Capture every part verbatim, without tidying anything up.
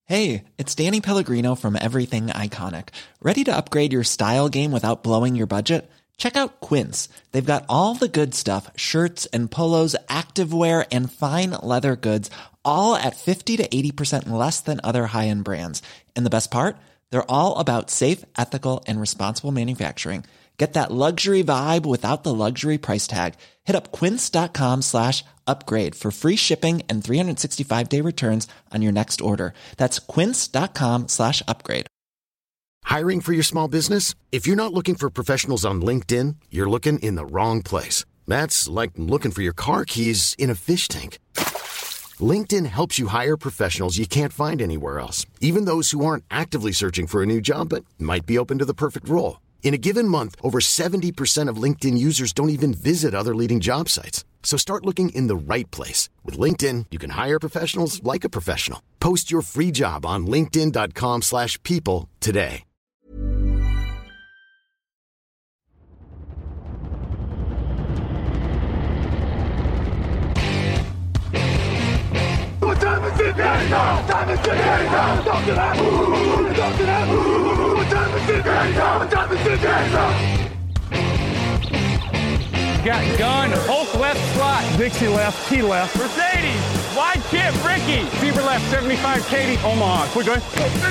Hey, it's Danny Pellegrino from Everything Iconic. Ready to upgrade your style game without blowing your budget? Check out Quince. They've got all the good stuff, shirts and polos, activewear, and fine leather goods, all at fifty to eighty percent less than other high-end brands. And the best part? They're all about safe, ethical, and responsible manufacturing. Get that luxury vibe without the luxury price tag. Hit up quince.com slash upgrade for free shipping and three sixty-five day returns on your next order. That's quince.com slash upgrade. Hiring for your small business? If you're not looking for professionals on LinkedIn, you're looking in the wrong place. That's like looking for your car keys in a fish tank. LinkedIn helps you hire professionals you can't find anywhere else, even those who aren't actively searching for a new job but might be open to the perfect role. In a given month, over seventy percent of LinkedIn users don't even visit other leading job sites. So start looking in the right place. With LinkedIn, you can hire professionals like a professional. Post your free job on linkedin.com slash people today. What time is it now? Time is it now? Talk to that. Talk to that. What time is it now? What time is it now? Got gun, Hulk left slot, Dixie left, T left, Mercedes, wide chip, Ricky, Fever left, seventy-five, Katie, Omaha, quick going.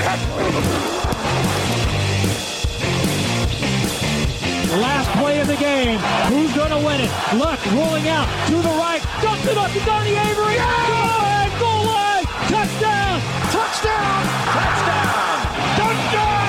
Last play of the game, who's gonna win it? Luck rolling out to the right, dumps it up to Donnie Avery, yeah! Go ahead, goal line, touchdown, touchdown, touchdown, touchdown!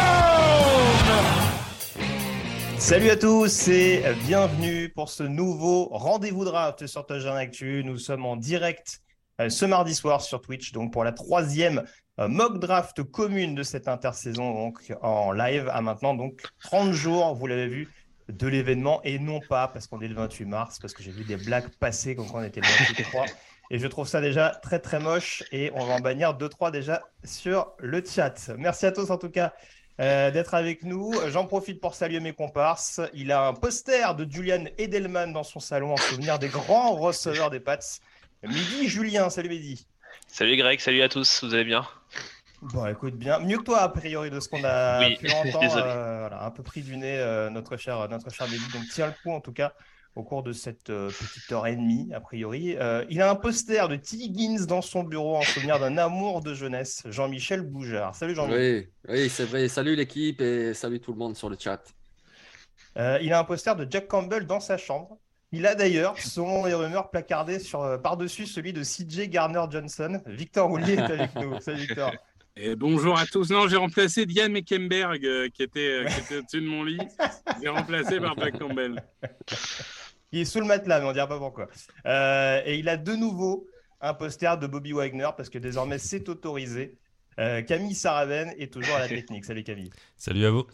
Salut à tous et bienvenue pour ce nouveau rendez-vous draft sur Touchdown Actu. Nous sommes en direct euh, ce mardi soir sur Twitch, donc pour la troisième euh, mock draft commune de cette intersaison, donc en live à maintenant donc trente jours, vous l'avez vu, de l'événement et non pas parce qu'on est le vingt-huit mars, parce que j'ai vu des blagues passer quand on était le vingt-huit trois et je trouve ça déjà très très moche et on va en bannir deux trois déjà sur le chat. Merci à tous en tout cas. Euh, d'être avec nous. J'en profite pour saluer mes comparses. Il a un poster de Julian Edelman dans son salon en souvenir des grands receveurs des Pats. Mehdi Julien, salut Mehdi. Salut Greg, salut à tous, vous allez bien? Bon, écoute bien, mieux que toi a priori de ce qu'on a oui, pu entendre. Euh, voilà, un peu pris du nez euh, notre cher, notre cher Mehdi. Donc tiens le coup en tout cas au cours de cette euh, petite heure et demie a priori. Euh, il a un poster de T. Higgins dans son bureau en souvenir d'un amour de jeunesse, Jean-Michel Boujard. Salut Jean-Michel. Oui, oui, c'est vrai. Salut l'équipe et salut tout le monde sur le chat. Euh, il a un poster de Jack Campbell dans sa chambre. Il a d'ailleurs, selon les rumeurs, placardé sur, euh, par-dessus celui de C J Garner-Johnson. Victor Roulier est avec nous. Salut Victor. Et bonjour à tous. Non, j'ai remplacé Diane Meckenberg euh, qui était, euh, qui était au-dessus de mon lit. J'ai remplacé par Jack Campbell. Il est sous le matelas, mais on ne dira pas pourquoi. Euh, et il a de nouveau un poster de Bobby Wagner parce que désormais c'est autorisé. Euh, Camille Saraven est toujours à la technique. Salut Camille. Salut à vous.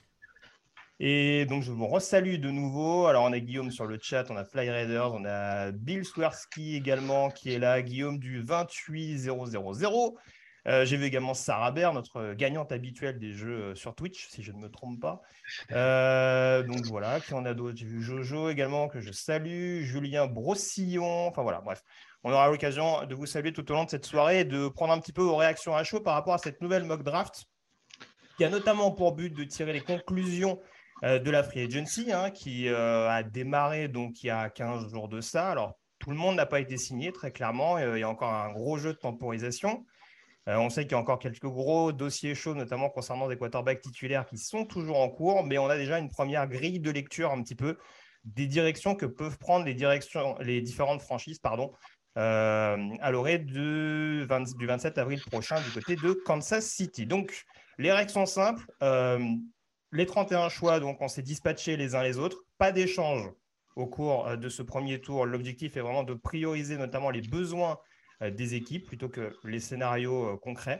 Et donc je vous resalue de nouveau. Alors on a Guillaume sur le chat, on a Fly Raiders, on a Bill Swersky également qui est là, Guillaume du vingt-huit zéro zéro zéro. Euh, j'ai vu également Sarah Baer, notre gagnante habituelle des jeux euh, sur Twitch, si je ne me trompe pas. Euh, donc voilà, qui en a d'autres. J'ai vu Jojo également, que je salue, Julien Brossillon, enfin voilà, bref. On aura l'occasion de vous saluer tout au long de cette soirée et de prendre un petit peu vos réactions à chaud par rapport à cette nouvelle mock draft, qui a notamment pour but de tirer les conclusions euh, de la Free Agency, hein, qui euh, a démarré donc il y a quinze jours de ça. Alors, tout le monde n'a pas été signé, très clairement. Euh, il y a encore un gros jeu de temporisation. Euh, on sait qu'il y a encore quelques gros dossiers chauds, notamment concernant des quarterbacks titulaires qui sont toujours en cours, mais on a déjà une première grille de lecture un petit peu des directions que peuvent prendre les, directions, les différentes franchises pardon, euh, à l'orée de vingt, du vingt-sept avril prochain du côté de Kansas City. Donc, les règles sont simples. Euh, les trente et un choix, donc on s'est dispatchés les uns les autres. Pas d'échange au cours de ce premier tour. L'objectif est vraiment de prioriser notamment les besoins des équipes plutôt que les scénarios euh, concrets.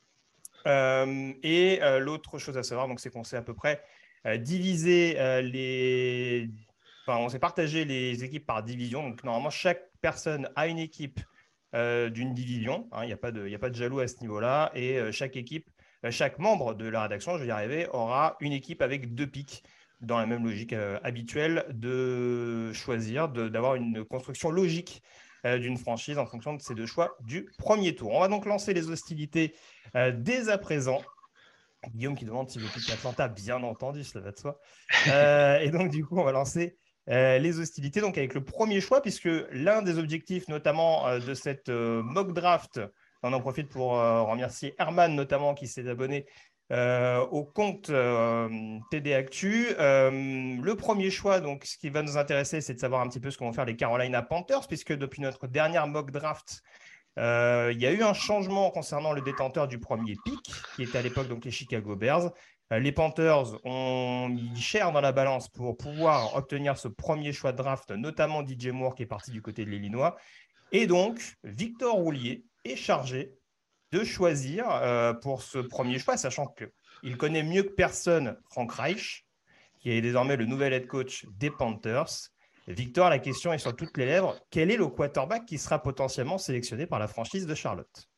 Euh, et euh, l'autre chose à savoir, donc, c'est qu'on s'est à peu près euh, divisé euh, les... Enfin, on s'est partagé les équipes par division. Donc, normalement, chaque personne a une équipe euh, d'une division. Il hein, n'y a pas de, y a pas de jaloux à ce niveau-là. Et euh, chaque équipe, euh, chaque membre de la rédaction, je vais y arriver, aura une équipe avec deux pics dans la même logique euh, habituelle de choisir, de, d'avoir une construction logique euh, d'une franchise en fonction de ces deux choix du premier tour. On va donc lancer les hostilités euh, dès à présent. Guillaume qui demande si je quitte Atlanta, bien entendu, cela va de soi. Euh, et donc, du coup, on va lancer euh, les hostilités donc avec le premier choix, puisque l'un des objectifs, notamment euh, de cette euh, mock draft, on en profite pour euh, remercier Herman, notamment, qui s'est abonné euh, au compte euh, T D Actu. Euh, le premier choix, donc, ce qui va nous intéresser, c'est de savoir un petit peu ce que vont faire les Carolina Panthers, puisque depuis notre dernière mock draft, Euh, il y a eu un changement concernant le détenteur du premier pick, qui était à l'époque donc les Chicago Bears. Euh, les Panthers ont mis cher dans la balance pour pouvoir obtenir ce premier choix de draft, notamment D J Moore qui est parti du côté de l'Illinois. Et donc, Victor Roulier est chargé de choisir euh, pour ce premier choix, sachant qu'il connaît mieux que personne Frank Reich, qui est désormais le nouvel head coach des Panthers. Victor, la question est sur toutes les lèvres. Quel est le quarterback qui sera potentiellement sélectionné par la franchise de Charlotte?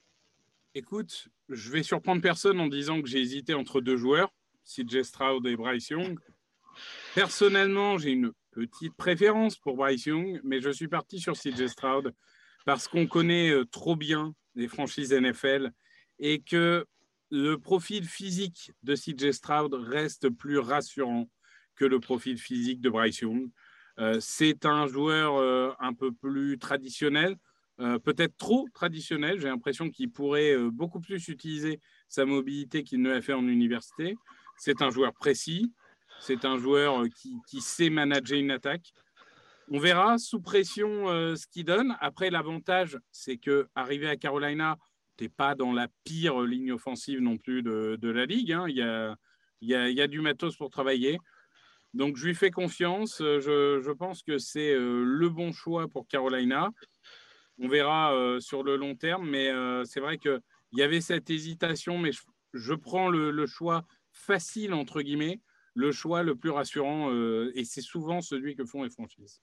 Écoute, je vais surprendre personne en disant que j'ai hésité entre deux joueurs, C J Stroud et Bryce Young. Personnellement, j'ai une petite préférence pour Bryce Young, mais je suis parti sur C J Stroud parce qu'on connaît trop bien les franchises N F L et que le profil physique de C J Stroud reste plus rassurant que le profil physique de Bryce Young. Euh, c'est un joueur euh, un peu plus traditionnel, euh, peut-être trop traditionnel. J'ai l'impression qu'il pourrait euh, beaucoup plus utiliser sa mobilité qu'il ne l'a fait en université. C'est un joueur précis, c'est un joueur euh, qui, qui sait manager une attaque. On verra sous pression euh, ce qu'il donne. Après, l'avantage, c'est qu'arrivé à Carolina, tu n'es pas dans la pire ligne offensive non plus de, de la ligue, hein. Il y a, il y a, il y a du matos pour travailler. Donc, je lui fais confiance. Je, je pense que c'est euh, le bon choix pour Carolina. On verra euh, sur le long terme, mais euh, c'est vrai qu'il y avait cette hésitation, mais je, je prends le, le choix facile, entre guillemets, le choix le plus rassurant, euh, et c'est souvent celui que font les franchises.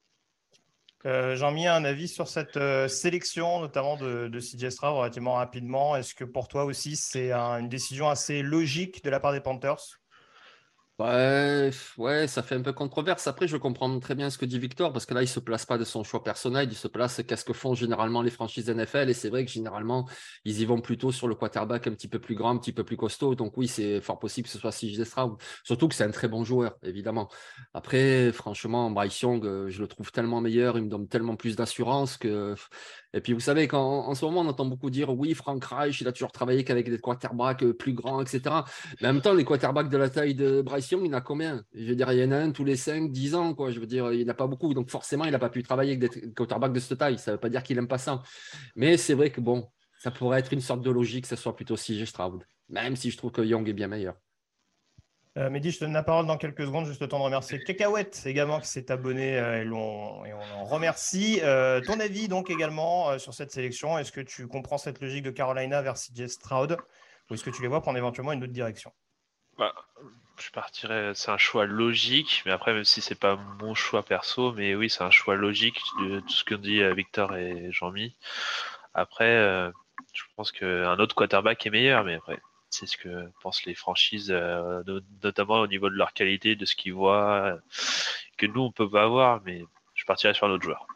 Euh, Jean-Mi, un avis sur cette euh, sélection, notamment de, de C J Stroud, relativement rapidement. Est-ce que pour toi aussi, c'est un, une décision assez logique de la part des Panthers? Ouais, ouais, ça fait un peu controverse. Après, je comprends très bien ce que dit Victor, parce que là, il ne se place pas de son choix personnel, il se place qu'est-ce que font généralement les franchises N F L, et c'est vrai que généralement, ils y vont plutôt sur le quarterback un petit peu plus grand, un petit peu plus costaud. Donc oui, c'est fort possible que ce soit C J Stroud, surtout que c'est un très bon joueur, évidemment. Après, franchement, Bryce Young, je le trouve tellement meilleur, il me donne tellement plus d'assurance que... Et puis, vous savez, qu'en en ce moment, on entend beaucoup dire, oui, Frank Reich, il a toujours travaillé qu'avec des quarterbacks plus grands, et cetera. Mais en même temps, les quarterbacks de la taille de Bryce Young, il y en a combien? Je veux dire, il y en a un tous les cinq, dix ans, quoi. Je veux dire, il n'y en a pas beaucoup. Donc, forcément, il n'a pas pu travailler avec des quarterbacks de cette taille. Ça ne veut pas dire qu'il n'aime pas ça. Mais c'est vrai que, bon, ça pourrait être une sorte de logique que ce soit plutôt C J Stroud, même si je trouve que Young est bien meilleur. Euh, Mehdi, je te donne la parole dans quelques secondes, juste le temps de remercier Cacahuète également qui s'est abonné euh, et, l'on, et on en remercie. Euh, ton avis donc également euh, sur cette sélection, est-ce que tu comprends cette logique de Carolina vers C J Stroud ou est-ce que tu les vois prendre éventuellement une autre direction? Bah, je partirais, c'est un choix logique, mais après, même si c'est pas mon choix perso, mais oui, c'est un choix logique de tout ce que dit Victor et Jean-Mi. Après, euh, je pense qu'un autre quarterback est meilleur, mais après, c'est ce que pensent les franchises, euh, notamment au niveau de leur qualité, de ce qu'ils voient, euh, que nous, on peut pas avoir, mais je partirais sur un autre joueur.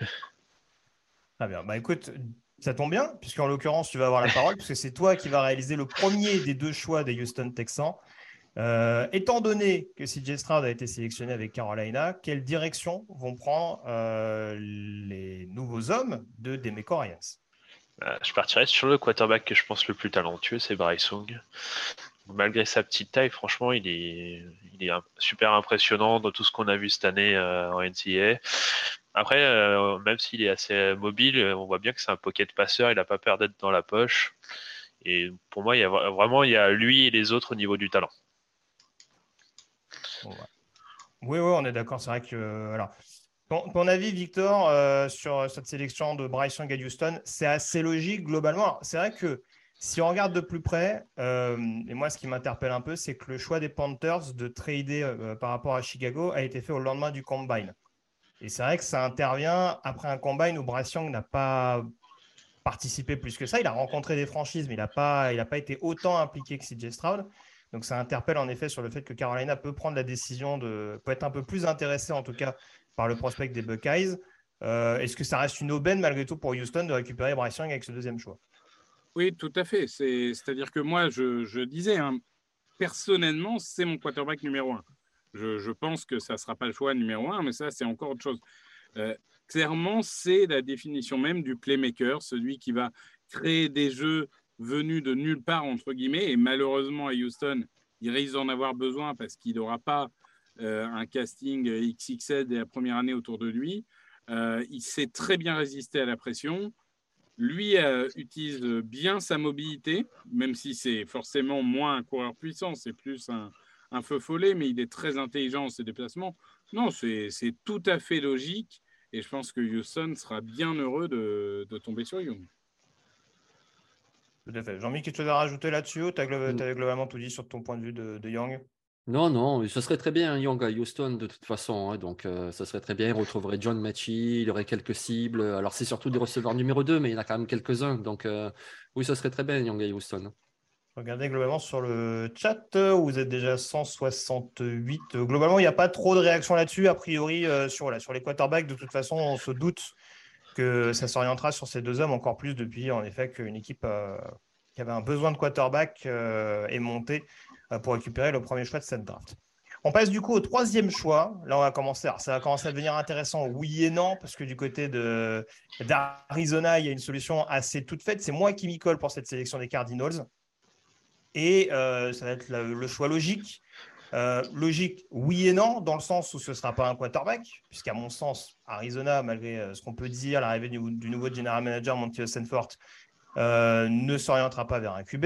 Très bien. Bah écoute, ça tombe bien, puisqu'en l'occurrence, tu vas avoir la parole, puisque c'est toi qui vas réaliser le premier des deux choix des Houston Texans. Euh, étant donné que C J Stroud a été sélectionné avec Carolina, quelle direction vont prendre euh, les nouveaux hommes de Demeco Ryans? Euh, je partirais sur le quarterback que je pense le plus talentueux, c'est Bryce Young. Malgré sa petite taille, franchement, il est, il est super impressionnant dans tout ce qu'on a vu cette année euh, en N C A A. Après, euh, même s'il est assez mobile, on voit bien que c'est un pocket passeur, il n'a pas peur d'être dans la poche. Et pour moi, il y a vraiment il y a lui et les autres au niveau du talent. Bon, ouais. Oui, oui, on est d'accord. C'est vrai que... Euh, alors, ton, ton avis, Victor, euh, sur cette sélection de Bryce Young à Houston, c'est assez logique globalement. Alors, c'est vrai que si on regarde de plus près, euh, et moi, ce qui m'interpelle un peu, c'est que le choix des Panthers de trader euh, par rapport à Chicago a été fait au lendemain du Combine. Et c'est vrai que ça intervient après un Combine où Bryce Young n'a pas participé plus que ça. Il a rencontré des franchises, mais il n'a pas, il n'a pas été autant impliqué que C J Stroud. Donc, ça interpelle en effet sur le fait que Carolina peut prendre la décision de, peut être un peu plus intéressé en tout cas par le prospect des Buckeyes. Euh, est-ce que ça reste une aubaine malgré tout pour Houston de récupérer Bryce Young avec ce deuxième choix? Oui, tout à fait. C'est, c'est-à-dire que moi, je, je disais, hein, personnellement, c'est mon quarterback numéro un. Je, je pense que ça ne sera pas le choix numéro un, mais ça, c'est encore autre chose. Euh, clairement, c'est la définition même du playmaker, celui qui va créer des jeux venus de nulle part, entre guillemets. Et malheureusement, à Houston, il risque d'en avoir besoin parce qu'il n'aura pas euh, un casting X X L dès la première année autour de lui. Euh, il sait très bien résister à la pression. Lui euh, utilise bien sa mobilité, même si c'est forcément moins un coureur puissant, c'est plus un, un feu follet, mais il est très intelligent dans ses déplacements. Non, c'est, c'est tout à fait logique, et je pense que Houston sera bien heureux de, de tomber sur Young. Tout à fait. Jean-Mi, quelque chose à rajouter là-dessus ou tu as glo- globalement tout dit sur ton point de vue de, de Young? Non, non, ce serait très bien, Young à Houston, de toute façon. Hein, donc, euh, ça serait très bien. Il retrouverait John Mechie, il y aurait quelques cibles. Alors, c'est surtout des receveurs numéro deux, mais il y en a quand même quelques-uns. Donc, euh, oui, ça serait très bien, Young à Houston. Regardez globalement sur le chat, où vous êtes déjà cent soixante-huit. Globalement, il n'y a pas trop de réactions là-dessus. A priori, euh, sur, voilà, sur les quarterbacks, de toute façon, on se doute que ça s'orientera sur ces deux hommes, encore plus depuis, en effet, qu'une équipe euh, qui avait un besoin de quarterback euh, est montée euh, pour récupérer le premier choix de cette draft. On passe du coup au troisième choix. Là, on va commencer. Alors, ça va commencer à devenir intéressant, oui et non, parce que du côté de, d'Arizona, il y a une solution assez toute faite. C'est moi qui m'y colle pour cette sélection des Cardinals. Et euh, ça va être le, le choix logique. Euh, logique, oui et non, dans le sens où ce ne sera pas un quarterback, puisqu'à mon sens, Arizona, malgré euh, ce qu'on peut dire, l'arrivée du, du nouveau general manager, Monty Sanford, euh, ne s'orientera pas vers un Q B.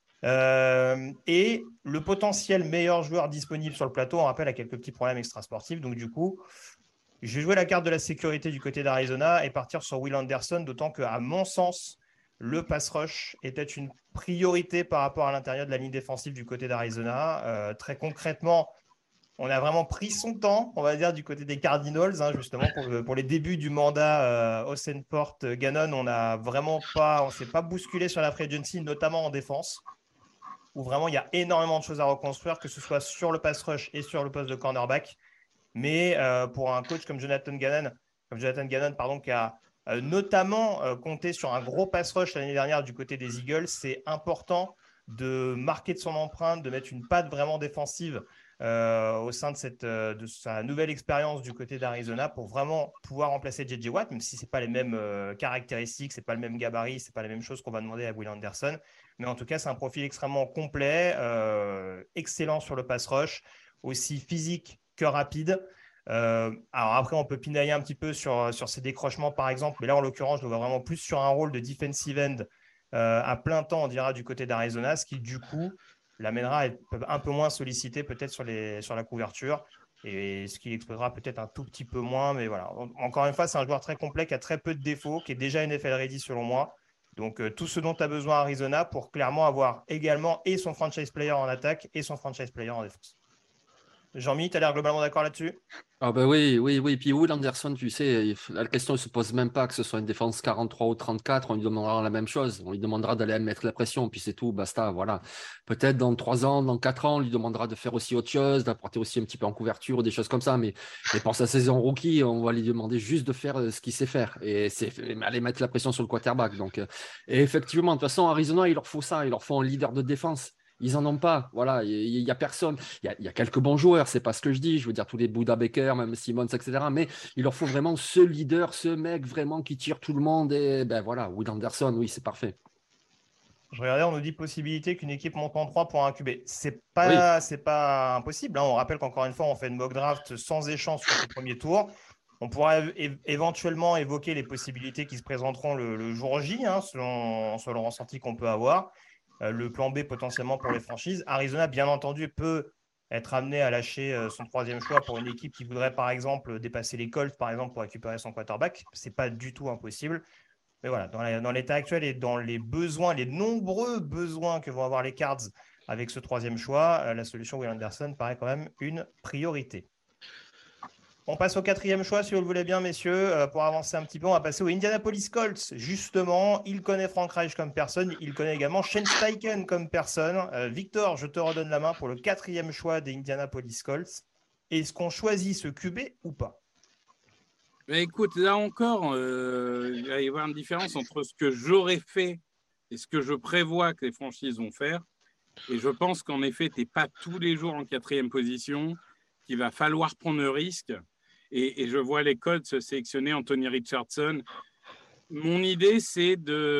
Euh, et le potentiel meilleur joueur disponible sur le plateau, on rappelle, a quelques petits problèmes extrasportifs. Donc, du coup, je vais jouer la carte de la sécurité du côté d'Arizona et partir sur Will Anderson, d'autant qu'à mon sens, le pass rush était une priorité par rapport à l'intérieur de la ligne défensive du côté d'Arizona. Euh, très concrètement, on a vraiment pris son temps, on va dire, du côté des Cardinals, hein, justement, pour, pour les débuts du mandat euh, Osenfort-Gannon. On n'a vraiment pas, on ne s'est pas bousculé sur la free agency, notamment en défense, où vraiment il y a énormément de choses à reconstruire, que ce soit sur le pass rush et sur le poste de cornerback. Mais euh, pour un coach comme Jonathan Gannon, comme Jonathan Gannon, pardon, qui a euh, notamment euh, compté sur un gros pass rush l'année dernière du côté des Eagles, c'est important de marquer de son empreinte, de mettre une patte vraiment défensive euh, au sein de, cette, euh, de sa nouvelle expérience du côté d'Arizona pour vraiment pouvoir remplacer J J Watt, même si ce n'est pas les mêmes euh, caractéristiques, ce n'est pas le même gabarit, ce n'est pas la même chose qu'on va demander à Will Anderson. Mais en tout cas, c'est un profil extrêmement complet, euh, excellent sur le pass rush, aussi physique que rapide. Euh, alors après, on peut pinailler un petit peu sur, sur ses décrochements, par exemple. Mais là, en l'occurrence, je le vois vraiment plus sur un rôle de defensive end euh, à plein temps, on dira, du côté d'Arizona, ce qui, du coup, l'amènera à être un peu moins sollicité peut-être sur, les, sur la couverture et ce qui l'exposera peut-être un tout petit peu moins. Mais voilà, encore une fois, c'est un joueur très complet qui a très peu de défauts, qui est déjà N F L ready selon moi. Donc, euh, tout ce dont a besoin Arizona pour clairement avoir également et son franchise player en attaque et son franchise player en défense. Jean-Mi, tu as l'air globalement d'accord là-dessus? Ah ben oui, oui, oui. Puis Will Anderson, tu sais, la question ne se pose même pas que ce soit une défense quarante-trois ou trente-quatre, on lui demandera la même chose. On lui demandera d'aller mettre la pression, puis c'est tout, basta, voilà. Peut-être dans trois ans, dans quatre ans, on lui demandera de faire aussi autre chose, d'apporter aussi un petit peu en couverture, des choses comme ça. Mais, mais pour sa saison rookie, on va lui demander juste de faire ce qu'il sait faire et c'est aller mettre la pression sur le quarterback. Donc, et effectivement, de toute façon, Arizona, il leur faut ça, il leur faut un leader de défense. Ils en ont pas, voilà, il n'y a personne. Il y, y a quelques bons joueurs, c'est pas ce que je dis. Je veux dire, tous les Buda Baker, même Simmons, et cetera. Mais il leur faut vraiment ce leader, ce mec vraiment qui tire tout le monde. Et ben voilà, Will Anderson, oui, c'est parfait. Je regardais, on nous dit possibilité qu'une équipe monte en trois pour un Q B. C'est pas, oui. c'est pas impossible. Hein. On rappelle qu'encore une fois, on fait une mock draft sans échange sur le premier tour. On pourra é- éventuellement évoquer les possibilités qui se présenteront le, le jour J, hein, selon, selon le ressenti qu'on peut avoir. Euh, le plan B potentiellement pour les franchises. Arizona, bien entendu, peut être amené à lâcher euh, son troisième choix pour une équipe qui voudrait, par exemple, dépasser les Colts, par exemple, pour récupérer son quarterback. Ce n'est pas du tout impossible. Mais voilà, dans, la, dans l'état actuel et dans les besoins, les nombreux besoins que vont avoir les Cards avec ce troisième choix, euh, la solution Will Anderson paraît quand même une priorité. On passe au quatrième choix, si vous le voulez bien, messieurs. Euh, pour avancer un petit peu, on va passer aux Indianapolis Colts. Justement, il connaît Frank Reich comme personne. Il connaît également Shane Steichen comme personne. Euh, Victor, je te redonne la main pour le quatrième choix des Indianapolis Colts. Est-ce qu'on choisit ce Q B ou pas? Mais écoute, là encore, euh, il va y avoir une différence entre ce que j'aurais fait et ce que je prévois que les franchises vont faire. Et je pense qu'en effet, tu n'es pas tous les jours en quatrième position, qu'il va falloir prendre le risque. Et, et je vois les Colts se sélectionner Anthony Richardson. Mon idée, c'est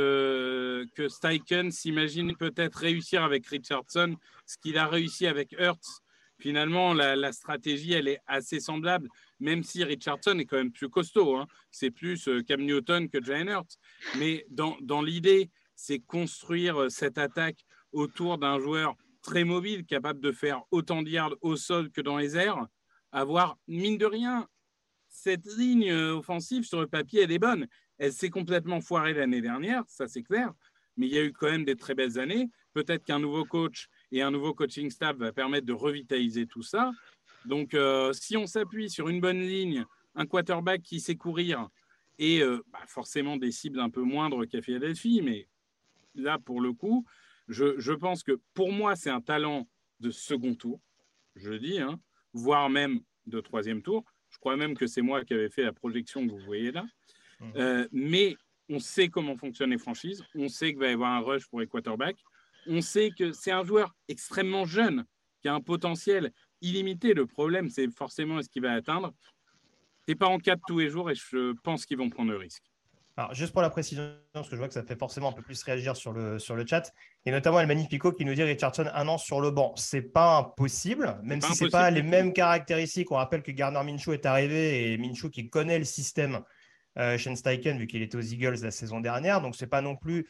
de... que Steichen s'imagine peut-être réussir avec Richardson ce qu'il a réussi avec Hurts. Finalement, la, la stratégie, elle est assez semblable, même si Richardson est quand même plus costaud. Hein. C'est plus Cam Newton que Jalen Hurts. Mais dans, dans l'idée, c'est construire cette attaque autour d'un joueur très mobile, capable de faire autant de yards au sol que dans les airs. Avoir, mine de rien, cette ligne offensive sur le papier, elle est bonne. Elle s'est complètement foirée l'année dernière, ça c'est clair. Mais il y a eu quand même des très belles années. Peut-être qu'un nouveau coach et un nouveau coaching staff va permettre de revitaliser tout ça. Donc, euh, si on s'appuie sur une bonne ligne, un quarterback qui sait courir et euh, bah, forcément des cibles un peu moindres qu'à Philadelphie, mais là, pour le coup, je, je pense que pour moi, c'est un talent de second tour, je le dis, hein, voire même de troisième tour. Je crois même que c'est moi qui avais fait la projection que vous voyez là. Mmh. Euh, mais on sait comment fonctionnent les franchises. On sait qu'il va y avoir un rush pour les quarterbacks. On sait que c'est un joueur extrêmement jeune, qui a un potentiel illimité. Le problème, c'est forcément ce qu'il va atteindre. C'est pas en quatre tous les jours et je pense qu'ils vont prendre le risque. Alors, juste pour la précision, parce que je vois que ça fait forcément un peu plus réagir sur le, sur le chat, et notamment El Magnifico qui nous dit Richardson un an sur le banc. C'est pas impossible, même si ce n'est pas les mêmes caractéristiques. On rappelle que Gardner Minshew est arrivé et Minshew qui connaît le système euh, Shane Steichen, vu qu'il était aux Eagles la saison dernière. Donc, ce n'est pas non plus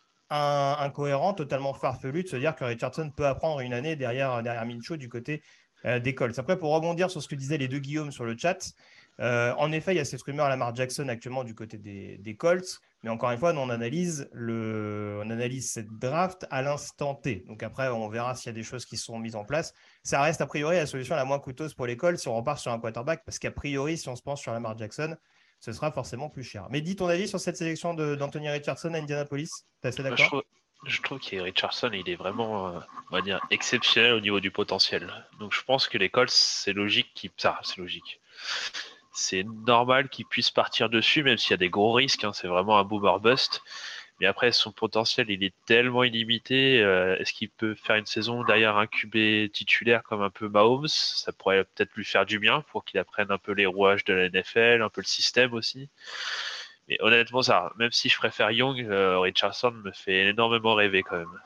un, incohérent, totalement farfelu de se dire que Richardson peut apprendre une année derrière, derrière Minshew du côté euh, des Colts. Après, pour rebondir sur ce que disaient les deux Guillaume sur le chat, Euh, en effet, il y a cette rumeur Lamar Jackson actuellement du côté des, des Colts, mais encore une fois, nous, on analyse, le, on analyse cette draft à l'instant T. Donc après, on verra s'il y a des choses qui seront mises en place. Ça reste a priori la solution la moins coûteuse pour les Colts si on repart sur un quarterback, parce qu'a priori, si on se pense sur Lamar Jackson, ce sera forcément plus cher. Mais dis ton avis sur cette sélection de, d'Anthony Richardson à Indianapolis. T'es assez d'accord ? je trouve, je trouve que Richardson, il est vraiment, euh, on va dire, exceptionnel au niveau du potentiel. Donc je pense que les Colts, c'est logique qu'ils... Ça, c'est logique. C'est normal qu'il puisse partir dessus, même s'il y a des gros risques. Hein, c'est vraiment un boomer bust. Mais après, son potentiel, il est tellement illimité. Euh, est-ce qu'il peut faire une saison derrière un Q B titulaire comme un peu Mahomes ? Ça pourrait peut-être lui faire du bien pour qu'il apprenne un peu les rouages de la N F L, un peu le système aussi. Mais honnêtement, ça, même si je préfère Young, euh, Richardson me fait énormément rêver quand même.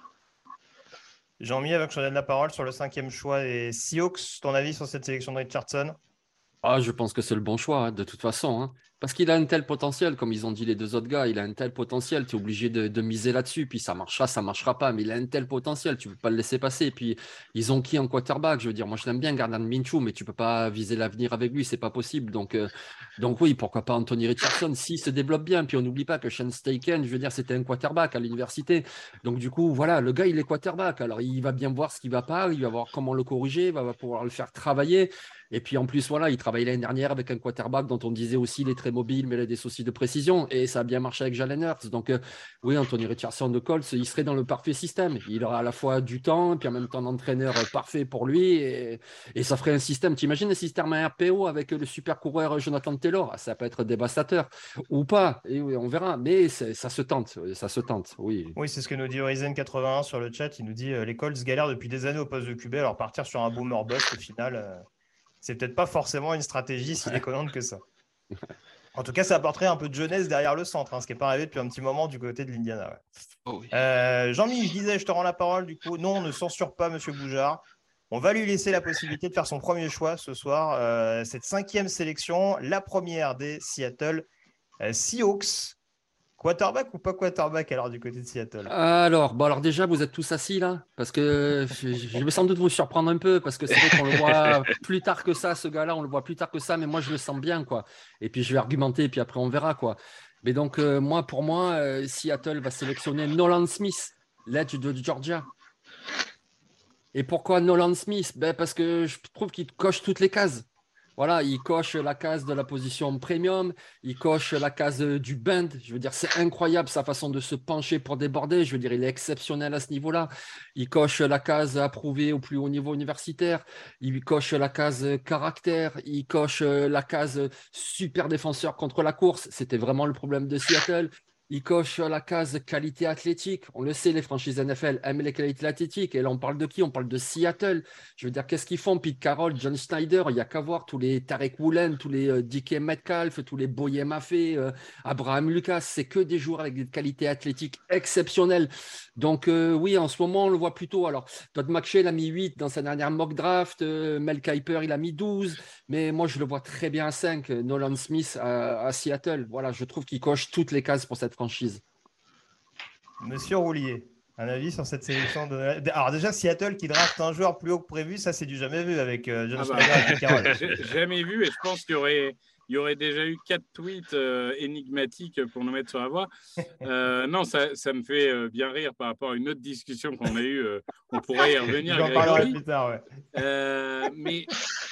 Jean-Mi, avec je te donne la parole sur le cinquième choix des Seahawks. Ton avis sur cette sélection de Richardson ? Ah, je pense que c'est le bon choix, hein, de toute façon. Hein. Parce qu'il a un tel potentiel, comme ils ont dit les deux autres gars, il a un tel potentiel, tu es obligé de, de miser là-dessus. Puis ça marchera, ça ne marchera pas, mais il a un tel potentiel, tu ne peux pas le laisser passer. Puis ils ont qui en quarterback ? Je veux dire, moi je l'aime bien, Gardner Minshew, mais tu ne peux pas viser l'avenir avec lui, ce n'est pas possible. Donc, euh, donc oui, pourquoi pas Anthony Richardson, s'il se développe bien. Puis on n'oublie pas que Shane Steichen, je veux dire, c'était un quarterback à l'université. Donc du coup, voilà, le gars, il est quarterback. Alors il va bien voir ce qui ne va pas, il va voir comment le corriger, il va pouvoir le faire travailler. Et puis en plus, voilà, il travaillait l'année dernière avec un quarterback dont on disait aussi il est très mobile, mais il a des soucis de précision. Et ça a bien marché avec Jalen Hurts. Donc euh, oui, Anthony Richardson de Colts, il serait dans le parfait système. Il aura à la fois du temps, puis en même temps un entraîneur parfait pour lui. Et, et ça ferait un système. Tu imagines un système à R P O avec le super coureur Jonathan Taylor ? Ça peut être dévastateur. Ou pas, et oui, on verra. Mais ça se tente, ça se tente, oui. Oui, c'est ce que nous dit Horizon quatre-vingt-un sur le chat. Il nous dit euh, les Colts galèrent depuis des années au poste de Q B. Alors partir sur un boomer bust au final... Euh... c'est peut-être pas forcément une stratégie si déconnante que ça. En tout cas, ça apporterait un peu de jeunesse derrière le centre, hein, ce qui n'est pas arrivé depuis un petit moment du côté de l'Indiana. Ouais. Oh oui. euh, Jean-Mi, je disais, je te rends la parole. Du coup, non, on ne censure pas M. Boujard. On va lui laisser la possibilité de faire son premier choix ce soir. Euh, cette cinquième sélection, la première des Seattle euh, Seahawks. Quarterback ou pas quarterback alors du côté de Seattle ? Alors, bon, alors déjà, vous êtes tous assis là, parce que je, je vais sans doute vous surprendre un peu, parce que c'est vrai qu'on le voit plus tard que ça, ce gars-là, on le voit plus tard que ça, mais moi je le sens bien, quoi. Et puis je vais argumenter, et puis après on verra, quoi. Mais donc, euh, moi, pour moi, euh, Seattle va sélectionner Nolan Smith, l'edge de Georgia. Et pourquoi Nolan Smith ? Ben, parce que je trouve qu'il coche toutes les cases. Voilà, il coche la case de la position premium, il coche la case du bend. Je veux dire, c'est incroyable sa façon de se pencher pour déborder. Je veux dire, il est exceptionnel à ce niveau-là. Il coche la case approuvée au plus haut niveau universitaire. Il coche la case caractère. Il coche la case super défenseur contre la course. C'était vraiment le problème de Seattle. Il coche la case qualité athlétique. On le sait, les franchises N F L aiment les qualités athlétiques. Et là, on parle de qui? On parle de Seattle. Je veux dire, qu'est-ce qu'ils font? Pete Carroll, John Snyder, il n'y a qu'à voir tous les Tarek Woolen, tous les euh, D K Metcalf, tous les Boye Maffé, euh, Abraham Lucas. C'est que des joueurs avec des qualités athlétiques exceptionnelles. Donc, euh, oui, en ce moment, on le voit plutôt. Alors, Todd McShay, il a mis huit dans sa dernière mock draft. Euh, Mel Kiper, il a mis douze. Mais moi, je le vois très bien à cinq. Nolan Smith à, à Seattle. Voilà, je trouve qu'il coche toutes les cases pour cette franchise. Monsieur Roulier, un avis sur cette sélection de... Alors déjà, Seattle qui draft un joueur plus haut que prévu, ça c'est du jamais vu avec euh, John Ah bah, Schneider et Pete Carroll. j'ai jamais vu, et je pense qu'il y aurait, il y aurait déjà eu quatre tweets euh, énigmatiques pour nous mettre sur la voie. Euh, non, ça, ça me fait euh, bien rire par rapport à une autre discussion qu'on a eue. Euh, on pourrait y revenir. J'en parlerai plus tard, ouais. Euh, mais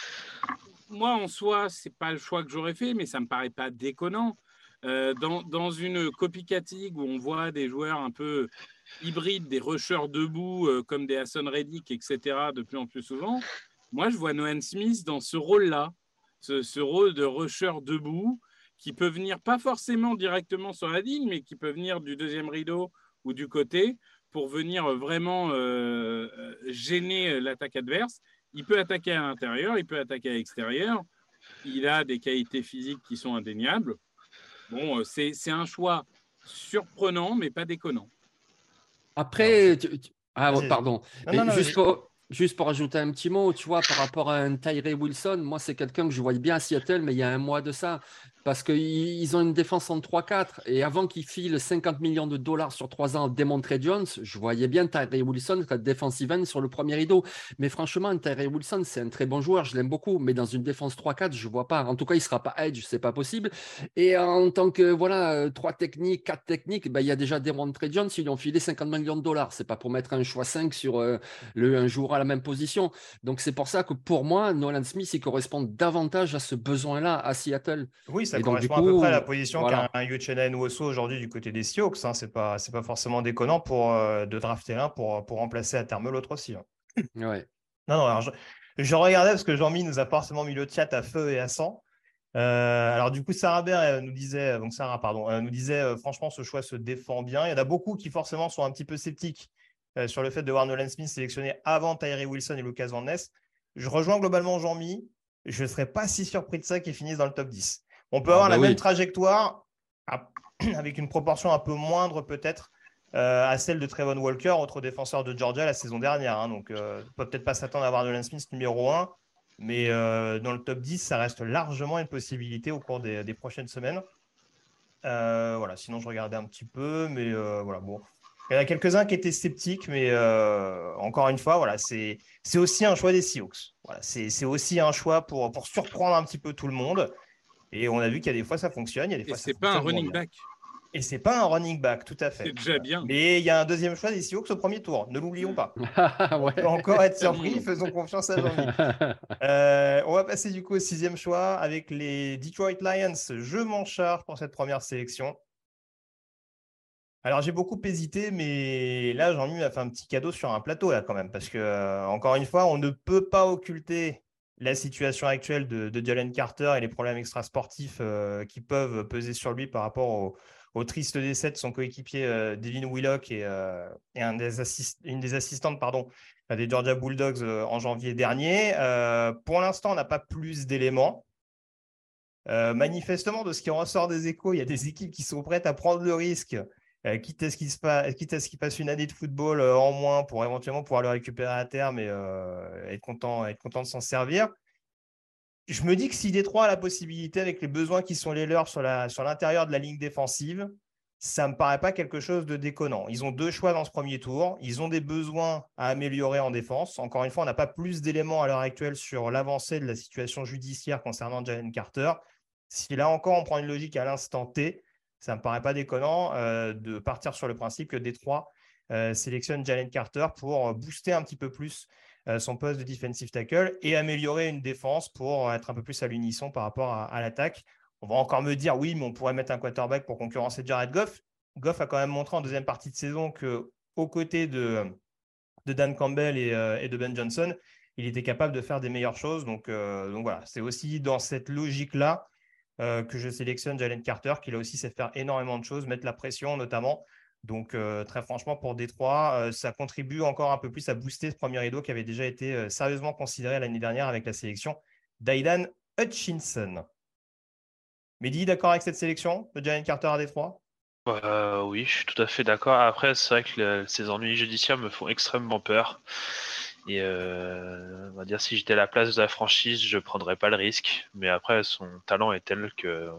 moi, en soi, c'est pas le choix que j'aurais fait, mais ça me paraît pas déconnant. Euh, dans, dans une copycat league où on voit des joueurs un peu hybrides, des rushers debout euh, comme des Hassan Reddick, et cetera de plus en plus souvent, moi je vois Nolan Smith dans ce rôle-là, ce, ce rôle de rusher debout qui peut venir pas forcément directement sur la ligne, mais qui peut venir du deuxième rideau ou du côté pour venir vraiment euh, gêner l'attaque adverse. Il peut attaquer à l'intérieur, il peut attaquer à l'extérieur. Il a des qualités physiques qui sont indéniables. Bon, c'est, c'est un choix surprenant, mais pas déconnant. Après, tu, tu... ah, Vas-y. pardon. Non, non, non, juste, vas-y. pour, juste pour ajouter un petit mot, tu vois, par rapport à un Tyree Wilson, moi, c'est quelqu'un que je voyais bien à Seattle, mais il y a un mois de ça, parce qu'ils ont une défense en trois quatre, et avant qu'ils filent cinquante millions de dollars sur trois ans à Demontre Jones, je voyais bien Tyree Wilson être defensive end sur le premier rideau. Mais franchement, Tyree Wilson, c'est un très bon joueur, je l'aime beaucoup, mais dans une défense trois quatre, je ne vois pas. En tout cas, il ne sera pas edge, c'est pas possible. Et en tant que, voilà, trois techniques, quatre techniques, ben, il y a déjà Demontre Jones, ils lui ont filé cinquante millions de dollars. C'est pas pour mettre un choix cinq sur euh, le, un joueur à la même position. Donc, c'est pour ça que pour moi, Nolan Smith, il correspond davantage à ce besoin-là à Seattle. Oui, ça Et donc, correspond du coup, à peu près à la position voilà. qu'a un Uchenna Nwosu aujourd'hui du côté des Seahawks. Hein. C'est pas, c'est pas forcément déconnant pour, euh, de drafter l'un pour, pour remplacer à terme l'autre aussi. Hein. Ouais. Non, non, alors je, je regardais parce que Jean-Mi nous a forcément mis le chat à feu et à sang. Euh, alors du coup, Sarah Baer nous disait, donc Sarah, pardon, euh, nous disait, euh, franchement, ce choix se défend bien. Il y en a beaucoup qui forcément sont un petit peu sceptiques euh, sur le fait de voir Nolan Smith sélectionné avant Tyree Wilson et Lucas Van Ness. Je rejoins globalement Jean-Mi. Je ne serais pas si surpris de ça qu'ils finissent dans le top dix. On peut Ah, avoir bah la oui. même trajectoire à- avec une proportion un peu moindre peut-être euh, à celle de Trevon Walker, autre défenseur de Georgia la saison dernière. Hein. Donc, euh, on ne peut peut-être pas s'attendre à avoir Nolan Smith numéro un, mais euh, dans le top dix, ça reste largement une possibilité au cours des, des prochaines semaines. Euh, voilà. Sinon, je regardais un petit peu, mais euh, voilà, bon. Il y en a quelques-uns qui étaient sceptiques, mais euh, encore une fois, voilà, c'est, c'est aussi un choix des Seahawks. Voilà, c'est, c'est aussi un choix pour, pour surprendre un petit peu tout le monde. Et on a vu qu'il y a des fois, ça fonctionne. Il y a des Et fois, ça c'est pas un fonctionne moins running bien. back. Et c'est pas un running back, tout à fait. C'est déjà bien. Mais il y a un deuxième choix des Seahawks au premier tour. Ne l'oublions pas. On Ouais. peut encore être surpris. Faisons confiance à Jean-Mi. Euh, on va passer du coup au sixième choix avec les Detroit Lions. Je m'en charge pour cette première sélection. Alors j'ai beaucoup hésité, mais là Jean-Mi m'a fait un petit cadeau sur un plateau là quand même, parce que euh, encore une fois, on ne peut pas occulter la situation actuelle de, de Jalen Carter et les problèmes extrasportifs euh, qui peuvent peser sur lui par rapport au, au triste décès de son coéquipier euh, Devin Willock et, euh, et un des assist- une des assistantes pardon, des Georgia Bulldogs euh, en janvier dernier. Euh, pour l'instant, on n'a pas plus d'éléments. Euh, manifestement, de ce qui ressort des échos, il y a des équipes qui sont prêtes à prendre le risque, euh, quitte à ce qu'il se passe, quitte à ce qu'il passe une année de football euh, en moins pour éventuellement pouvoir le récupérer à terme et euh, être content, être content de s'en servir. Je me dis que si Détroit a la possibilité, avec les besoins qui sont les leurs sur, la, sur l'intérieur de la ligne défensive, ça ne me paraît pas quelque chose de déconnant. Ils ont deux choix dans ce premier tour. Ils ont des besoins à améliorer en défense. Encore une fois, on n'a pas plus d'éléments à l'heure actuelle sur l'avancée de la situation judiciaire concernant Jalen Carter. Si là encore, on prend une logique à l'instant T, ça ne me paraît pas déconnant euh, de partir sur le principe que Détroit euh, sélectionne Jalen Carter pour booster un petit peu plus euh, son poste de defensive tackle et améliorer une défense pour être un peu plus à l'unisson par rapport à, à l'attaque. On va encore me dire, oui, mais on pourrait mettre un quarterback pour concurrencer Jared Goff. Goff a quand même montré en deuxième partie de saison qu'aux côtés de, de Dan Campbell et, euh, et de Ben Johnson, il était capable de faire des meilleures choses. Donc, euh, donc voilà, c'est aussi dans cette logique-là euh, que je sélectionne Jalen Carter, qui là aussi sait faire énormément de choses, mettre la pression notamment. Donc euh, très franchement, pour Détroit, euh, ça contribue encore un peu plus à booster ce premier rideau qui avait déjà été euh, sérieusement considéré l'année dernière avec la sélection d'Aidan Hutchinson. Mehdi, d'accord avec cette sélection de Jalen Carter à Détroit ? Euh, oui, je suis tout à fait d'accord. Après, c'est vrai que le, ces ennuis judiciaires me font extrêmement peur. Et euh, on va dire, si j'étais à la place de la franchise, je ne prendrais pas le risque. Mais après, son talent est tel que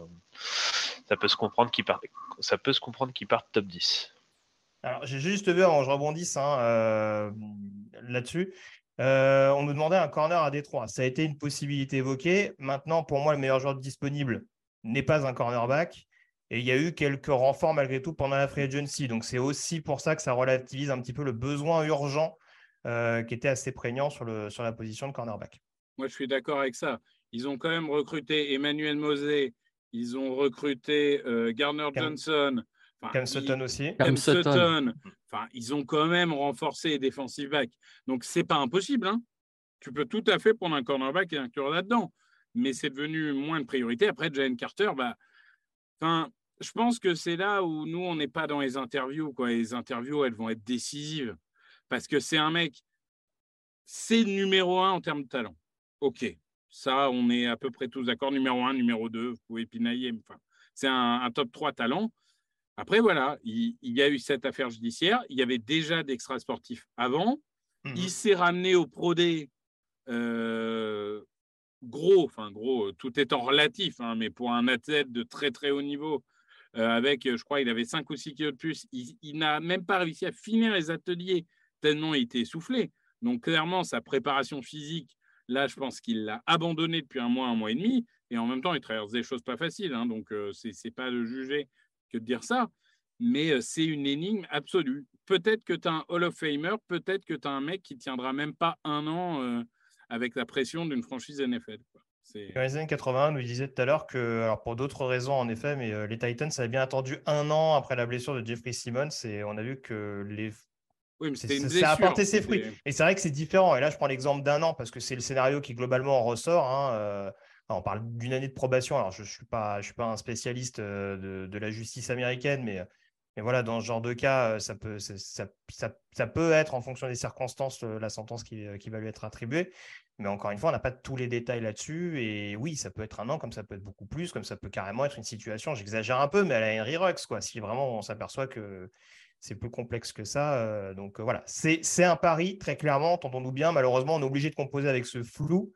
ça peut se comprendre qu'il parte, ça peut se comprendre qu'il parte top dix. Alors, j'ai juste vu, avant je rebondisse hein, euh, là-dessus. Euh, on me demandait un corner à Détroit. Ça a été une possibilité évoquée. Maintenant, pour moi, le meilleur joueur disponible n'est pas un cornerback. Et il y a eu quelques renforts malgré tout pendant la free agency. Donc, c'est aussi pour ça que ça relativise un petit peu le besoin urgent euh, qui était assez prégnant sur, le, sur la position de cornerback. Moi, je suis d'accord avec ça. Ils ont quand même recruté Emmanuel Mosey. Ils ont recruté euh, Garner Cam, Johnson. Enfin, Cam Sutton ils, aussi. Cam Sutton. Enfin, ils ont quand même renforcé les defensive backs. Donc, ce n'est pas impossible. Hein. Tu peux tout à fait prendre un cornerback et inclure là-dedans. Mais c'est devenu moins de priorité. Après, Jalen Carter, bah, enfin, je pense que c'est là où nous, on n'est pas dans les interviews. Quoi. Les interviews, elles vont être décisives. Parce que c'est un mec, c'est le numéro un en termes de talent. OK. Ça, on est à peu près tous d'accord. Numéro un, numéro deux, vous pouvez pinailler. Enfin, c'est un, un top trois talent. Après, voilà, il, il y a eu cette affaire judiciaire. Il y avait déjà d'extra sportifs avant. Mmh. Il s'est ramené au Pro Day euh, gros, enfin gros, tout étant relatif, hein, mais pour un athlète de très, très haut niveau, euh, avec, je crois, il avait cinq ou six kilos de plus. Il, il n'a même pas réussi à finir les ateliers tellement il était essoufflé. Donc, clairement, sa préparation physique, là, je pense qu'il l'a abandonné depuis un mois, un mois et demi. Et en même temps, il traverse des choses pas faciles. Hein, donc, euh, c'est, c'est pas de juger que de dire ça. Mais euh, c'est une énigme absolue. Peut-être que tu as un Hall of Famer, peut-être que tu as un mec qui tiendra même pas un an euh, avec la pression d'une franchise N F L. Quoi. C'est... Dans les années quatre-vingt, nous disait tout à l'heure que, alors pour d'autres raisons en effet, mais euh, les Titans avaient bien attendu un an après la blessure de Jeffrey Simmons et on a vu que les Oui, mais c'était c'est, une ça a blessure. apporté ses fruits. C'était... Et c'est vrai que c'est différent. Et là, je prends l'exemple d'un an parce que c'est le scénario qui globalement en ressort. Hein. Euh, on parle d'une année de probation. Alors, je ne suis pas, je suis pas un spécialiste de, de la justice américaine, mais, mais voilà, dans ce genre de cas, ça peut, ça, ça, ça, ça peut être, en fonction des circonstances, la sentence qui, qui va lui être attribuée. Mais encore une fois, on n'a pas tous les détails là-dessus. Et oui, ça peut être un an, comme ça peut être beaucoup plus, comme ça peut carrément être une situation, j'exagère un peu, mais à la Henry Ruggs, quoi, si vraiment on s'aperçoit que c'est plus complexe que ça. Euh, donc euh, voilà, c'est, c'est un pari, très clairement, entendons-nous bien. Malheureusement, on est obligé de composer avec ce flou.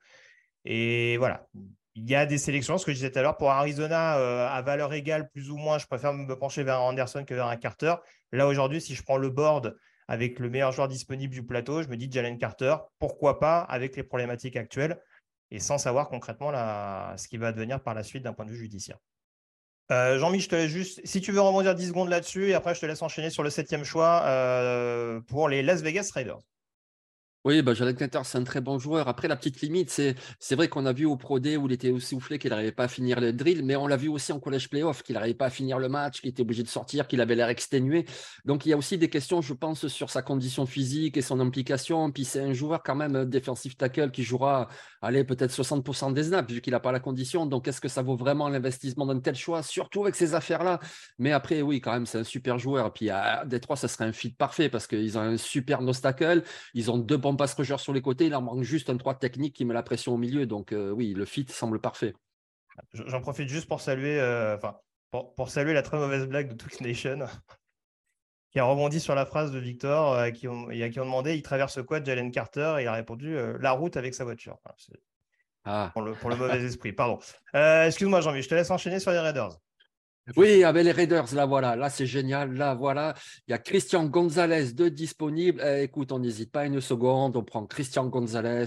Et voilà, il y a des sélections, ce que je disais tout à l'heure, pour Arizona, euh, à valeur égale, plus ou moins, je préfère me pencher vers un Anderson que vers un Carter. Là, aujourd'hui, si je prends le board avec le meilleur joueur disponible du plateau, je me dis Jalen Carter, pourquoi pas, avec les problématiques actuelles, et sans savoir concrètement la, ce qui va advenir par la suite d'un point de vue judiciaire. Euh, Jean-Mi, je te laisse juste, si tu veux rebondir dix secondes là-dessus, et après je te laisse enchaîner sur le septième choix euh, pour les Las Vegas Raiders. Oui, bah, Jalen Carter, c'est un très bon joueur. Après, la petite limite, c'est, c'est vrai qu'on a vu au Pro Day où il était aussi soufflé qu'il n'arrivait pas à finir le drill, mais on l'a vu aussi en college playoff, qu'il n'arrivait pas à finir le match, qu'il était obligé de sortir, qu'il avait l'air exténué. Donc, il y a aussi des questions, je pense, sur sa condition physique et son implication. Puis, c'est un joueur quand même defensive tackle qui jouera, allez, peut-être soixante pour cent des snaps, vu qu'il n'a pas la condition. Donc, est-ce que ça vaut vraiment l'investissement d'un tel choix, surtout avec ces affaires-là? Mais après, oui, quand même, c'est un super joueur. Puis, à Détroit, ça serait un fit parfait parce qu'ils ont un super nose tackle, ils ont deux bons pass rushers sur les côtés, il en manque juste un trois technique qui met la pression au milieu. Donc euh, oui, le fit semble parfait. J'en profite juste pour saluer, euh, enfin, pour, pour saluer la très mauvaise blague de Twix Nation qui a rebondi sur la phrase de Victor euh, qui ont, et à qui on demandait il traverse quoi Jalen Carter et il a répondu euh, la route avec sa voiture. Enfin, c'est ah. pour, le, pour le mauvais esprit, pardon. Euh, excuse-moi Jean-Mi, je te laisse enchaîner sur les Raiders. Oui, avec les Raiders, là voilà, là c'est génial, là voilà, il y a Christian Gonzalez de disponible. Eh, écoute, on n'hésite pas une seconde, on prend Christian Gonzalez.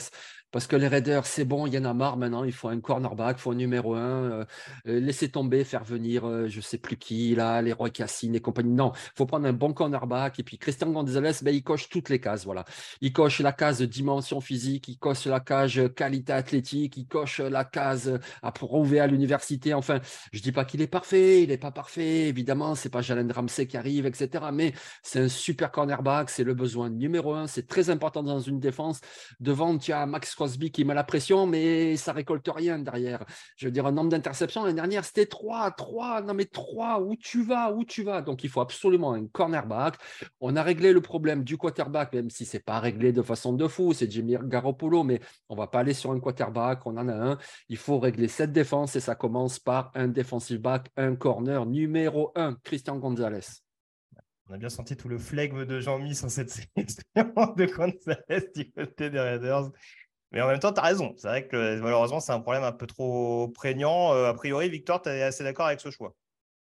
Parce que les Raiders, c'est bon, il y en a marre maintenant, il faut un cornerback, il faut un numéro un. Euh, euh, laisser tomber, faire venir, euh, je ne sais plus qui, là, les Roy Cassine et compagnie. Non, il faut prendre un bon cornerback. Et puis Christian Gonzalez, ben, il coche toutes les cases. Voilà. Il coche la case dimension physique, il coche la case qualité athlétique, il coche la case à prouver à l'université. Enfin, je ne dis pas qu'il est parfait, il n'est pas parfait. Évidemment, ce n'est pas Jalen Ramsey qui arrive, et cetera. Mais c'est un super cornerback, c'est le besoin numéro un. C'est très important dans une défense. Devant, tu as Max Crosby qui met la pression, mais ça récolte rien derrière. Je veux dire, un nombre d'interceptions l'année dernière, c'était trois, trois, non mais trois, où tu vas, où tu vas. Donc, il faut absolument un cornerback. On a réglé le problème du quarterback, même si ce n'est pas réglé de façon de fou, c'est Jimmy Garoppolo, mais on ne va pas aller sur un quarterback, on en a un. Il faut régler cette défense et ça commence par un defensive back, un corner numéro un, Christian Gonzalez. On a bien senti tout le flegme de Jean-Mi sur cette sélection de Gonzalez du côté des Raiders. Mais en même temps, tu as raison. C'est vrai que malheureusement, c'est un problème un peu trop prégnant. Euh, a priori, Victor, tu es assez d'accord avec ce choix?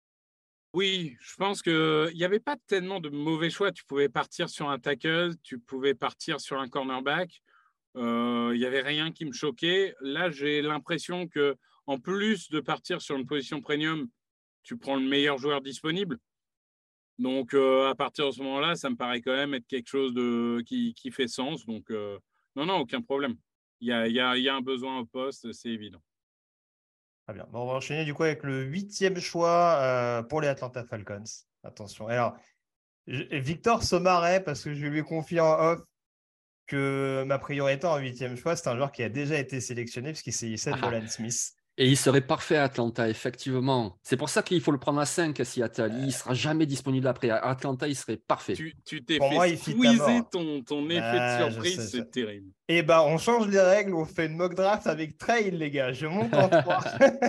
Oui, je pense qu'il n'y avait pas tellement de mauvais choix. Tu pouvais partir sur un tackle, tu pouvais partir sur un cornerback. Euh, il n'y avait rien qui me choquait. Là, j'ai l'impression qu'en plus de partir sur une position premium, tu prends le meilleur joueur disponible. Donc, euh, à partir de ce moment-là, ça me paraît quand même être quelque chose de, qui, qui fait sens. Donc, euh, non, non, aucun problème. Il y a, il y a, il y a un besoin au poste, c'est évident. Très bien. Bon, on va enchaîner du coup avec le huitième choix euh, pour les Atlanta Falcons. Attention. Alors, je, Victor se marrait parce que je lui ai confié en off que ma priorité en huitième choix, c'est un joueur qui a déjà été sélectionné puisqu'il s'agissait de Nolan Smith. Et il serait parfait à Atlanta, effectivement. C'est pour ça qu'il faut le prendre à cinq, Seattle. Il ne sera jamais disponible après. À Atlanta, il serait parfait. Tu, tu t'es Pour fait moi, il fit ta squeezer mort. ton, ton effet Ah, de surprise, je sais, c'est je- terrible. Eh ben, on change les règles, on fait une mock draft avec trail, les gars. Je monte en trois.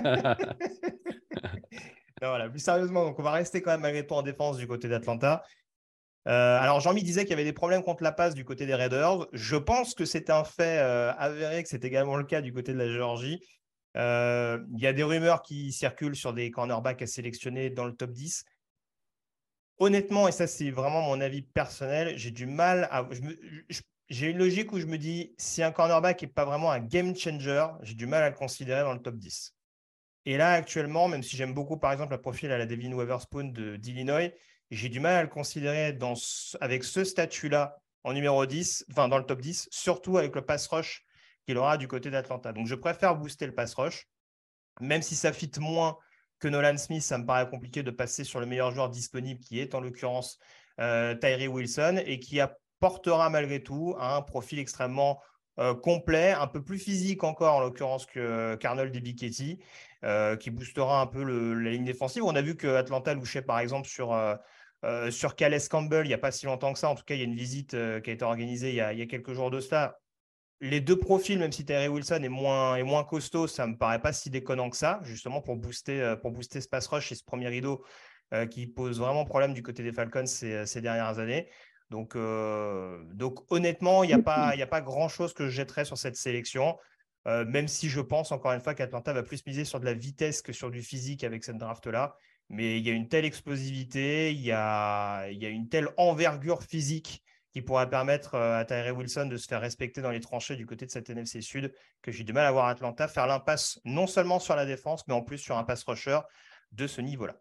Non, voilà, plus sérieusement, donc on va rester quand même malgré tout en défense du côté d'Atlanta. Euh, alors, Jean-Mi disait qu'il y avait des problèmes contre la passe du côté des Raiders. Je pense que c'est un fait euh, avéré, que c'est également le cas du côté de la Géorgie. Euh, Il y a des rumeurs qui circulent sur des cornerbacks à sélectionner dans le top dix. Honnêtement, et ça c'est vraiment mon avis personnel, j'ai du mal à... je me- je- J'ai une logique où je me dis, si un cornerback n'est pas vraiment un game changer, j'ai du mal à le considérer dans le top dix. Et là, actuellement, même si j'aime beaucoup, par exemple, le profil à la Devin Witherspoon de- d'Illinois, j'ai du mal à le considérer dans ce- avec ce statut-là en numéro dix, enfin dans le top dix, surtout avec le pass rush qu'il aura du côté d'Atlanta. Donc, je préfère booster le pass rush, même si ça fit moins que Nolan Smith, ça me paraît compliqué de passer sur le meilleur joueur disponible, qui est en l'occurrence euh, Tyree Wilson, et qui apportera malgré tout un profil extrêmement euh, complet, un peu plus physique encore en l'occurrence que qu'Arnold Ebiketie, euh, qui boostera un peu le, la ligne défensive. On a vu que Atlanta louchait par exemple sur, euh, euh, sur Calais Campbell il n'y a pas si longtemps que ça. En tout cas, il y a une visite euh, qui a été organisée il y a, il y a quelques jours de cela. Les deux profils, même si Tyree Wilson est moins, est moins costaud, ça ne me paraît pas si déconnant que ça, justement pour booster, euh, pour booster ce pass rush et ce premier rideau euh, qui pose vraiment problème du côté des Falcons ces, ces dernières années. Donc, euh, donc honnêtement, il n'y a pas, il y a pas grand-chose que je jetterais sur cette sélection, euh, même si je pense encore une fois qu'Atlanta va plus miser sur de la vitesse que sur du physique avec cette draft-là. Mais il y a une telle explosivité, il y a, il y a une telle envergure physique qui pourrait permettre à Tyree Wilson de se faire respecter dans les tranchées du côté de cette N F C Sud, que j'ai du mal à voir Atlanta faire l'impasse non seulement sur la défense, mais en plus sur un pass rusher de ce niveau-là.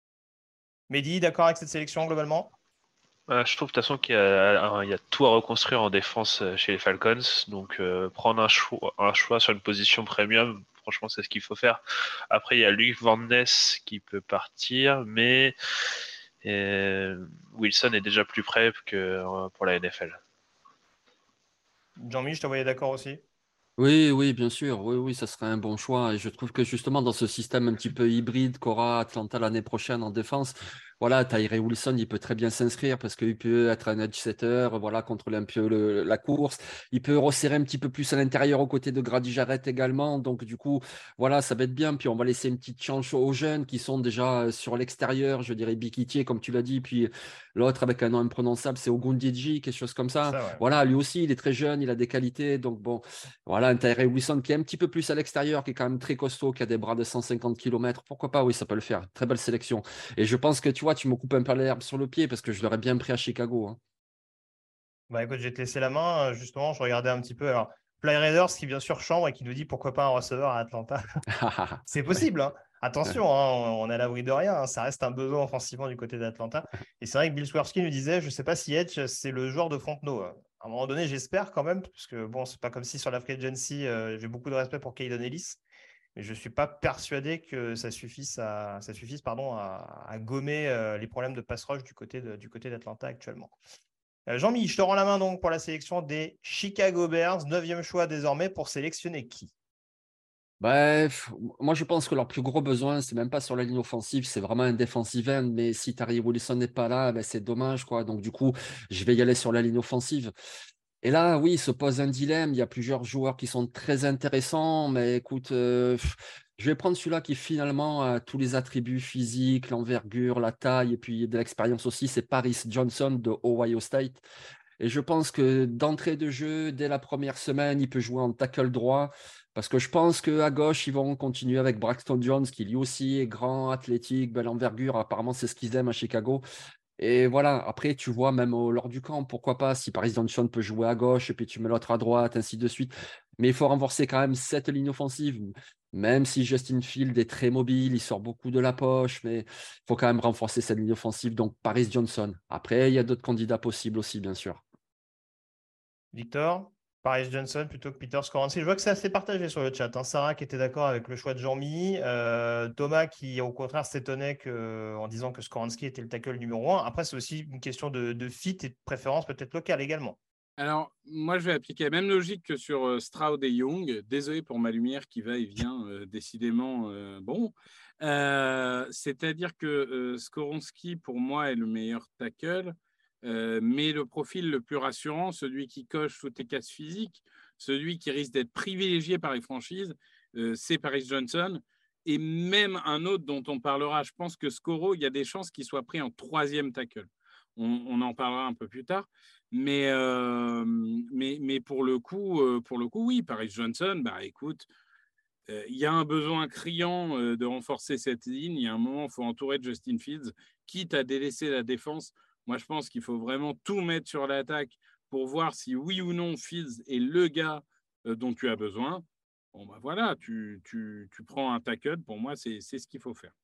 Mehdi, d'accord avec cette sélection globalement? Euh, je trouve de toute façon qu'il y a, il y a tout à reconstruire en défense chez les Falcons. Donc euh, prendre un choix, un choix sur une position premium, franchement c'est ce qu'il faut faire. Après il y a Luke Van Ness qui peut partir, mais euh, Wilson est déjà plus prêt que pour la N F L. Jean-Mi, je te voyais d'accord aussi? Oui, oui, bien sûr. Oui, oui, ça serait un bon choix. Et je trouve que justement, dans ce système un petit peu hybride qu'aura Atlanta l'année prochaine en défense, voilà, Tyree Wilson, il peut très bien s'inscrire parce qu'il peut être un edge setter, voilà, contrôler un peu le- la course. Il peut resserrer un petit peu plus à l'intérieur aux côtés de Grady Jarrett également. Donc, du coup, voilà, ça va être bien. Puis, on va laisser une petite chance aux jeunes qui sont déjà sur l'extérieur, je dirais Bikitier, comme tu l'as dit. Puis, l'autre avec un nom imprononçable, c'est Ogundiji, quelque chose comme ça. Ça, ouais. Voilà, lui aussi, il est très jeune, il a des qualités. Donc, bon, voilà, un Tyree Wilson qui est un petit peu plus à l'extérieur, qui est quand même très costaud, qui a des bras de cent cinquante kilomètres. Pourquoi pas? Oui, ça peut le faire. Très belle sélection. Et je pense que, tu vois, tu me coupes un peu l'herbe sur le pied parce que je l'aurais bien pris à Chicago. Hein. Bah écoute, je vais te laisser la main. Justement, je regardais un petit peu. Alors, Fly Raiders qui bien sûr chambre et qui nous dit pourquoi pas un receveur à Atlanta. C'est possible, hein. Attention, hein, on est à l'abri de rien, hein. Ça reste un besoin offensivement du côté d'Atlanta. Et c'est vrai que Bill Swerski nous disait, je ne sais pas si Edge, c'est le joueur de Fontenot. À un moment donné, j'espère quand même, parce que bon, c'est pas comme si sur la free agency, euh, j'ai beaucoup de respect pour Caden Ellis, mais je ne suis pas persuadé que ça suffise à, ça suffise, pardon, à, à gommer euh, les problèmes de pass rush du côté, de, du côté d'Atlanta actuellement. Euh, Jean-Mi, je te rends la main donc pour la sélection des Chicago Bears, neuvième choix désormais pour sélectionner qui? Bref, moi je pense que leur plus gros besoin, c'est même pas sur la ligne offensive, c'est vraiment un defensive end. Mais si Tari Wilson n'est pas là, ben c'est dommage, quoi. Donc du coup, je vais y aller sur la ligne offensive. Et là, oui, il se pose un dilemme. Il y a plusieurs joueurs qui sont très intéressants, mais écoute, euh, je vais prendre celui-là qui finalement a tous les attributs physiques, l'envergure, la taille et puis de l'expérience aussi. C'est Paris Johnson de Ohio State. Et je pense que d'entrée de jeu, dès la première semaine, il peut jouer en tackle droit. Parce que je pense qu'à gauche, ils vont continuer avec Braxton Jones, qui lui aussi est grand, athlétique, belle envergure. Apparemment, c'est ce qu'ils aiment à Chicago. Et voilà, après, tu vois, même au, lors du camp, pourquoi pas, si Paris Johnson peut jouer à gauche, et puis tu mets l'autre à droite, ainsi de suite. Mais il faut renforcer quand même cette ligne offensive. Même si Justin Field est très mobile, il sort beaucoup de la poche, mais il faut quand même renforcer cette ligne offensive. Donc, Paris Johnson. Après, il y a d'autres candidats possibles aussi, bien sûr. Victor, Paris Johnson plutôt que Peter Skoronski. Je vois que c'est assez partagé sur le chat, hein. Sarah qui était d'accord avec le choix de Jean-Mi. Euh, Thomas qui, au contraire, s'étonnait que, en disant que Skoronski était le tackle numéro un. Après, c'est aussi une question de, de fit et de préférence peut-être locale également. Alors, moi, je vais appliquer la même logique que sur euh, Stroud et Young. Désolé pour ma lumière qui va et vient, euh, décidément. Euh, bon, euh, c'est-à-dire que euh, Skoronski, pour moi, est le meilleur tackle. Euh, mais le profil le plus rassurant, celui qui coche toutes les cases physiques, celui qui risque d'être privilégié par les franchises, euh, c'est Paris Johnson. Et même un autre dont on parlera, je pense que Skoro, il y a des chances qu'il soit pris en troisième tackle. On, on en parlera un peu plus tard. Mais, euh, mais, mais pour, le coup, euh, pour le coup, oui, Paris Johnson, bah, écoute, euh, il y a un besoin criant euh, de renforcer cette ligne. Il y a un moment, il faut entourer de Justin Fields, quitte à délaisser la défense. Moi, je pense qu'il faut vraiment tout mettre sur l'attaque pour voir si oui ou non Fields est le gars euh, dont tu as besoin. Bon, ben voilà, tu, tu, tu prends un tackle. Pour moi, c'est, c'est ce qu'il faut faire.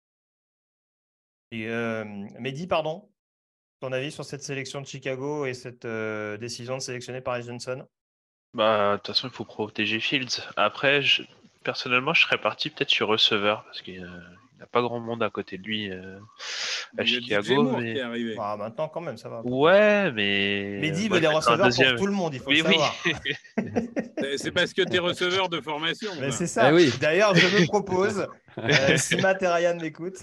Et euh, Mehdi, pardon, ton avis sur cette sélection de Chicago et cette euh, décision de sélectionner Paris Johnson? Bah, de toute façon, il faut protéger Fields. Après, je... personnellement, je serais parti peut-être sur receveur parce qu'il euh, n'y a pas grand monde à côté de lui euh, à Chicago. Mais... qui est arrivé. Ah, maintenant, quand même, ça va. Ouais, mais. Mehdi Moi, veut des je mettrais un receveurs deuxième. pour tout le monde, il faut Oui, le oui. savoir. C'est parce que tu es receveur de formation. Mais ça. c'est ça. Eh oui. D'ailleurs, je me propose, euh, si Matt et Ryan m'écoutent,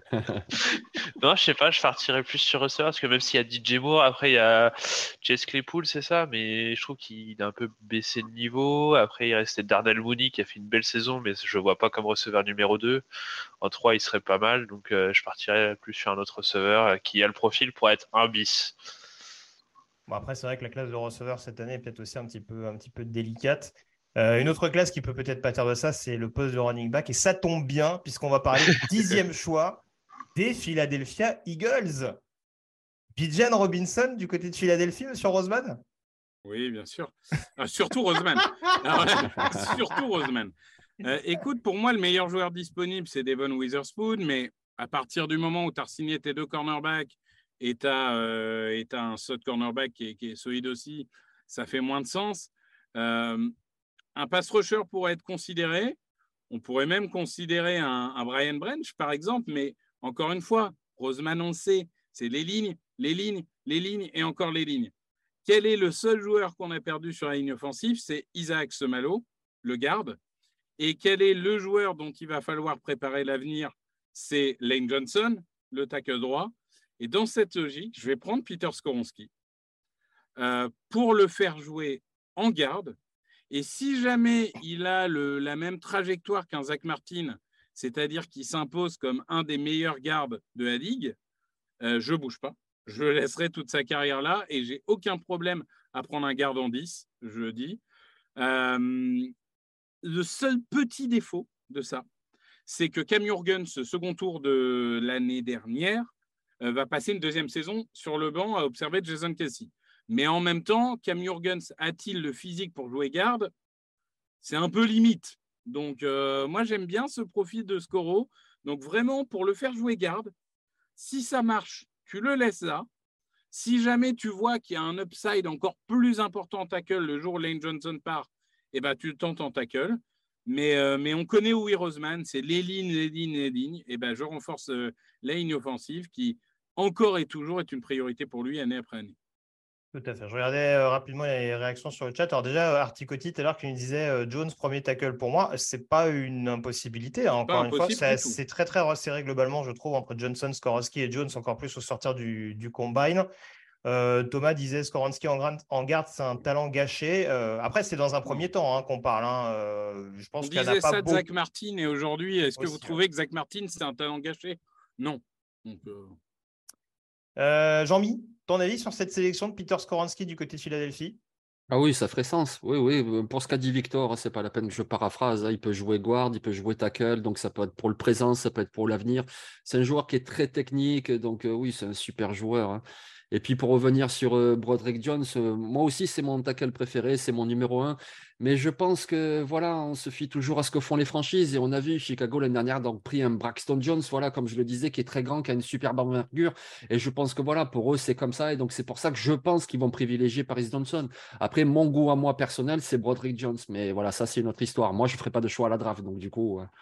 Non, je sais pas, je partirais plus sur receveur parce que même s'il y a D J Moore, après il y a Chase Claypool, c'est ça, mais je trouve qu'il a un peu baissé de niveau. Après, il restait Darnell Mooney qui a fait une belle saison, mais je vois pas comme receveur numéro deux. En trois, il serait pas mal, donc euh, je partirais plus sur un autre receveur euh, qui a le profil pour être un bis. bon, après, c'est vrai que la classe de receveur cette année est peut-être aussi un petit peu, un petit peu délicate. Euh, une autre classe qui peut peut-être pas faire de ça, c'est le poste de running back. Et ça tombe bien, puisqu'on va parler du dixième choix des Philadelphia Eagles. Bijan Robinson du côté de Philadelphie, monsieur Roseman? Oui, bien sûr. Ah, surtout Roseman. Alors, surtout Roseman. Euh, écoute, pour moi, le meilleur joueur disponible, c'est Devon Witherspoon, mais à partir du moment où tu as signé tes deux cornerbacks et tu as euh, un slot cornerback qui est, qui est solide aussi, ça fait moins de sens. Euh, un pass rusher pourrait être considéré. On pourrait même considérer un, un Brian Branch, par exemple, mais encore une fois, Roseman, on le sait, c'est les lignes, les lignes, les lignes et encore les lignes. Quel est le seul joueur qu'on a perdu sur la ligne offensive? C'est Isaac Seumalo, le garde. Et quel est le joueur dont il va falloir préparer l'avenir? C'est Lane Johnson, le tackle droit. Et dans cette logique, je vais prendre Peter Skoronski euh, pour le faire jouer en garde. Et si jamais il a le, la même trajectoire qu'un Zach Martin, c'est-à-dire qu'il s'impose comme un des meilleurs gardes de la ligue, euh, je ne bouge pas. Je laisserai toute sa carrière là et j'ai aucun problème à prendre un garde en dix, je le dis. Euh, le seul petit défaut de ça, c'est que Cam Jurgens, ce second tour de l'année dernière, euh, va passer une deuxième saison sur le banc à observer Jason Kelce. Mais en même temps, Cam Jurgens a-t-il le physique pour jouer garde? C'est un peu limite. Donc, euh, moi, j'aime bien ce profil de Scoro. Donc, vraiment, pour le faire jouer garde, si ça marche, tu le laisses là. Si jamais tu vois qu'il y a un upside encore plus important en tackle le jour où Lane Johnson part, eh ben, tu le tentes en tackle. Mais, euh, mais on connaît Howie Roseman, c'est les lignes, les lignes, les lignes. Et ben, je renforce euh, la ligne offensive qui, encore et toujours, est une priorité pour lui année après année. Tout à fait. Je regardais euh, rapidement les réactions sur le chat. Alors déjà, euh, Articotti, tout à l'heure, qui nous disait euh, Jones, premier tackle pour moi. Ce n'est pas une impossibilité. Hein. Encore une fois, c'est, c'est très, très resserré globalement, je trouve, entre Johnson, Skorowski et Jones, encore plus au sortir du, du combine. Euh, Thomas disait Skoronski en, grand, en garde, c'est un talent gâché. Euh, après, c'est dans un premier temps hein, qu'on parle. Hein. Euh, je pense On qu'il y en disait a pas ça de beaucoup. Zach Martin et aujourd'hui, est-ce que Aussi, vous trouvez ouais. que Zach Martin, c'est un talent gâché? Non. Donc, euh... Euh, Jean-Mi, ton avis sur cette sélection de Peter Skoronski du côté de Philadelphie? Ah oui, ça ferait sens. Oui, oui. Pour ce qu'a dit Victor, c'est pas la peine que je paraphrase. Hein. Il peut jouer guard, il peut jouer tackle, donc ça peut être pour le présent, ça peut être pour l'avenir. C'est un joueur qui est très technique, donc euh, oui, c'est un super joueur. Hein. Et puis pour revenir sur euh, Broderick Jones, euh, moi aussi c'est mon tackle préféré, c'est mon numéro un. Mais je pense que voilà, on se fie toujours à ce que font les franchises et on a vu Chicago l'année dernière donc pris un Braxton Jones, voilà comme je le disais, qui est très grand, qui a une superbe envergure. Et je pense que voilà pour eux c'est comme ça et donc c'est pour ça que je pense qu'ils vont privilégier Paris Johnson. Après mon goût à moi personnel c'est Broderick Jones, mais voilà ça c'est une autre histoire. Moi je ferai pas de choix à la draft donc du coup. Euh...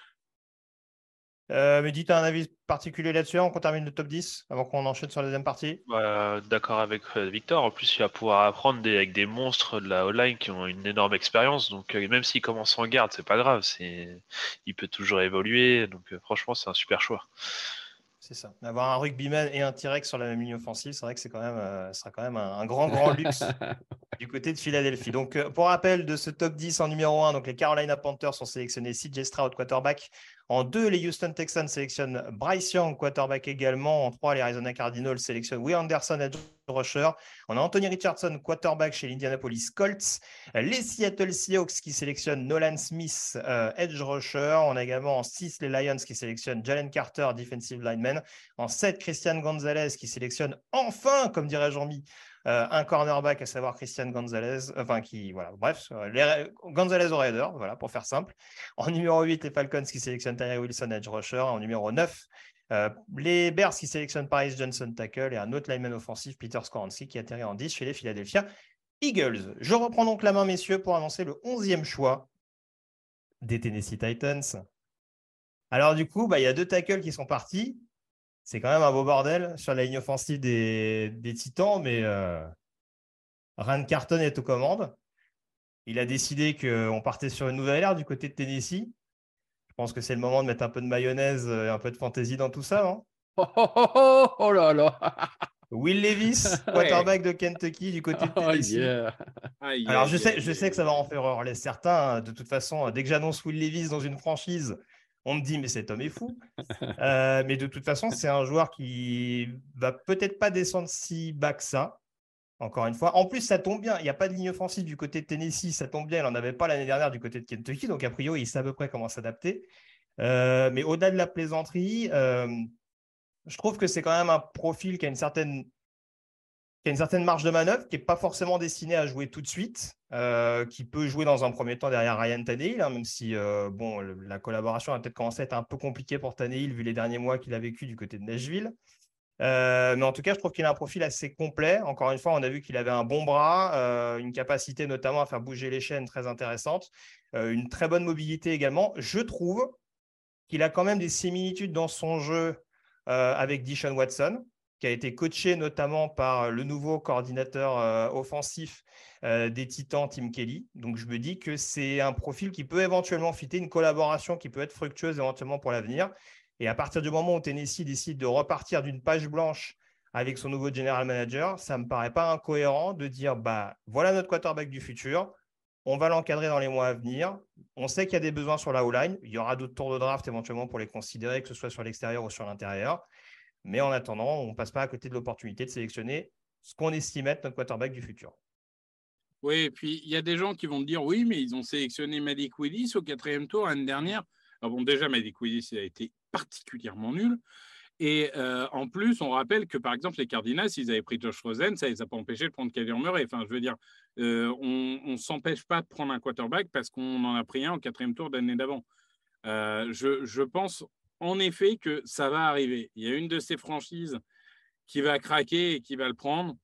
Euh, mais dis, tu as un avis particulier là-dessus avant qu'on termine le top dix, avant qu'on enchaîne sur la deuxième partie? Bah, d'accord avec euh, Victor. En plus, il va pouvoir apprendre des, avec des monstres de la O-line qui ont une énorme expérience. Donc, euh, même s'il commence en garde, c'est pas grave. C'est... Il peut toujours évoluer. Donc, euh, franchement, c'est un super choix. C'est ça. Avoir un rugbyman et un T-Rex sur la même ligne offensive, c'est vrai que c'est quand même, euh, ce sera quand même un, un grand, grand luxe du côté de Philadelphie. Donc, euh, pour rappel de ce top dix en numéro un, donc les Carolina Panthers ont sélectionné C J Stroud, quarterback. En deux, les Houston Texans sélectionnent Bryce Young, quarterback également. En trois, les Arizona Cardinals sélectionnent Will Anderson, edge rusher. On a Anthony Richardson, quarterback chez l'Indianapolis Colts. Les Seattle Seahawks qui sélectionnent Nolan Smith, euh, edge rusher. On a également en six les Lions qui sélectionnent Jalen Carter, defensive lineman. En sept, Christian Gonzalez qui sélectionne enfin, comme dirait Jean-Mi, Euh, un cornerback, à savoir Christian Gonzalez, enfin qui, voilà, bref, euh, les, Gonzalez aux Raiders, voilà, pour faire simple. En numéro huit, les Falcons qui sélectionnent Tyree Wilson, edge rusher. En numéro neuf, euh, les Bears qui sélectionnent Paris Johnson, tackle, et un autre lineman offensif, Peter Skoronski, qui atterrit en dix chez les Philadelphia Eagles. Je reprends donc la main, messieurs, pour annoncer le onzième choix des Tennessee Titans. Alors du coup, bah, y a deux tackles qui sont partis. C'est quand même un beau bordel sur la ligne offensive des, des Titans, mais euh, Rand Carton est aux commandes. Il a décidé qu'on partait sur une nouvelle ère du côté de Tennessee. Je pense que c'est le moment de mettre un peu de mayonnaise et un peu de fantaisie dans tout ça, non? Oh, oh, oh, oh, oh là là. Will Levis, quarterback de Kentucky du côté de Tennessee. Oh, yeah. Aïe, Alors, aïe, je sais, aïe, je aïe. sais que ça va en faire hurler certains. De toute façon, dès que j'annonce Will Levis dans une franchise, on me dit, mais cet homme est fou. euh, mais de toute façon, c'est un joueur qui va peut-être pas descendre si bas que ça. Encore une fois. En plus, ça tombe bien. Il n'y a pas de ligne offensive du côté de Tennessee. Ça tombe bien. Il n'en avait pas l'année dernière du côté de Kentucky. Donc, a priori, il sait à peu près comment s'adapter. Euh, mais au-delà de la plaisanterie, euh, je trouve que c'est quand même un profil qui a une certaine, qui a une certaine marge de manœuvre, qui n'est pas forcément destiné à jouer tout de suite, euh, qui peut jouer dans un premier temps derrière Ryan Tannehill, hein, même si euh, bon, le, la collaboration a peut-être commencé à être un peu compliquée pour Tannehill vu les derniers mois qu'il a vécu du côté de Nashville. Euh, mais en tout cas, je trouve qu'il a un profil assez complet. Encore une fois, on a vu qu'il avait un bon bras, euh, une capacité notamment à faire bouger les chaînes très intéressante, euh, une très bonne mobilité également. Je trouve qu'il a quand même des similitudes dans son jeu euh, avec Deshaun Watson, qui a été coaché notamment par le nouveau coordinateur euh, offensif euh, des Titans, Tim Kelly. Donc, je me dis que c'est un profil qui peut éventuellement fitter, une collaboration qui peut être fructueuse éventuellement pour l'avenir. Et à partir du moment où Tennessee décide de repartir d'une page blanche avec son nouveau general manager, ça ne me paraît pas incohérent de dire bah, voilà notre quarterback du futur, on va l'encadrer dans les mois à venir. On sait qu'il y a des besoins sur la O-line. Il y aura d'autres tours de draft éventuellement pour les considérer, que ce soit sur l'extérieur ou sur l'intérieur. Mais en attendant, on ne passe pas à côté de l'opportunité de sélectionner ce qu'on estime être notre quarterback du futur. Oui, et puis il y a des gens qui vont te dire oui, mais ils ont sélectionné Malik Willis au quatrième tour l'année dernière. Alors bon, déjà, Malik Willis il a été particulièrement nul. Et euh, en plus, on rappelle que, par exemple, les Cardinals, s'ils avaient pris Josh Rosen, ça ne les a pas empêchés de prendre Kyler Murray. Enfin, je veux dire, euh, on ne s'empêche pas de prendre un quarterback parce qu'on en a pris un au quatrième tour d'année d'avant. Euh, je, je pense en effet que ça va arriver. Il y a une de ces franchises qui va craquer et qui va le prendre.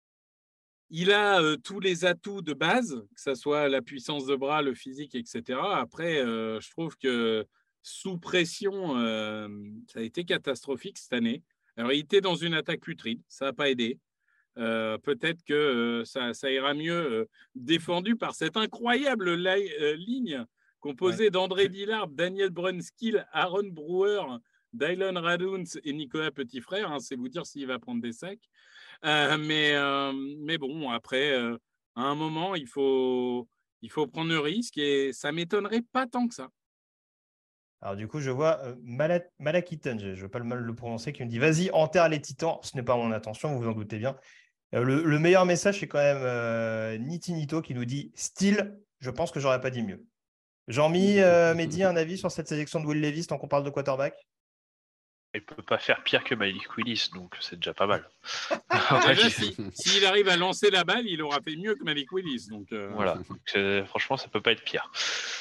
Il a euh, tous les atouts de base, que ce soit la puissance de bras, le physique, et cetera. Après, euh, je trouve que sous pression, euh, ça a été catastrophique cette année. Alors, il était dans une attaque putride, ça n'a pas aidé. Euh, peut-être que euh, ça, ça ira mieux euh, défendu par cette incroyable la, euh, ligne composée ouais. d'André Dillard, Daniel Brunskill, Aaron Brewer, Dylan Raduns et Nicolas Petitfrère. Hein, c'est vous dire s'il va prendre des sacs. Euh, mais, euh, mais bon, après, euh, à un moment, il faut, il faut prendre le risque et ça ne m'étonnerait pas tant que ça. Alors du coup, je vois euh, Malak- Malakitan, je ne veux pas le mal le prononcer, qui me dit « Vas-y, enterre les Titans ». Ce n'est pas mon intention, vous vous en doutez bien. Euh, le, le meilleur message, c'est quand même euh, Niti Nito qui nous dit « Style, je pense que j'aurais pas dit mieux ». Jean-Mi, euh, Mehdi, un avis sur cette sélection de Will Levis tant qu'on parle de quarterback ? Il ne peut pas faire pire que Malik Willis, donc c'est déjà pas mal. Déjà, si, s'il arrive à lancer la balle, il aura fait mieux que Malik Willis. Donc, euh... Voilà, donc, euh, franchement, ça ne peut pas être pire.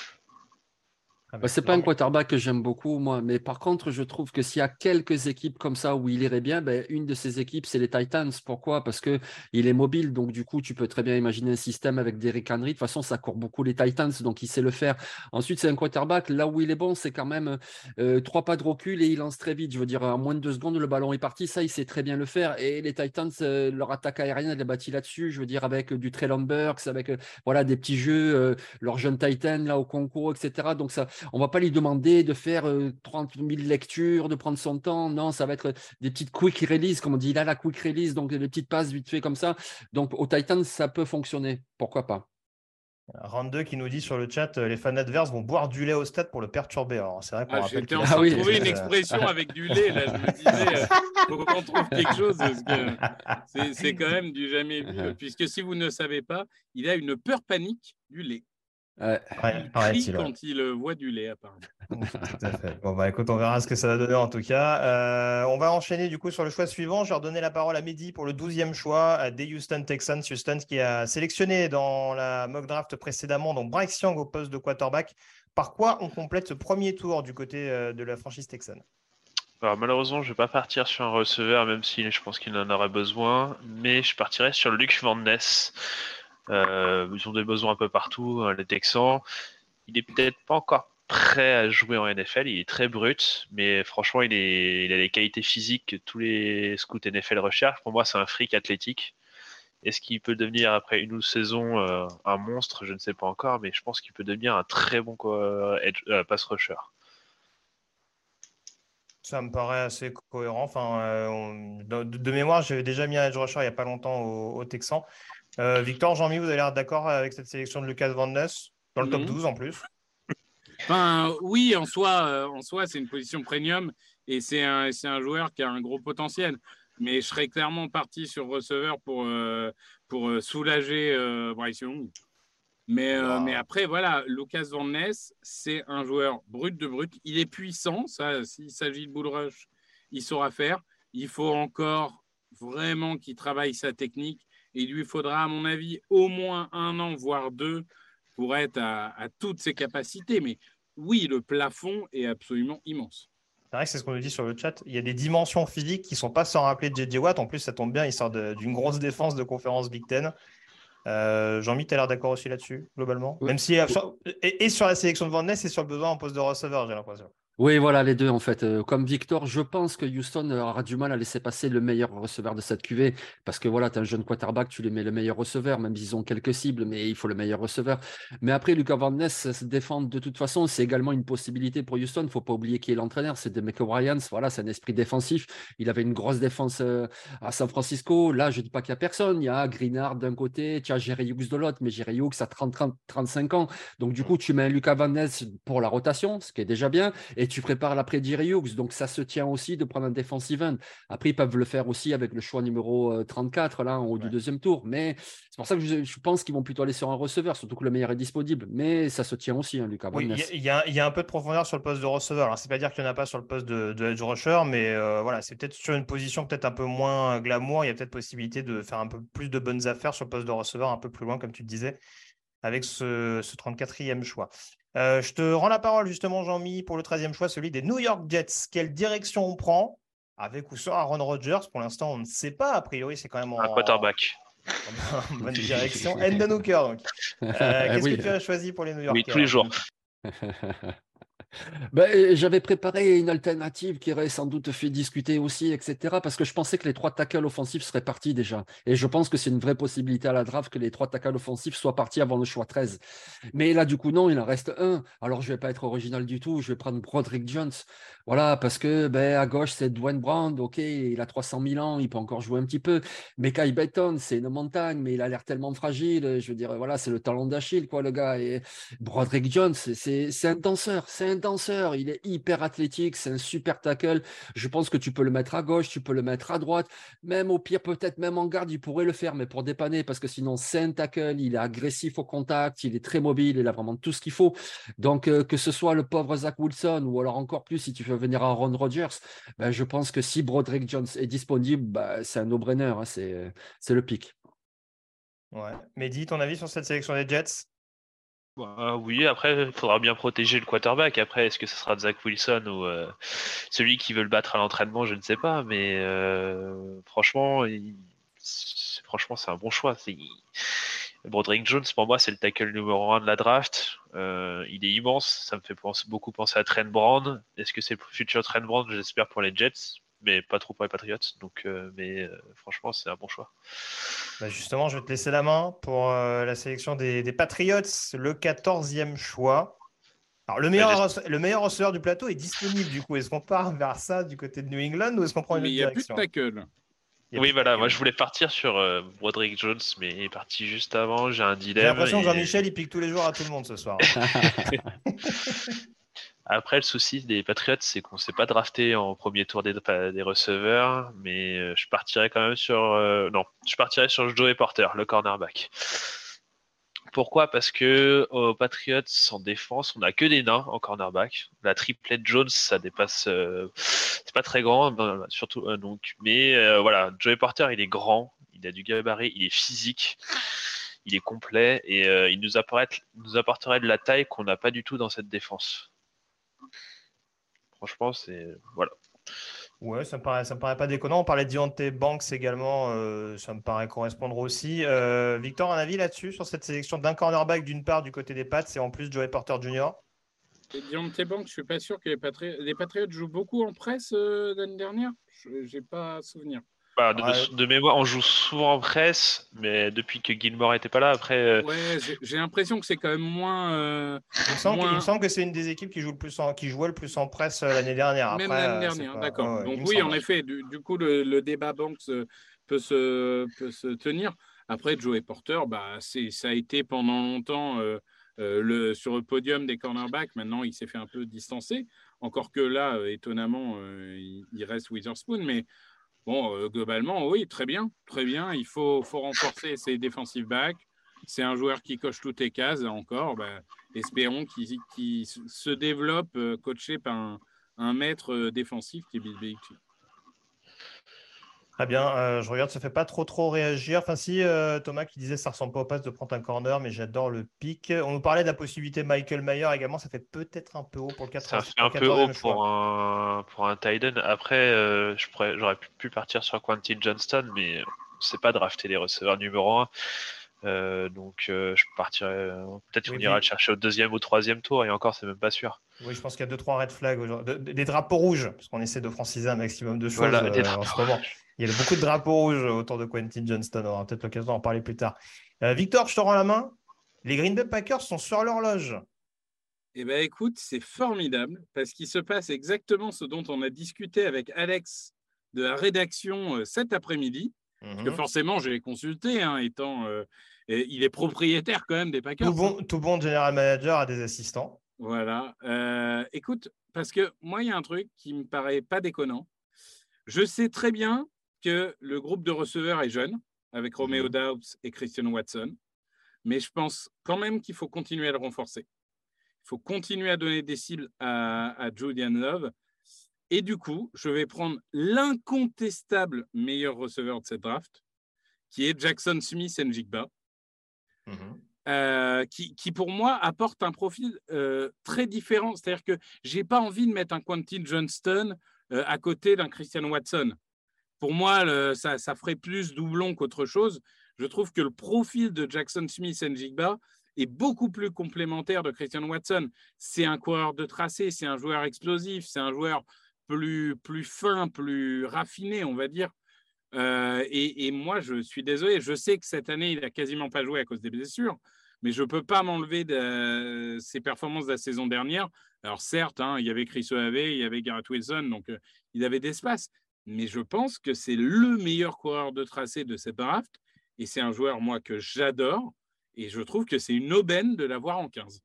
Bah, c'est pas un quarterback que j'aime beaucoup, moi. Mais par contre, je trouve que s'il y a quelques équipes comme ça où il irait bien, ben, une de ces équipes, c'est les Titans. Pourquoi ? Parce qu'il est mobile. Donc, du coup, tu peux très bien imaginer un système avec Derrick Henry. De toute façon, ça court beaucoup les Titans. Donc, il sait le faire. Ensuite, c'est un quarterback. Là où il est bon, c'est quand même euh, trois pas de recul et il lance très vite. Je veux dire, en moins de deux secondes, le ballon est parti. Ça, il sait très bien le faire. Et les Titans, euh, leur attaque aérienne, elle est bâtie là-dessus. Je veux dire, avec euh, du Treylon Burks, avec euh, voilà, des petits jeux, euh, leur jeune Titan, là, au concours, et cetera. Donc, ça, on ne va pas lui demander de faire euh, trente mille lectures, de prendre son temps. Non, ça va être des petites quick release, comme on dit. Il a la quick release, donc des petites passes vite fait comme ça. Donc, au Titans, ça peut fonctionner. Pourquoi pas ? Round deux qui nous dit sur le chat, les fans adverses vont boire du lait au stade pour le perturber. Alors, c'est vrai qu'on ah, rappelle j'étais en train de trouver une expression avec du lait. Là, je me disais, il faut qu'on trouve quelque chose. Parce que c'est, c'est quand même du jamais vu. Puisque si vous ne savez pas, il a une peur panique du lait. Ouais. Il crie quand il voit du lait, apparemment. Tout à fait. Bon, bah écoute, on verra ce que ça va donner en tout cas. Euh, on va enchaîner du coup sur le choix suivant. Je vais redonner la parole à Mehdi pour le douzième choix des Houston Texans. Houston qui a sélectionné dans la mock draft précédemment, donc Bryce Young au poste de quarterback. Par quoi on complète ce premier tour du côté de la franchise texane ? Alors malheureusement, je ne vais pas partir sur un receveur, même si je pense qu'il en aurait besoin, mais je partirai sur Luke Van Ness. Euh, ils ont des besoins un peu partout, hein, les Texans. Il est peut-être pas encore prêt à jouer en N F L, il est très brut, mais franchement, il, est, il a les qualités physiques que tous les scouts N F L recherchent. Pour moi, c'est un freak athlétique. Est-ce qu'il peut devenir, après une ou deux saisons, euh, un monstre ? Je ne sais pas encore, mais je pense qu'il peut devenir un très bon co- edge, euh, pass rusher. Ça me paraît assez cohérent. Enfin, euh, on, de, de mémoire, j'avais déjà mis un edge rusher il n'y a pas longtemps au, au Texan. Euh, Victor, Jean-Mi, vous avez l'air d'accord avec cette sélection de Lucas Van Ness dans le mmh. top douze en plus ? Enfin, oui, en soi, euh, en soi, c'est une position premium et c'est un, c'est un joueur qui a un gros potentiel. Mais je serais clairement parti sur receveur pour, euh, pour euh, soulager euh, Bryce Young. Mais, euh, wow. mais après, voilà, Lucas Van Ness, c'est un joueur brut de brut. Il est puissant, ça, s'il s'agit de bull rush, il saura faire. Il faut encore vraiment qu'il travaille sa technique. Et il lui faudra, à mon avis, au moins un an, voire deux, pour être à, à toutes ses capacités. Mais oui, le plafond est absolument immense. C'est vrai que c'est ce qu'on nous dit sur le chat. Il y a des dimensions physiques qui ne sont pas sans rappeler de J J Watt. En plus, ça tombe bien, il sort de, d'une grosse défense de conférence Big Ten. Euh, Jean-Mi, tu as l'air d'accord aussi là-dessus, globalement oui. Même si, et, et sur la sélection de Van Ness et sur le besoin en poste de receveur, j'ai l'impression. Oui, voilà, les deux en fait. Euh, comme Victor, je pense que Houston aura du mal à laisser passer le meilleur receveur de cette Q V parce que voilà, tu as un jeune quarterback, tu lui mets le meilleur receveur, même s'ils ont quelques cibles, mais il faut le meilleur receveur. Mais après, Lucas Van Ness se défendre de toute façon, c'est également une possibilité pour Houston. Il ne faut pas oublier qui est l'entraîneur, c'est DeMeco Ryans. Voilà, c'est un esprit défensif. Il avait une grosse défense euh, à San Francisco. Là, je ne dis pas qu'il n'y a personne. Il y a Greenard d'un côté, tu as Jerry Hughes de l'autre, mais Jerry Hughes a trente, trente, trente-cinq ans. Donc, du coup, tu mets un Lucas Van Ness pour la rotation, ce qui est déjà bien. Et tu prépares l'après Jerry Hughes, donc ça se tient aussi de prendre un defensive end. Après, ils peuvent le faire aussi avec le choix numéro trente-quatre, là, en haut ouais. du deuxième tour. Mais c'est pour ça que je, je pense qu'ils vont plutôt aller sur un receveur, surtout que le meilleur est disponible. Mais ça se tient aussi, hein, Lucas. Oui, il y, y, y a un peu de profondeur sur le poste de receveur. Alors, c'est pas dire qu'il n'y en a pas sur le poste de, de edge rusher, mais euh, voilà, c'est peut-être sur une position peut-être un peu moins glamour. Il y a peut-être possibilité de faire un peu plus de bonnes affaires sur le poste de receveur un peu plus loin, comme tu te disais, avec ce, ce trente-quatrième choix. Euh, je te rends la parole justement, Jean-Mi, pour le treizième choix, celui des New York Jets. Quelle direction on prend, avec ou sans Aaron Rodgers? Pour l'instant, on ne sait pas. A priori, c'est quand même en... un quarterback. En bonne direction. Hendon Hooker, donc. Euh, qu'est-ce oui. que tu as choisi pour les New Yorkers? Oui, tous les jours. Ben, j'avais préparé une alternative qui aurait sans doute fait discuter aussi, et cetera. Parce que je pensais que les trois tackles offensifs seraient partis déjà. Et je pense que c'est une vraie possibilité à la draft que les trois tackles offensifs soient partis avant le choix treize. Mais là, du coup, non, il en reste un. Alors, je ne vais pas être original du tout. Je vais prendre Broderick Jones. Voilà, parce que ben, à gauche, c'est Dwayne Brown. OK, il a trois cent mille ans. Il peut encore jouer un petit peu. Mais Kai Beton, c'est une montagne, mais il a l'air tellement fragile. Je veux dire, voilà, c'est le talon d'Achille, quoi, le gars. Et Broderick Jones, c'est, c'est un danseur. C'est un danseur. Il est hyper athlétique, c'est un super tackle. Je pense que tu peux le mettre à gauche, tu peux le mettre à droite, même au pire, peut-être même en garde, il pourrait le faire, mais pour dépanner, parce que sinon, c'est un tackle, il est agressif au contact, il est très mobile, il a vraiment tout ce qu'il faut. Donc, euh, que ce soit le pauvre Zach Wilson, ou alors encore plus, si tu veux venir à Aaron Rodgers, ben, je pense que si Broderick Jones est disponible, ben, c'est un no-brainer, hein, c'est, c'est le pic. Ouais. Mehdi, ton avis sur cette sélection des Jets? Euh, oui, après, il faudra bien protéger le quarterback. Après, est-ce que ce sera Zach Wilson ou euh, celui qui veut le battre à l'entraînement? Je ne sais pas, mais euh, franchement, il, c'est, franchement, c'est un bon choix. C'est, il, Broderick Jones, pour moi, c'est le tackle numéro un de la draft. Euh, il est immense. Ça me fait penser, beaucoup penser à Trent Brown. Est-ce que c'est le futur Trent Brown? J'espère pour les Jets, mais pas trop pour les Patriots. Donc, euh, mais euh, franchement, c'est un bon choix. Bah justement, je vais te laisser la main pour euh, la sélection des, des Patriots, le quatorzième choix. Alors, le meilleur, rece- le meilleur receveur du plateau est disponible, du coup. Est-ce qu'on part vers ça du côté de New England ou est-ce qu'on prend une mais autre il direction? n'y a plus de tackle. Oui, voilà, moi je voulais partir sur euh, Broderick Jones, mais il est parti juste avant. J'ai un dilemme. J'ai l'impression et... que Jean-Michel, il pique tous les jours à tout le monde ce soir. Après, le souci des Patriots, c'est qu'on ne s'est pas drafté en premier tour des, des receveurs, mais euh, je partirais quand même sur... Euh, non, je partirais sur Joey Porter, le cornerback. Pourquoi? Parce que aux Patriots, en défense, on n'a que des nains en cornerback. La triplette Jones, ça dépasse... Euh, c'est pas très grand, ben, surtout... Euh, donc, mais euh, voilà, Joey Porter, il est grand, il a du gabarit, il est physique, il est complet, et euh, il nous apporterait, nous apporterait de la taille qu'on n'a pas du tout dans cette défense. Franchement, c'est... Voilà. Ouais, ça me paraît, ça me paraît pas déconnant. On parlait de Deontay Banks également, euh, ça me paraît correspondre aussi. Euh, Victor, un avis là-dessus, sur cette sélection d'un cornerback d'une part du côté des Pats et en plus Joey Porter junior? Et Deontay Banks, je suis pas sûr que les, Patri- les Patriots jouent beaucoup en presse euh, l'année dernière. Je j'ai pas souvenir. Bah, de, Ouais. de mémoire, on joue souvent en presse, mais depuis que Gilmore n'était pas là, après... euh, Ouais, j'ai, j'ai l'impression que c'est quand même moins... euh, Il me semble, moins- il me semble que c'est une des équipes qui, joue le plus en, qui jouait le plus en presse euh, l'année dernière. Même Après, l'année euh, dernière, c'est pas- d'accord. ouais, ouais, il Donc me oui, semble. en effet, du, du coup, le, le débat Banks euh, peut se, peut se tenir. Après, Joey Porter, bah, c'est, ça a été pendant longtemps euh, euh, le, sur le podium des cornerbacks. Maintenant, il s'est fait un peu distancer. Encore que là, euh, étonnamment, euh, il, il reste Witherspoon. Mais bon, euh, globalement, oui, très bien. Très bien. Il faut, faut renforcer ses defensive backs. C'est un joueur qui coche toutes les cases encore. Bah, espérons qu'il, qu'il se développe euh, coaché par un, un maître euh, défensif qui est Bill Belichick. Très bien, euh, je regarde, ça ne fait pas trop trop réagir. Enfin si, euh, Thomas qui disait ça ressemble pas au pass de prendre un corner, mais j'adore le pic. On nous parlait de la possibilité Michael Mayer également, ça fait peut-être un peu haut pour le Ça quatrième fait un peu haut pour un, pour un tight end. Après, euh, je pourrais, j'aurais pu, pu partir sur Quentin Johnston, mais on ne sait pas drafter les receveurs numéro un. Euh, donc euh, je partirais euh, peut-être qu'on Oui, ira mais- le chercher au deuxième ou troisième tour, et encore c'est même pas sûr. Oui, je pense qu'il y a deux trois red flags aujourd'hui. De- de- des drapeaux rouges, parce qu'on essaie de franciser un maximum de choses Voilà, euh, des en drapeaux ce moment. Il y a beaucoup de drapeaux rouges autour de Quentin Johnston. On aura peut-être l'occasion d'en parler plus tard. Euh, Victor, je te rends la main. Les Green Bay Packers sont sur l'horloge. Eh bien, écoute, c'est formidable parce qu'il se passe exactement ce dont on a discuté avec Alex de la rédaction euh, cet après-midi. Parce que Mhm. forcément, j'ai consulté, hein, étant, euh, et il est propriétaire quand même des Packers. Tout bon, tout bon general manager a des assistants. Voilà. Euh, écoute, parce que moi, il y a un truc qui me paraît pas déconnant. Je sais très bien que le groupe de receveurs est jeune, avec Romeo Mhm. Doubs et Christian Watson, mais je pense quand même qu'il faut continuer à le renforcer. Il faut continuer à donner des cibles à, à Julian Love. Et du coup, je vais prendre l'incontestable meilleur receveur de cette draft, qui est Jackson Smith-Njigba. Mhm. Euh, qui, qui, pour moi, apporte un profil euh, très différent. C'est-à-dire que je n'ai pas envie de mettre un Quentin Johnston euh, à côté d'un Christian Watson. Pour moi, le, ça, ça ferait plus doublon qu'autre chose. Je trouve que le profil de Jackson Smith-Njigba est beaucoup plus complémentaire de Christian Watson. C'est un coureur de tracé, c'est un joueur explosif, c'est un joueur plus, plus fin, plus raffiné, on va dire. Euh, et, et moi, je suis désolé, je sais que cette année, il n'a quasiment pas joué à cause des blessures, mais je ne peux pas m'enlever de ses performances de la saison dernière. Alors certes, hein, il y avait Chris Olave, il y avait Garrett Wilson, donc euh, il avait d'espace, mais je pense que c'est le meilleur coureur de tracé de cette draft, et c'est un joueur, moi, que j'adore, et je trouve que c'est une aubaine de l'avoir en quinze.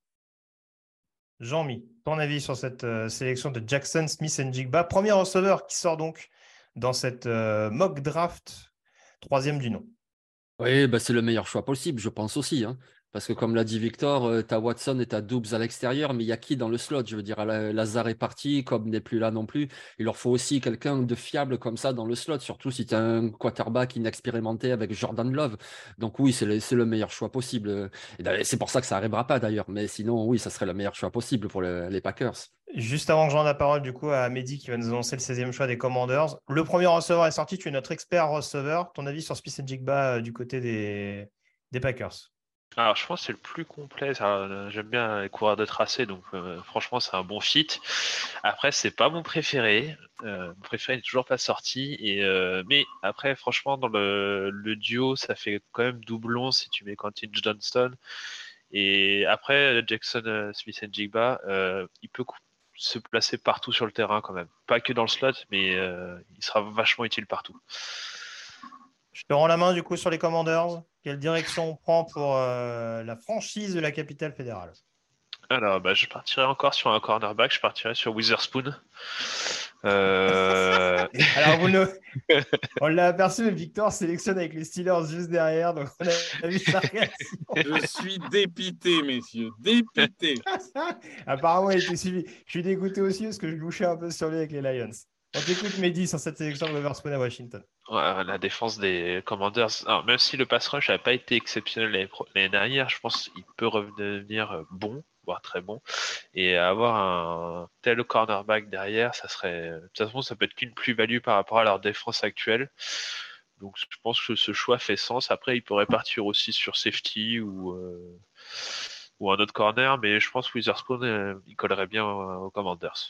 Jean-Mi, ton avis sur cette euh, sélection de Jackson Smith-Njigba, premier receveur qui sort donc dans cette euh, mock draft, troisième du nom. Oui, bah, c'est le meilleur choix possible, je pense aussi. Hein. Parce que comme l'a dit Victor, euh, tu as Watson et tu as Doubs à l'extérieur, mais il y a qui dans le slot? Je veux dire, Lazare est parti, Cobb n'est plus là non plus. Il leur faut aussi quelqu'un de fiable comme ça dans le slot, surtout si tu as un quarterback inexpérimenté avec Jordan Love. Donc oui, c'est le, c'est le meilleur choix possible. Et c'est pour ça que ça n'arrivera pas d'ailleurs. Mais sinon, oui, ça serait le meilleur choix possible pour le, les Packers. Juste avant que je rende la parole du coup à Mehdi qui va nous annoncer le seizième choix des Commanders. Le premier receveur est sorti, tu es notre expert receveur. Ton avis sur Smith-Njigba euh, du côté des, des Packers? Alors, je pense que c'est le plus complet. Ça, euh, j'aime bien les coureurs de tracé, donc euh, franchement, c'est un bon fit. Après, c'est pas mon préféré. Euh, mon préféré n'est toujours pas sorti. Et, euh, mais après, franchement, dans le, le duo, ça fait quand même doublon si tu mets Quentin Johnston. Et après, Jackson euh, Smith-Njigba, euh, il peut cou- se placer partout sur le terrain quand même. Pas que dans le slot, mais euh, il sera vachement utile partout. Je te rends la main du coup sur les Commanders. Quelle direction on prend pour euh, la franchise de la capitale fédérale? Alors, bah, je partirai encore sur un cornerback. Je partirai sur Witherspoon. Euh... Alors, vous ne... on l'a aperçu, mais Victor sélectionne avec les Steelers juste derrière. Donc, on a vu sa réaction. Je suis dépité, messieurs. Dépité. Apparemment, il était suivi. Je suis dégoûté aussi parce que je louchais un peu sur lui avec les Lions. On t'écoute, Mehdi, sur cette sélection de Witherspoon à Washington. Ouais, la défense des Commanders, alors, même si le pass rush n'a pas été exceptionnel l'année, pro- l'année dernière, je pense qu'il peut redevenir bon, voire très bon. Et avoir un tel cornerback derrière, ça serait. De toute façon, ça peut être qu'une plus-value par rapport à leur défense actuelle. Donc je pense que ce choix fait sens. Après, il pourrait partir aussi sur safety ou, euh, ou un autre corner, mais je pense que Witherspoon, euh, il collerait bien aux Commanders.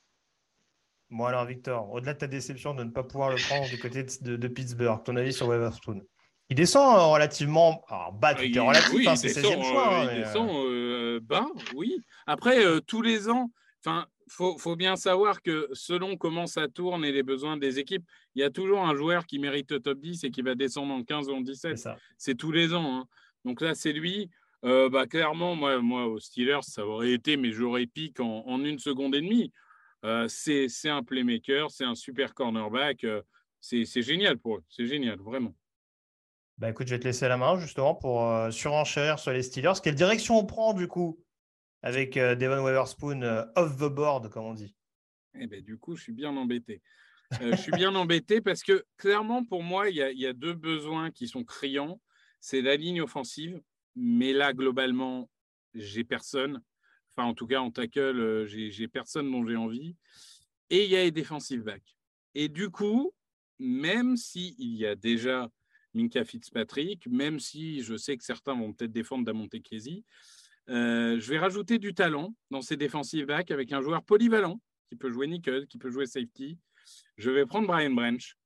Bon, alors, Victor, au-delà de ta déception de ne pas pouvoir le prendre du côté de, de- de Pittsburgh, ton avis sur Witherspoon? Il descend euh, relativement. Alors, bas, tout Il- est relatif, oui, hein, il c'est descend, seizième choix. euh, hein, il mais, euh, descend euh, bas, oui. Après, euh, tous les ans, enfin, faut, faut bien savoir que selon comment ça tourne et les besoins des équipes, il y a toujours un joueur qui mérite le top dix et qui va descendre en quinze ou en c'est dix-sept. ça. C'est tous les ans. Hein. Donc là, c'est lui. Euh, bah, clairement, moi, moi, aux Steelers, ça aurait été, mais j'aurais pique en, en une seconde et demie. Euh, c'est, c'est un playmaker, c'est un super cornerback. euh, c'est, c'est génial pour eux. C'est génial, vraiment. Bah, écoute, je vais te laisser la main justement pour euh, surenchérir sur les Steelers. Quelle direction on prend du coup avec euh, Devon Witherspoon euh, off the board, comme on dit? Eh ben, du coup, je suis bien embêté. Euh, je suis bien embêté parce que clairement, pour moi, il y a, il y a deux besoins qui sont criants. C'est la ligne offensive, mais là, globalement, j'ai personne. Enfin, en tout cas, en tackle, euh, j'ai, j'ai personne dont j'ai envie. Et il y a les defensive backs. Et du coup, même s'il y a déjà Minka Fitzpatrick, même si je sais que certains vont peut-être défendre Damonte Kessie, euh, je vais rajouter du talent dans ces defensive backs avec un joueur polyvalent qui peut jouer nickel, qui peut jouer safety. Je vais prendre Brian Branch,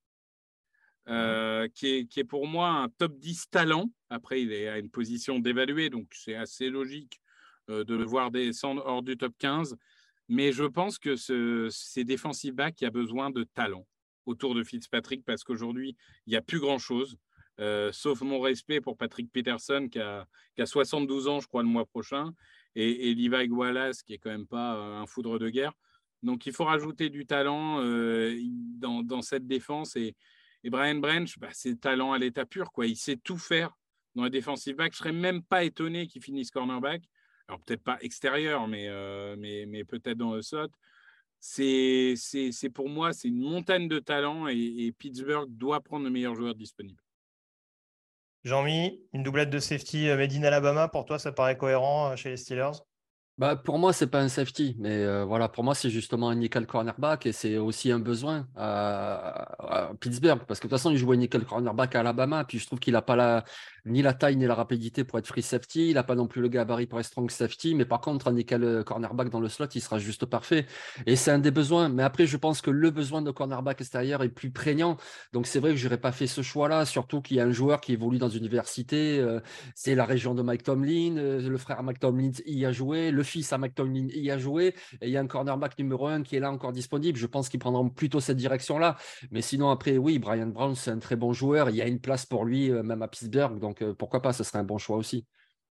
euh, qui, est, qui est pour moi un top dix talent. Après, il est à une position d'évaluer, donc c'est assez logique euh, de le voir descendre hors du top quinze. Mais je pense que ce, ces defensive backs, il y a besoin de talent autour de Fitzpatrick parce qu'aujourd'hui, il n'y a plus grand-chose. Euh, sauf mon respect pour Patrick Peterson qui a, qui a soixante-douze ans, je crois, le mois prochain, et, et Levi Wallace qui est quand même pas un foudre de guerre. Donc, il faut rajouter du talent euh, dans, dans cette défense. Et, et Brian Branch, bah, c'est talent à l'état pur, quoi. Il sait tout faire dans les defensive backs. Je serais même pas étonné qu'il finisse cornerback. Alors, peut-être pas extérieur, mais, euh, mais, mais peut-être dans le slot. C'est, c'est, c'est pour moi, c'est une montagne de talent et, et Pittsburgh doit prendre le meilleur joueur disponible. Jean-Mi, une doublette de safety made in Alabama, pour toi, ça paraît cohérent chez les Steelers? Bah, pour moi, c'est pas un safety, mais euh, voilà, pour moi, c'est justement un nickel cornerback et c'est aussi un besoin à, à Pittsburgh parce que de toute façon, il jouait nickel cornerback à Alabama, puis je trouve qu'il n'a pas la, ni la taille ni la rapidité pour être free safety, il n'a pas non plus le gabarit pour être strong safety, mais par contre, un nickel cornerback dans le slot, il sera juste parfait et c'est un des besoins. Mais après, je pense que le besoin de cornerback extérieur est plus prégnant, donc c'est vrai que j'aurais pas fait ce choix-là, surtout qu'il y a un joueur qui évolue dans une université, euh, c'est la région de Mike Tomlin, euh, le frère Mike Tomlin y a joué, le fils à Mike Tomlin y a joué, et il y a un cornerback numéro un qui est là encore disponible. Je pense qu'ils prendront plutôt cette direction-là. Mais sinon, après, oui, Brian Brown, c'est un très bon joueur. Il y a une place pour lui, euh, même à Pittsburgh. Donc, euh, pourquoi pas, ce serait un bon choix aussi.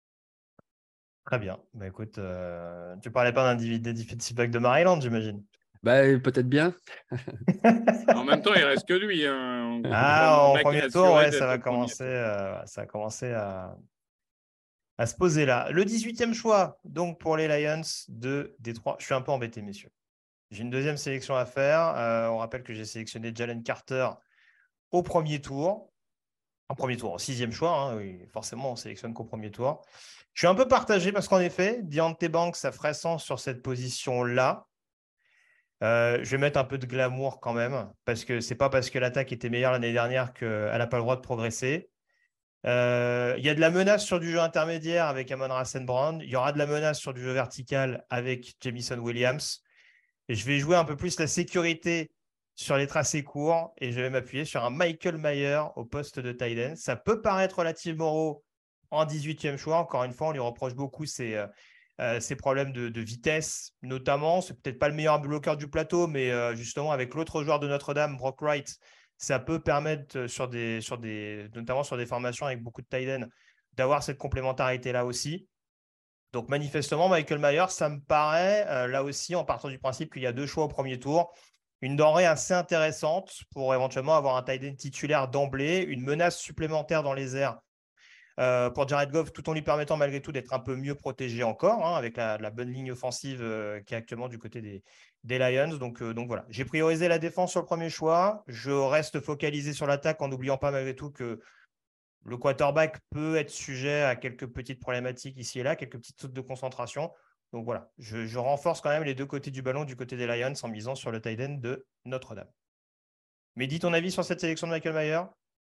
Très bien. Bah, écoute, euh, tu parlais pas d'un des defensive back de Maryland, j'imagine. Bah, peut-être bien. En même temps, il reste que lui. Hein. Ah, en premier tour, ouais, ça va commencer, euh, ça va commencer à... à se poser là. Le dix-huitième choix, donc pour les Lions de Détroit. Je suis un peu embêté, messieurs. J'ai une deuxième sélection à faire. Euh, on rappelle que j'ai sélectionné Jalen Carter au premier tour. En premier tour, au sixième choix. Hein, oui, forcément, on sélectionne qu'au premier tour. Je suis un peu partagé parce qu'en effet, Deontay Banks, ça ferait sens sur cette position-là. Euh, je vais mettre un peu de glamour quand même, parce que c'est pas parce que l'attaque était meilleure l'année dernière qu'elle n'a pas le droit de progresser. Euh, il y a de la menace sur du jeu intermédiaire avec Amon-Ra Saint Brown. Il y aura de la menace sur du jeu vertical avec Jamison Williams. Et je vais jouer un peu plus la sécurité sur les tracés courts et je vais m'appuyer sur un Michael Mayer au poste de tight end. Ça peut paraître relativement haut en dix-huitième choix. Encore une fois, on lui reproche beaucoup ses, euh, ses problèmes de, de vitesse, notamment. C'est peut-être pas le meilleur bloqueur du plateau, mais euh, justement, avec l'autre joueur de Notre-Dame, Brock Wright, ça peut permettre, sur des, sur des, notamment sur des formations avec beaucoup de tight end, d'avoir cette complémentarité-là aussi. Donc, manifestement, Michael Mayer, ça me paraît, euh, là aussi, en partant du principe qu'il y a deux choix au premier tour, une denrée assez intéressante pour éventuellement avoir un tight end titulaire d'emblée, une menace supplémentaire dans les airs euh, pour Jared Goff, tout en lui permettant malgré tout d'être un peu mieux protégé encore, hein, avec la, la bonne ligne offensive euh, qui est actuellement du côté des, des Lions. Donc, euh, donc voilà, j'ai priorisé la défense sur le premier choix. Je reste focalisé sur l'attaque en n'oubliant pas malgré tout que le quarterback peut être sujet à quelques petites problématiques ici et là, quelques petites sautes de concentration. Donc voilà, je, je renforce quand même les deux côtés du ballon du côté des Lions en misant sur le tight end de Notre-Dame. Mais dis ton avis sur cette sélection de Michael Mayer?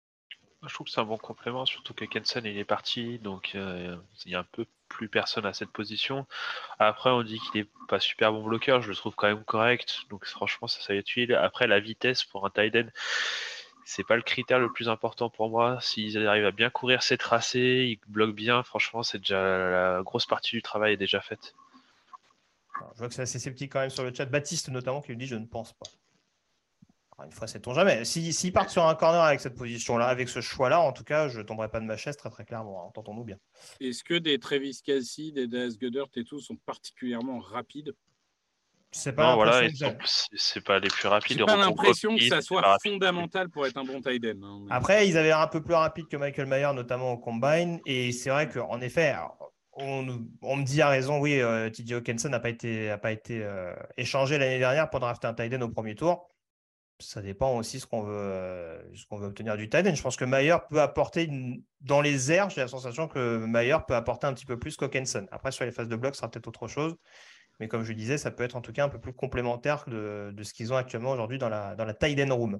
Je trouve que c'est un bon complément, surtout que Kenson il est parti, donc euh, il y a un peu plus personne à cette position. Après, on dit qu'il est pas super bon bloqueur, je le trouve quand même correct, donc franchement ça, ça va être utile. Après, la vitesse pour un tight end, c'est pas le critère le plus important pour moi. S'ils arrivent à bien courir ses tracés, ils bloquent bien, franchement, c'est déjà la grosse partie du travail est déjà faite. Alors, je vois que c'est assez sceptique quand même sur le chat. Baptiste notamment qui lui dit je ne pense pas. Alors, une fois, sait-on jamais. S'ils si, si partent sur un corner avec cette position-là, avec ce choix-là, en tout cas, je ne tomberai pas de ma chaise très très clairement. Hein. Entendons-nous bien. Est-ce que des Travis Kelce, des Dallas Goedert et tout sont particulièrement rapides? C'est pas non, voilà, que sont, c'est pas les plus rapides. J'ai pas l'impression que ça soit fondamental pour être un bon tight end. Hein, mais... Après, ils avaient un peu plus rapide que Michael Mayer, notamment au combine. Et c'est vrai qu'en effet, on, on me dit à raison, oui, euh, T J Hawkinson n'a pas été, a pas été euh, échangé l'année dernière pour drafter un tight end au premier tour. Ça dépend aussi ce qu'on veut, euh, ce qu'on veut obtenir du tight end. Je pense que Mayer peut apporter, une... dans les airs, j'ai la sensation que Mayer peut apporter un petit peu plus qu'Hawkinson. Après, sur les phases de bloc, ce sera peut-être autre chose. Mais comme je disais, ça peut être en tout cas un peu plus complémentaire de, de ce qu'ils ont actuellement aujourd'hui dans la, dans la tight end room.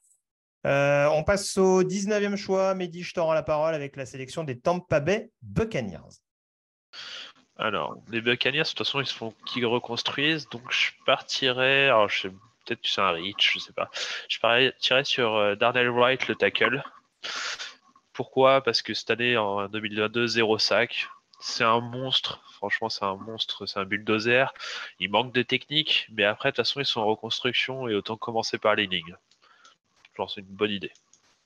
Euh, on passe au dix-neuvième choix. Mehdi, je te rends la parole avec la sélection des Tampa Bay Buccaneers. Alors, les Buccaneers, de toute façon, ils se font qu'ils reconstruisent. Donc, je partirais... Alors, je sais, peut-être que c'est un reach, je sais pas. Je partirais sur euh, Darnell Wright, le tackle. Pourquoi? Parce que cette année, en deux mille vingt-deux, zéro sac. C'est un monstre, franchement c'est un monstre, c'est un bulldozer. Il manque de technique, mais après de toute façon ils sont en reconstruction et autant commencer par les lignes. Genre c'est une bonne idée.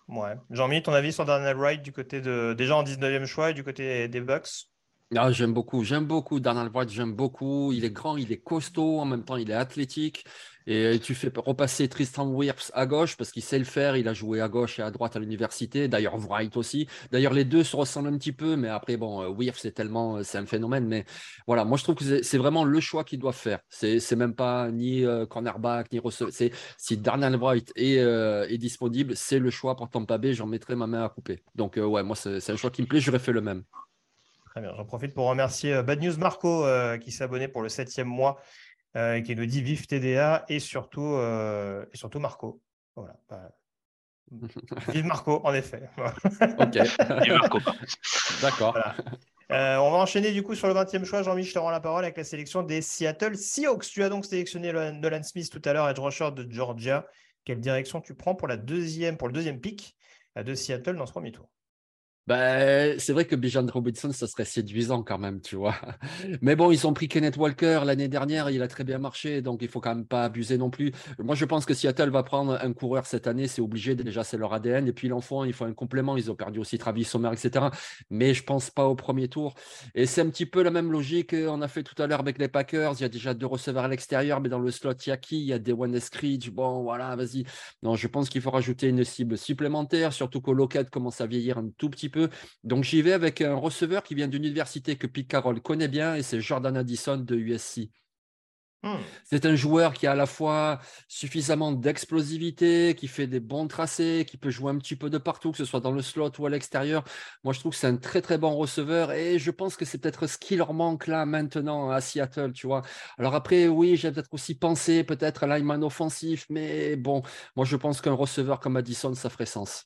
Ouais. Jean-Mi, ton avis sur Darnell Wright du côté de déjà en dix-neuvième choix et du côté des Bucks? Ah, j'aime beaucoup, j'aime beaucoup Darnell Wright, j'aime beaucoup. Il est grand, il est costaud, en même temps il est athlétique. Et tu fais repasser Tristan Wirfs à gauche parce qu'il sait le faire. Il a joué à gauche et à droite à l'université. D'ailleurs, Wright aussi. D'ailleurs, les deux se ressemblent un petit peu, mais après, bon, euh, Wirfs c'est tellement, c'est un phénomène. Mais voilà, moi je trouve que c'est, c'est vraiment le choix qu'ils doivent faire. C'est, c'est même pas ni euh, cornerback ni receveur. C'est si Darnell Wright est, euh, est disponible, c'est le choix pour Tampa Bay. J'en mettrai ma main à couper. Donc euh, ouais, moi c'est, c'est un choix qui me plaît. J'aurais fait le même. Très bien. J'en profite pour remercier euh, Bad News Marco euh, qui s'est abonné pour le septième mois euh, et qui nous dit vive T D A et surtout, euh, et surtout Marco. Voilà. Bah, vive Marco, en effet. Ok. Vive Marco. D'accord. Voilà. Euh, on va enchaîner du coup sur le vingtième choix. Jean-Michel, je te rends la parole avec la sélection des Seattle Seahawks. Tu as donc sélectionné Nolan Smith tout à l'heure, edge rusher de Georgia. Quelle direction tu prends pour, la deuxième, pour le deuxième pick de Seattle dans ce premier tour? Ben, c'est vrai que Bijan Robinson, ça serait séduisant quand même, tu vois. Mais bon, ils ont pris Kenneth Walker l'année dernière, il a très bien marché, donc il faut quand même pas abuser non plus. Moi, je pense que Seattle va prendre un coureur cette année, c'est obligé, déjà, c'est leur A D N. Et puis l'enfant, il faut un complément. Ils ont perdu aussi Travis Sommer, et cetera. Mais je pense pas au premier tour. Et c'est un petit peu la même logique qu'on a fait tout à l'heure avec les Packers. Il y a déjà deux receveurs à l'extérieur, mais dans le slot, il y a qui? Il y a Dewan Eskridge. Bon, voilà, vas-y. Non, je pense qu'il faut rajouter une cible supplémentaire, surtout que Lockett commence à vieillir un tout petit peu. Donc j'y vais avec un receveur qui vient d'une université que Pete Carroll connaît bien et c'est Jordan Addison de U S C. Hmm. C'est un joueur qui a à la fois suffisamment d'explosivité, qui fait des bons tracés, qui peut jouer un petit peu de partout, que ce soit dans le slot ou à l'extérieur. Moi, je trouve que c'est un très, très bon receveur et je pense que c'est peut-être ce qui leur manque là maintenant à Seattle, tu vois. Alors après, oui, j'ai peut-être aussi pensé peut-être à lineman offensif, mais bon, moi, je pense qu'un receveur comme Addison, ça ferait sens.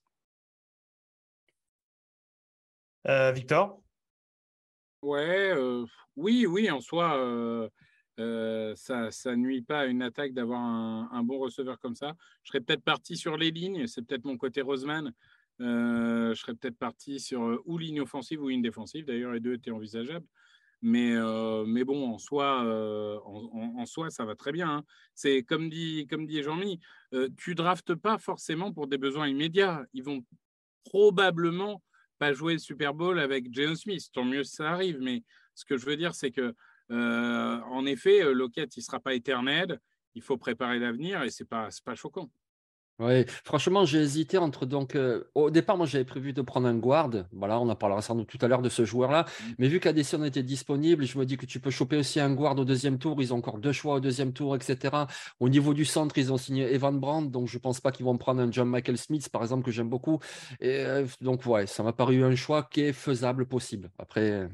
Euh, Victor? Ouais, euh, oui, oui, en soi, euh, euh, ça ne nuit pas à une attaque d'avoir un, un bon receveur comme ça. Je serais peut-être parti sur les lignes, c'est peut-être mon côté Roseman. Euh, je serais peut-être parti sur euh, ou ligne offensive ou ligne défensive. D'ailleurs, les deux étaient envisageables. Mais, euh, mais bon, en soi, euh, en, en, en soi, ça va très bien. Hein. C'est comme dit, comme dit Jean-Mi, euh, tu draftes pas forcément pour des besoins immédiats. Ils vont probablement pas jouer le Super Bowl avec Geno Smith. Tant mieux si ça arrive. Mais ce que je veux dire, c'est que euh, en effet, Lockett, il ne sera pas éternel. Il faut préparer l'avenir et c'est pas, c'est pas choquant. Oui, franchement, j'ai hésité entre donc. Euh, au départ, moi, j'avais prévu de prendre un guard. Voilà, on en parlera sans doute tout à l'heure de ce joueur-là. Mais vu qu'Addison était disponible, je me dis que tu peux choper aussi un guard au deuxième tour. Ils ont encore deux choix au deuxième tour, et cetera. Au niveau du centre, ils ont signé Evan Brand, donc je ne pense pas qu'ils vont prendre un John Michael Smith, par exemple, que j'aime beaucoup. Et euh, donc, ouais, ça m'a paru un choix qui est faisable, possible. Après.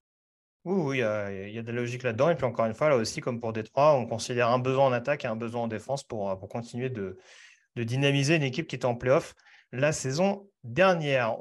Oui, oui, il y a, il y a de la logique là-dedans. Et puis encore une fois, là aussi, comme pour Détroit, on considère un besoin en attaque et un besoin en défense pour, pour continuer de, de dynamiser une équipe qui était en playoff la saison dernière.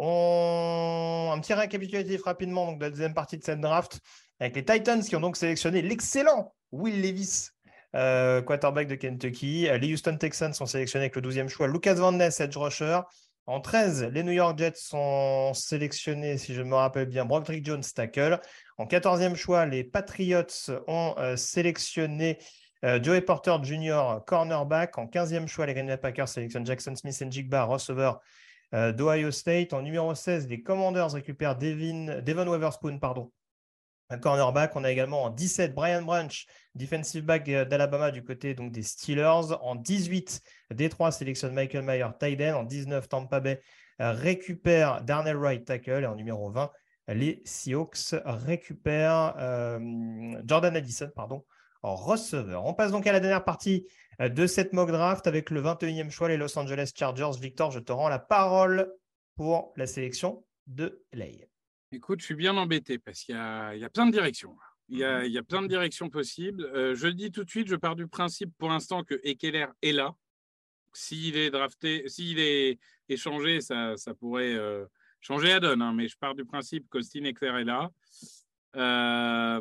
On... Un petit récapitulatif rapidement donc, de la deuxième partie de cette draft avec les Titans qui ont donc sélectionné l'excellent Will Levis, euh, quarterback de Kentucky. Les Houston Texans sont sélectionnés avec le douzième choix Lucas Van Ness, edge rusher. En treize, les New York Jets sont sélectionnés, si je me rappelle bien, Broderick Jones, tackle. En quatorzième choix, les Patriots ont euh, sélectionné euh, Joey Porter Junior, cornerback. En quinzième choix, les Green Bay Packers sélectionnent Jackson Smith-Njigba, receveur euh, d'Ohio State. En numéro seize, les Commanders récupèrent Devin, Devon Witherspoon, pardon, un cornerback. On a également en dix-sept, Brian Branch, defensive back d'Alabama du côté donc, des Steelers. En dix-huit, Détroit sélectionne Michael Mayer, tight end. En dix-neuf, Tampa Bay récupère Darnell Wright, tackle. Et en numéro vingt, les Seahawks récupèrent euh, Jordan Addison, pardon, en receveur. On passe donc à la dernière partie de cette mock draft avec le vingt et unième choix, les Los Angeles Chargers. Victor, je te rends la parole pour la sélection de L A. Écoute, je suis bien embêté parce qu'il y a, il y a plein de directions. Il y a, il y a plein de directions possibles. Euh, je le dis tout de suite, je pars du principe pour l'instant que Ekeler est là. S'il est drafté, s'il est échangé, ça, ça pourrait euh, changer la donne. Hein, mais je pars du principe qu'Austin Ekeler est là. Euh,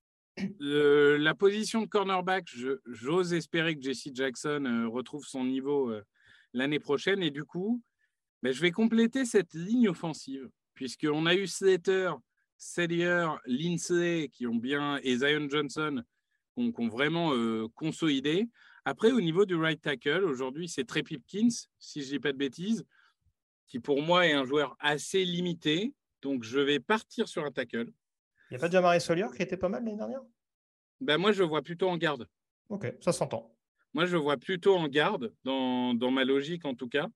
le, la position de cornerback, je, j'ose espérer que J C Jackson euh, retrouve son niveau euh, l'année prochaine. Et du coup, ben, je vais compléter cette ligne offensive. Puisqu'on a eu Slater, Sellier, Lindsay qui ont bien, et Zion Johnson qui ont, qui ont vraiment euh, consolidé. Après, au niveau du right tackle, aujourd'hui, c'est Trey Pipkins, si je ne dis pas de bêtises. qui pour moi est un joueur assez limité. Donc, je vais partir sur un tackle. Il n'y a pas déjà Marie Solier qui était pas mal l'année dernière? Ben, moi, je le vois plutôt en garde. Ok, ça s'entend. Moi, je le vois plutôt en garde, dans, dans ma logique en tout cas.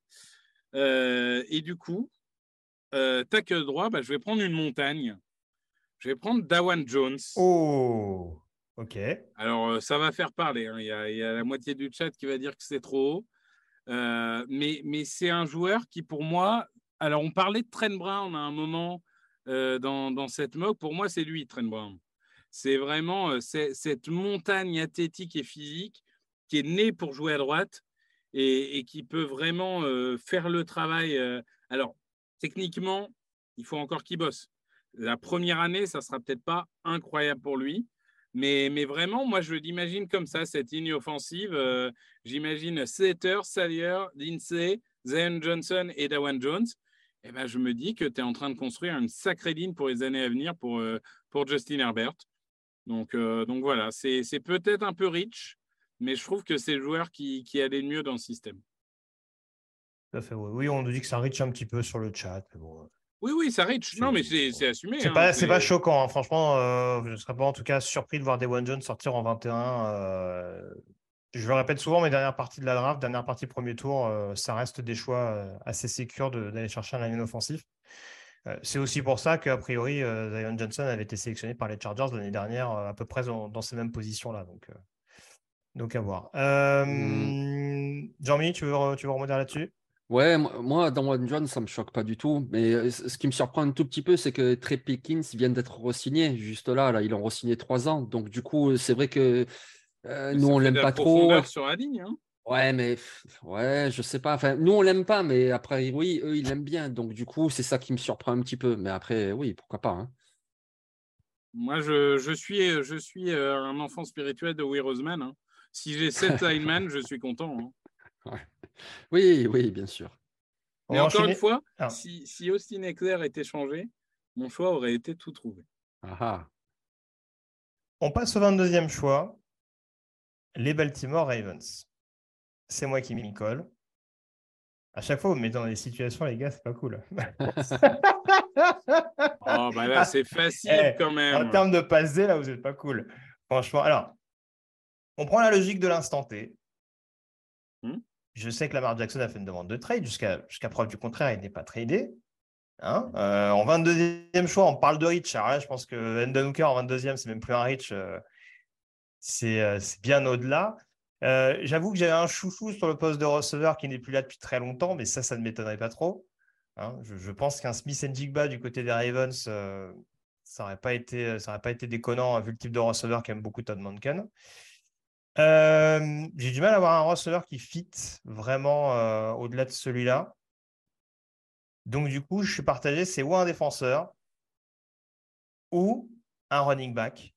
Euh, et du coup, euh, tackle droit, ben, je vais prendre une montagne. Je vais prendre Dawan Jones. Oh, ok. Alors, euh, ça va faire parler. Hein. Il y a, il y a la moitié du chat qui va dire que c'est trop haut. Euh, mais, mais c'est un joueur qui, pour moi... Alors, on parlait de Trent Brown à un moment euh, dans, dans cette mock. Pour moi, c'est lui, Trent Brown. C'est vraiment euh, c'est, cette montagne athlétique et physique qui est née pour jouer à droite et, et qui peut vraiment euh, faire le travail. Euh... Alors, techniquement, il faut encore qu'il bosse. La première année, ça ne sera peut-être pas incroyable pour lui. Mais, mais vraiment, moi, je l'imagine comme ça, cette ligne offensive. Euh, j'imagine Slater, Salyer, Lindsay, Zion Johnson et Dawan Jones. Et ben, je me dis que tu es en train de construire une sacrée ligne pour les années à venir pour, euh, pour Justin Herbert. Donc, euh, donc voilà, c'est, c'est peut-être un peu rich, mais je trouve que c'est le joueur qui, qui allait le mieux dans le système. Tout à fait, oui. Oui, on nous dit que ça reach un petit peu sur le chat. Mais bon, oui, oui, ça reach. Non, mais c'est, c'est assumé. C'est, hein, pas, c'est... c'est pas choquant. Hein. Franchement, euh, je ne serais pas en tout cas surpris de voir Dawan Jones sortir en vingt et un. Euh, je le répète souvent, mes dernières parties de la draft, dernière partie premier tour, euh, ça reste des choix euh, assez sécures de, d'aller chercher un lineman offensif. Euh, c'est aussi pour ça qu'a priori, euh, Zion Johnson avait été sélectionné par les Chargers l'année dernière, euh, à peu près dans, dans ces mêmes positions-là. Donc, euh, donc à voir. Euh, mm. Jean-Mi, tu veux, tu veux remonter là-dessus? Ouais, moi, dans One John, ça ne me choque pas du tout. Mais ce qui me surprend un tout petit peu, c'est que Trey Pickens vient d'être re-signé. Juste là, là, ils l'ont re-signé trois ans. Donc, du coup, c'est vrai que euh, nous, on ne l'aime pas trop. Sur la ligne, hein. Ouais, mais ouais, je sais pas. Enfin, nous, on l'aime pas, mais après, oui, eux, ils l'aiment bien. Donc, du coup, c'est ça qui me surprend un petit peu. Mais après, oui, pourquoi pas. Hein. Moi, je, je suis, je suis un enfant spirituel de Will Roseman. Hein. Si j'ai sept linemen, je suis content. Hein. Ouais. Oui, oui, bien sûr. Mais encore enchaîner... une fois, ah. si, si Austin Ekeler était changé, mon choix aurait été tout trouvé. Ah. On passe au vingt-deuxième choix. Les Baltimore Ravens. C'est moi qui m'y colle. À chaque fois, vous me mettez dans des situations, les gars, c'est pas cool. Oh, bah là, c'est facile hey, quand même. En termes de passe D, là, vous n'êtes pas cool. Franchement, alors, on prend la logique de l'instant T. Hmm? Je sais que Lamar Jackson a fait une demande de trade. Jusqu'à, jusqu'à preuve du contraire, il n'est pas tradé. Hein euh, en vingt-deuxième choix, on parle de Rich. Alors là, je pense que Hendon Hooker en vingt-deuxième, c'est même plus un Rich. Euh, c'est, euh, c'est bien au-delà. Euh, j'avoue que j'avais un chouchou sur le poste de receveur qui n'est plus là depuis très longtemps, mais ça, ça ne m'étonnerait pas trop. Hein, je, je pense qu'un Smith Njigba du côté des Ravens, euh, ça n'aurait pas été, ça n'aurait pas été déconnant hein, vu le type de receveur qu'aime beaucoup Todd Monken. Euh, j'ai du mal à avoir un receveur qui fit vraiment euh, au-delà de celui-là. Donc, du coup, je suis partagé, c'est ou un défenseur ou un running back.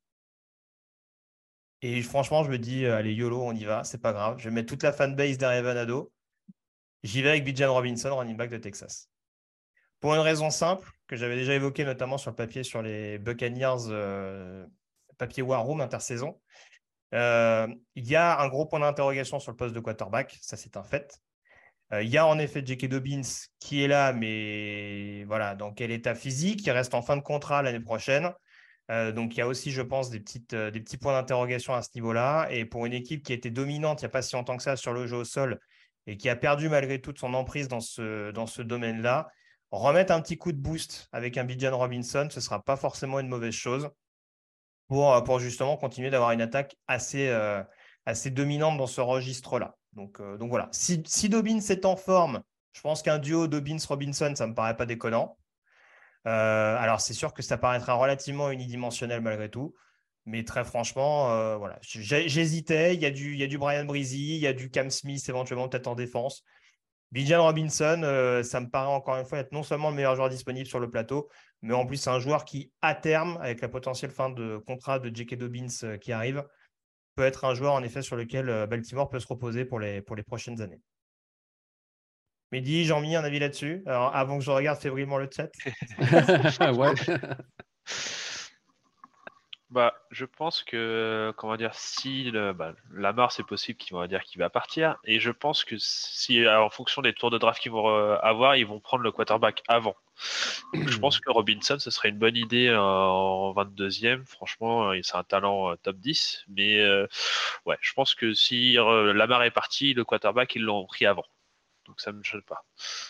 Et franchement, je me dis, allez, YOLO, on y va, c'est pas grave. Je vais mettre toute la fanbase des Ravens à dos. J'y vais avec Bijan Robinson, running back de Texas. Pour une raison simple, que j'avais déjà évoquée notamment sur le papier sur les Buccaneers, euh, papier War Room intersaison. Euh, il y a un gros point d'interrogation sur le poste de quarterback, ça c'est un fait. Euh, il y a en effet J K. Dobbins qui est là, mais voilà, dans quel état physique? Il reste en fin de contrat l'année prochaine. Euh, donc, il y a aussi, je pense, des, petites, euh, des petits points d'interrogation à ce niveau-là. Et pour une équipe qui était dominante il n'y a pas si longtemps que ça sur le jeu au sol et qui a perdu malgré tout son emprise dans ce, dans ce domaine-là, remettre un petit coup de boost avec un Bijan Robinson, ce ne sera pas forcément une mauvaise chose pour, pour justement continuer d'avoir une attaque assez, euh, assez dominante dans ce registre-là. Donc, euh, donc voilà, si, si Dobbins est en forme, je pense qu'un duo Dobbins-Robinson, ça ne me paraît pas déconnant. Euh, alors, c'est sûr que ça paraîtra relativement unidimensionnel malgré tout. Mais très franchement, euh, voilà, J'ai, j'hésitais. Il y a du, il y a du Brian Breezy, il y a du Cam Smith éventuellement peut-être en défense. Bijan Robinson, euh, ça me paraît encore une fois être non seulement le meilleur joueur disponible sur le plateau, mais en plus, c'est un joueur qui, à terme, avec la potentielle fin de contrat de J K. Dobbins euh, qui arrive, peut être un joueur en effet sur lequel euh, Baltimore peut se reposer pour les, pour les prochaines années. Mehdi, Jean-Mi, un avis là-dessus? Alors, avant que je regarde fébrilement le chat. Ouais. Bah, je pense que, comment dire, si le, bah, Lamar, c'est possible qu'il va dire qu'il va partir, et je pense que si, en fonction des tours de draft qu'ils vont euh, avoir, ils vont prendre le quarterback avant. Donc, je pense que Robinson, ce serait une bonne idée euh, en vingt-deuxième. Franchement, c'est un talent euh, top dix, mais euh, ouais, je pense que si euh, Lamar est parti, le quarterback, ils l'ont pris avant. Donc, ça me choque pas.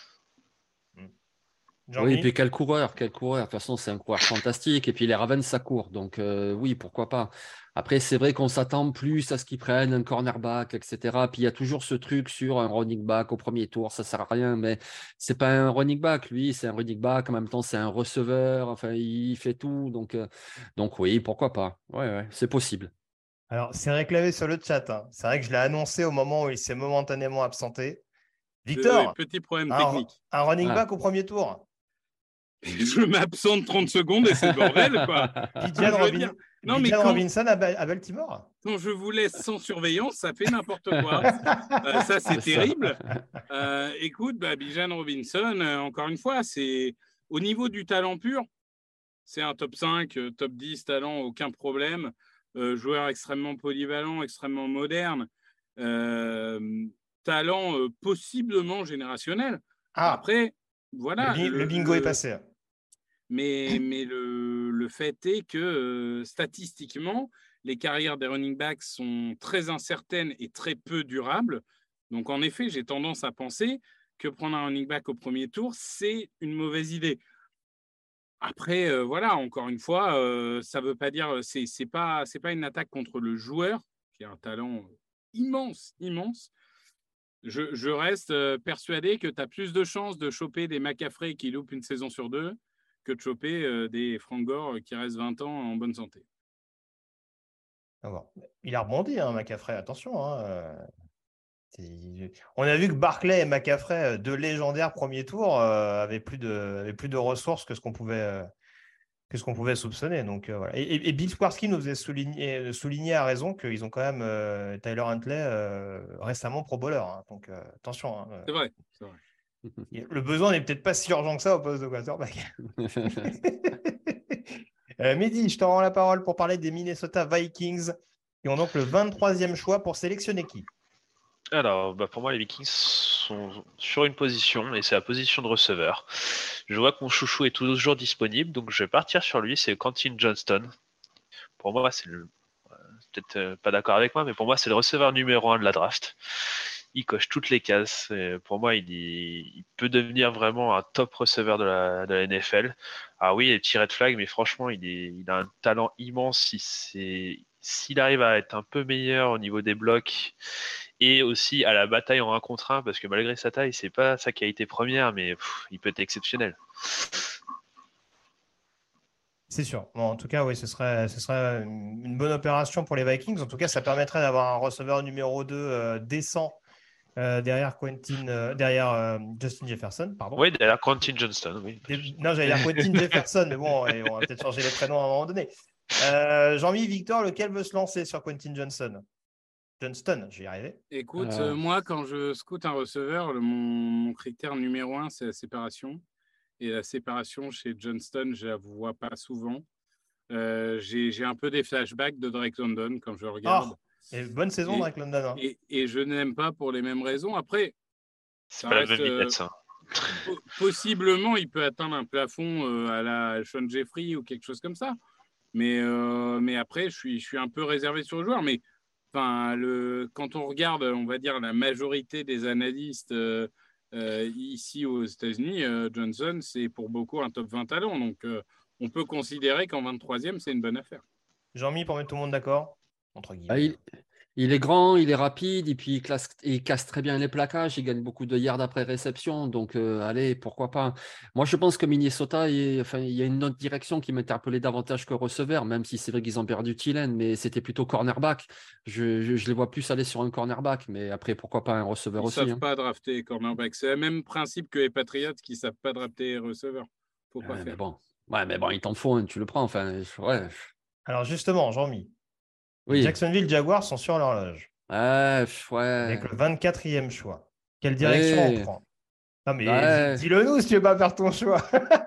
Oui, et puis quel coureur, quel coureur. De toute façon, c'est un coureur fantastique. Et puis les Ravens, ça court. Donc euh, oui, pourquoi pas. Après, c'est vrai qu'on s'attend plus à ce qu'ils prennent un cornerback, et cetera. Puis il y a toujours ce truc sur un running back au premier tour, ça sert à rien. Mais c'est pas un running back, lui, c'est un running back. En même temps, c'est un receveur. Enfin, il fait tout. Donc, euh, donc oui, pourquoi pas. Ouais, ouais, c'est possible. Alors, c'est réclamé sur le chat. Hein. C'est vrai que je l'ai annoncé au moment où il s'est momentanément absenté. Victor, euh, petit problème un, technique. Un running ah. back au premier tour. Je m'absente trente secondes et c'est le bordel, quoi. Bijan Robin... non, quand... Robinson à, à Baltimore. Quand je vous laisse sans surveillance, ça fait n'importe quoi. euh, ça, c'est terrible. Euh, écoute, bah, Bijan Robinson, euh, encore une fois, c'est au niveau du talent pur, c'est un top cinq, euh, top dix talent, aucun problème. Euh, joueur extrêmement polyvalent, extrêmement moderne. Euh, talent euh, possiblement générationnel. Ah. Après, voilà. Le, le, le bingo le... est passé. Mais, mais le, le fait est que euh, statistiquement, les carrières des running backs sont très incertaines et très peu durables. Donc, en effet, j'ai tendance à penser que prendre un running back au premier tour, c'est une mauvaise idée. Après, euh, voilà, encore une fois, euh, ça ne veut pas dire, c'est, c'est pas, c'est pas une attaque contre le joueur, qui a un talent immense, immense. Je, je reste persuadé que tu as plus de chances de choper des McCaffrey qui loupent une saison sur deux que de choper euh, des Frank Gore qui restent vingt ans en bonne santé. Il a rebondi, hein, McCaffrey, attention. Hein. On a vu que Barkley et McCaffrey, deux légendaires premier tour, euh, avaient, plus de, avaient plus de ressources que ce qu'on pouvait, euh, que ce qu'on pouvait soupçonner. Donc, euh, voilà. et, et Bill Swarsky nous faisait souligner, souligner à raison qu'ils ont quand même euh, Tyler Huntley euh, récemment pro bowler. Hein. Donc, euh, attention. Hein. C'est vrai, c'est vrai. Le besoin n'est peut-être pas si urgent que ça au poste de quarterback. euh, Mehdi, je te rends la parole pour parler des Minnesota Vikings qui ont donc le vingt-troisième choix pour sélectionner qui? Alors, bah pour moi, les Vikings sont sur une position, et c'est la position de receveur. Je vois que mon chouchou est toujours disponible, donc je vais partir sur lui, c'est Quentin Johnston. Pour moi, c'est le... peut-être euh, pas d'accord avec moi, mais pour moi, c'est le receveur numéro un de la draft. Il coche toutes les cases. Et pour moi, il, est... il peut devenir vraiment un top receveur de la, de la N F L. Ah oui, il y a des petits red flags, mais franchement, il, est... il a un talent immense. Si c'est... S'il arrive à être un peu meilleur au niveau des blocs et aussi à la bataille en un contre un, parce que malgré sa taille, c'est pas sa qualité première, mais pff, il peut être exceptionnel. C'est sûr. Bon, en tout cas, oui, ce serait, ce serait une bonne opération pour les Vikings. En tout cas, ça permettrait d'avoir un receveur numéro deux euh, décent euh, derrière Quentin, euh, derrière euh, Justin Jefferson, pardon. Oui, derrière Quentin Johnston, oui. Non, j'allais dire Quentin Jefferson, mais bon, et on va peut-être changer les prénoms à un moment donné. Euh, Jean-Mi, Victor, lequel veut se lancer sur Quentin Johnson? Johnston, je vais y arriver. Écoute, euh... Euh, moi, quand je scoute un receveur, le, mon, mon critère numéro un, c'est la séparation. Et la séparation chez Johnston, je ne la vois pas souvent. Euh, j'ai, j'ai un peu des flashbacks de Drake London quand je regarde. Oh, et bonne saison, et, Drake London. Hein. Et, et je n'aime pas pour les mêmes raisons. Après, c'est pas reste, la même vitesse. Hein. Euh, possiblement, il peut atteindre un plafond euh, à la Sean Jeffrey ou quelque chose comme ça. Mais, euh, mais après, je suis, je suis un peu réservé sur le joueur. Mais enfin, le, quand on regarde, on va dire, la majorité des analystes euh, euh, ici aux États-Unis, euh, Johnson, c'est pour beaucoup un top vingt talent. Donc, euh, on peut considérer qu'en vingt-troisième, c'est une bonne affaire. Jean-Mi, pour mettre tout le monde d'accord, entre guillemets. Ah, il... Il est grand, il est rapide, et puis il, classe, il casse très bien les plaquages, il gagne beaucoup de yards après réception, donc euh, allez, pourquoi pas. Moi, je pense que Minnesota, il, enfin, il y a une autre direction qui m'interpellait davantage que receveur, même si c'est vrai qu'ils ont perdu Thielen, mais c'était plutôt cornerback. Je, je, je les vois plus aller sur un cornerback, mais après, pourquoi pas un receveur ils aussi. Ils ne savent hein. pas drafter cornerback. C'est le même principe que les Patriots qui ne savent pas drafter receveur. Faut pas ouais, faire. Mais bon. Ouais, mais bon, il t'en faut, hein, tu le prends. Enfin, ouais. Alors justement, Jean-Mi. Oui. Jacksonville Jaguars sont sur l'horloge. Ouais, ouais. Avec le vingt-quatrième choix. Quelle direction ouais. on prend? Non, mais ouais. dis-le nous si tu veux pas faire ton choix.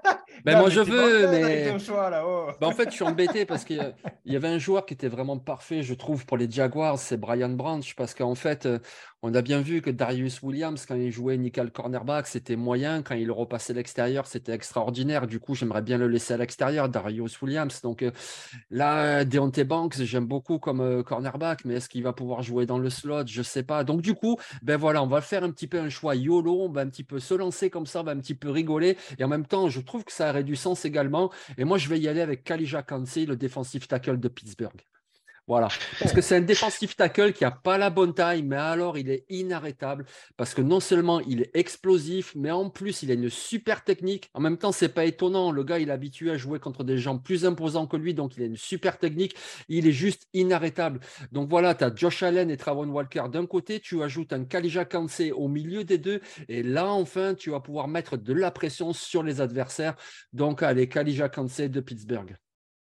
Ben Non, moi, mais je t'es dans le veux, thème avec mais ton choix, là. Oh. ben, en fait, je suis embêté parce qu'il y, a- il y avait un joueur qui était vraiment parfait, je trouve, pour les Jaguars, c'est Brian Branch, parce qu'en fait, euh, on a bien vu que Darius Williams, quand il jouait nickel cornerback, c'était moyen. Quand il le repassait à l'extérieur, c'était extraordinaire. Du coup, j'aimerais bien le laisser à l'extérieur, Darius Williams. Donc euh, là, Deontay Banks, j'aime beaucoup comme euh, cornerback, mais est-ce qu'il va pouvoir jouer dans le slot? Je sais pas. Donc du coup, ben voilà, on va faire un petit peu un choix YOLO, on va un petit peu se lancer comme ça, on va un petit peu rigoler. Et en même temps, je trouve que ça aurait du sens également. Et moi, je vais y aller avec Kalijah Kancey, le défensif tackle de Pittsburgh. Voilà. Parce que c'est un défensif tackle qui n'a pas la bonne taille, mais alors il est inarrêtable. Parce que non seulement il est explosif, mais en plus il a une super technique. En même temps, c'est pas étonnant. Le gars, il est habitué à jouer contre des gens plus imposants que lui, donc il a une super technique. Il est juste inarrêtable. Donc voilà, tu as Josh Allen et Travon Walker d'un côté, tu ajoutes un Kalijah Kancey au milieu des deux, et là, enfin, tu vas pouvoir mettre de la pression sur les adversaires. Donc, allez, Kalijah Kancey de Pittsburgh.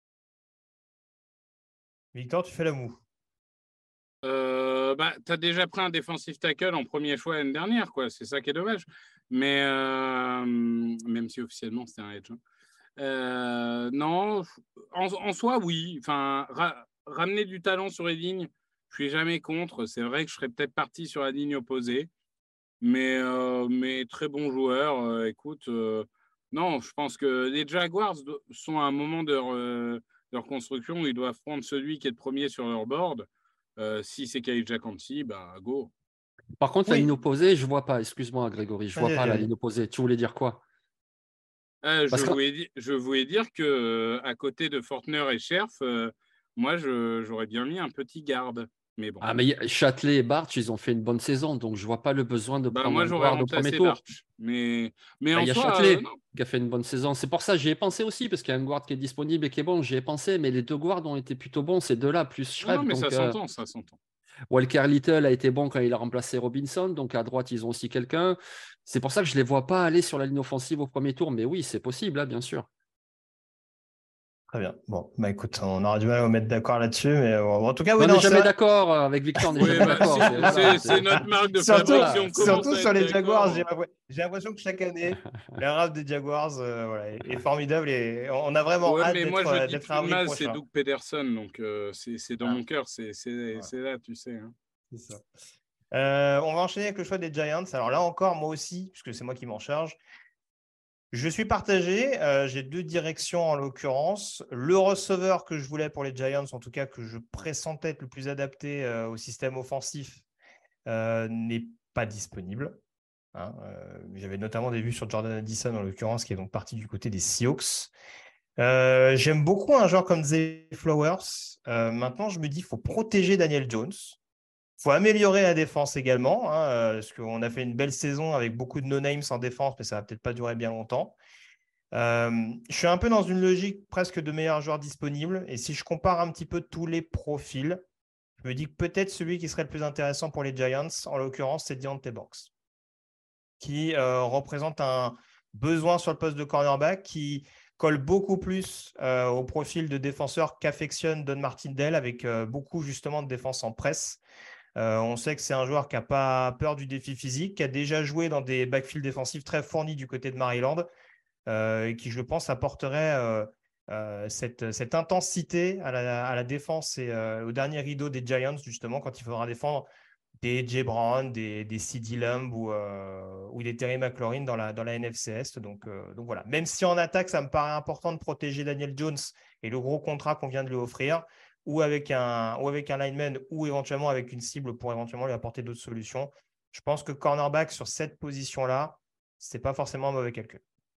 Victor, tu fais la moue. Euh, bah, tu as déjà pris un défensif tackle en premier choix l'année dernière, quoi. C'est ça qui est dommage. Mais euh, même si officiellement c'était un edge. Hein. Euh, non, en, en soi, oui. Enfin, ra- ramener du talent sur les lignes, je suis jamais contre. C'est vrai que je serais peut-être parti sur la ligne opposée. Mais, euh, mais très bon joueur. Euh, écoute, euh, non, je pense que les Jaguars sont à un moment de leur, euh, de leur construction où ils doivent prendre celui qui est le premier sur leur board. Euh, si c'est Kalijah Kancey, bah go. Par contre, la Oui. ligne opposée, je vois pas. Excuse-moi, Grégory, je vois Allez, pas allez, la allez. ligne opposée. Tu voulais dire quoi? Euh, je, Parce que voulais, di- je voulais dire que euh, à côté de Fortner et Scherf, euh, moi je, j'aurais bien mis un petit garde. Mais bon. ah, mais y- Châtelet et Bartsch, ils ont fait une bonne saison, donc je vois pas le besoin de Bah, prendre moi un j'aurais guard au premier remplacé tour. Bartsch. Mais, mais Ah, en il y a soi, euh, Châtelet non. qui a fait une bonne saison. C'est pour ça que j'y ai pensé aussi, parce qu'il y a un guard qui est disponible et qui est bon. J'y ai pensé, mais les deux guards ont été plutôt bons, ces deux-là, plus Non, non, Schreck. mais ça Donc, euh, s'entend, ça s'entend. Walker Little a été bon quand il a remplacé Robinson. Donc, à droite, ils ont aussi quelqu'un. C'est pour ça que je les vois pas aller sur la ligne offensive au premier tour. Mais oui, c'est possible, hein, bien sûr. Très bien. Bon, bah écoute, on aura du mal à nous mettre d'accord là-dessus, mais euh, en tout cas, oui, on non, n'est c'est jamais vrai. d'accord euh, avec Victor, on n'est Oui, jamais bah, d'accord. c'est, C'est- voilà, c'est- c'est- c'est notre marque de Surtout, fabrique. Si on commence surtout à sur être les Jaguars, d'accord, j'ai l'impression- j'ai l'impression que chaque année, le rap des Jaguars euh, voilà, est, est formidable et on a vraiment Ouais, hâte mais d'être, moi je euh, dis d'être plus à de avril mal, c'est prochain. Doug Pederson, donc euh, c'est, c'est dans Ah. mon cœur, c'est, c'est, Ouais. c'est là, tu sais. Hein. C'est ça. Euh, on va enchaîner avec le choix des Giants. Alors là encore, moi aussi, puisque c'est moi qui m'en charge. Je suis partagé. Euh, j'ai deux directions en l'occurrence. Le receveur que je voulais pour les Giants, en tout cas que je pressentais être le plus adapté euh, au système offensif, euh, n'est pas disponible. Hein. Euh, j'avais notamment des vues sur Jordan Addison en l'occurrence, qui est donc parti du côté des Seahawks. Euh, j'aime beaucoup un joueur comme Zay Flowers. Euh, maintenant, je me dis qu'il faut protéger Daniel Jones. Il faut améliorer la défense également, hein, euh, parce qu'on a fait une belle saison avec beaucoup de no-names en défense, mais ça va peut-être pas durer bien longtemps. Euh, je suis un peu dans une logique presque de meilleurs joueurs disponibles. Et si je compare un petit peu tous les profils, je me dis que peut-être celui qui serait le plus intéressant pour les Giants, en l'occurrence, c'est Deontay Banks, qui euh, représente un besoin sur le poste de cornerback, qui colle beaucoup plus euh, au profil de défenseur qu'affectionne Don Martindale, avec euh, beaucoup justement de défense en presse. Euh, on sait que c'est un joueur qui n'a pas peur du défi physique, qui a déjà joué dans des backfields défensifs très fournis du côté de Maryland, euh, et qui, je pense, apporterait euh, euh, cette, cette intensité à la, à la défense et euh, au dernier rideau des Giants, justement, quand il faudra défendre des Jay Brown, des, des C D Lamb ou, euh, ou des Terry McLaurin dans la, dans la N F C Est. Donc, euh, donc voilà. Même si en attaque, ça me paraît important de protéger Daniel Jones et le gros contrat qu'on vient de lui offrir, ou avec un, ou avec un lineman, ou éventuellement avec une cible pour éventuellement lui apporter d'autres solutions. Je pense que cornerback sur cette position-là, ce n'est pas forcément un mauvais calcul.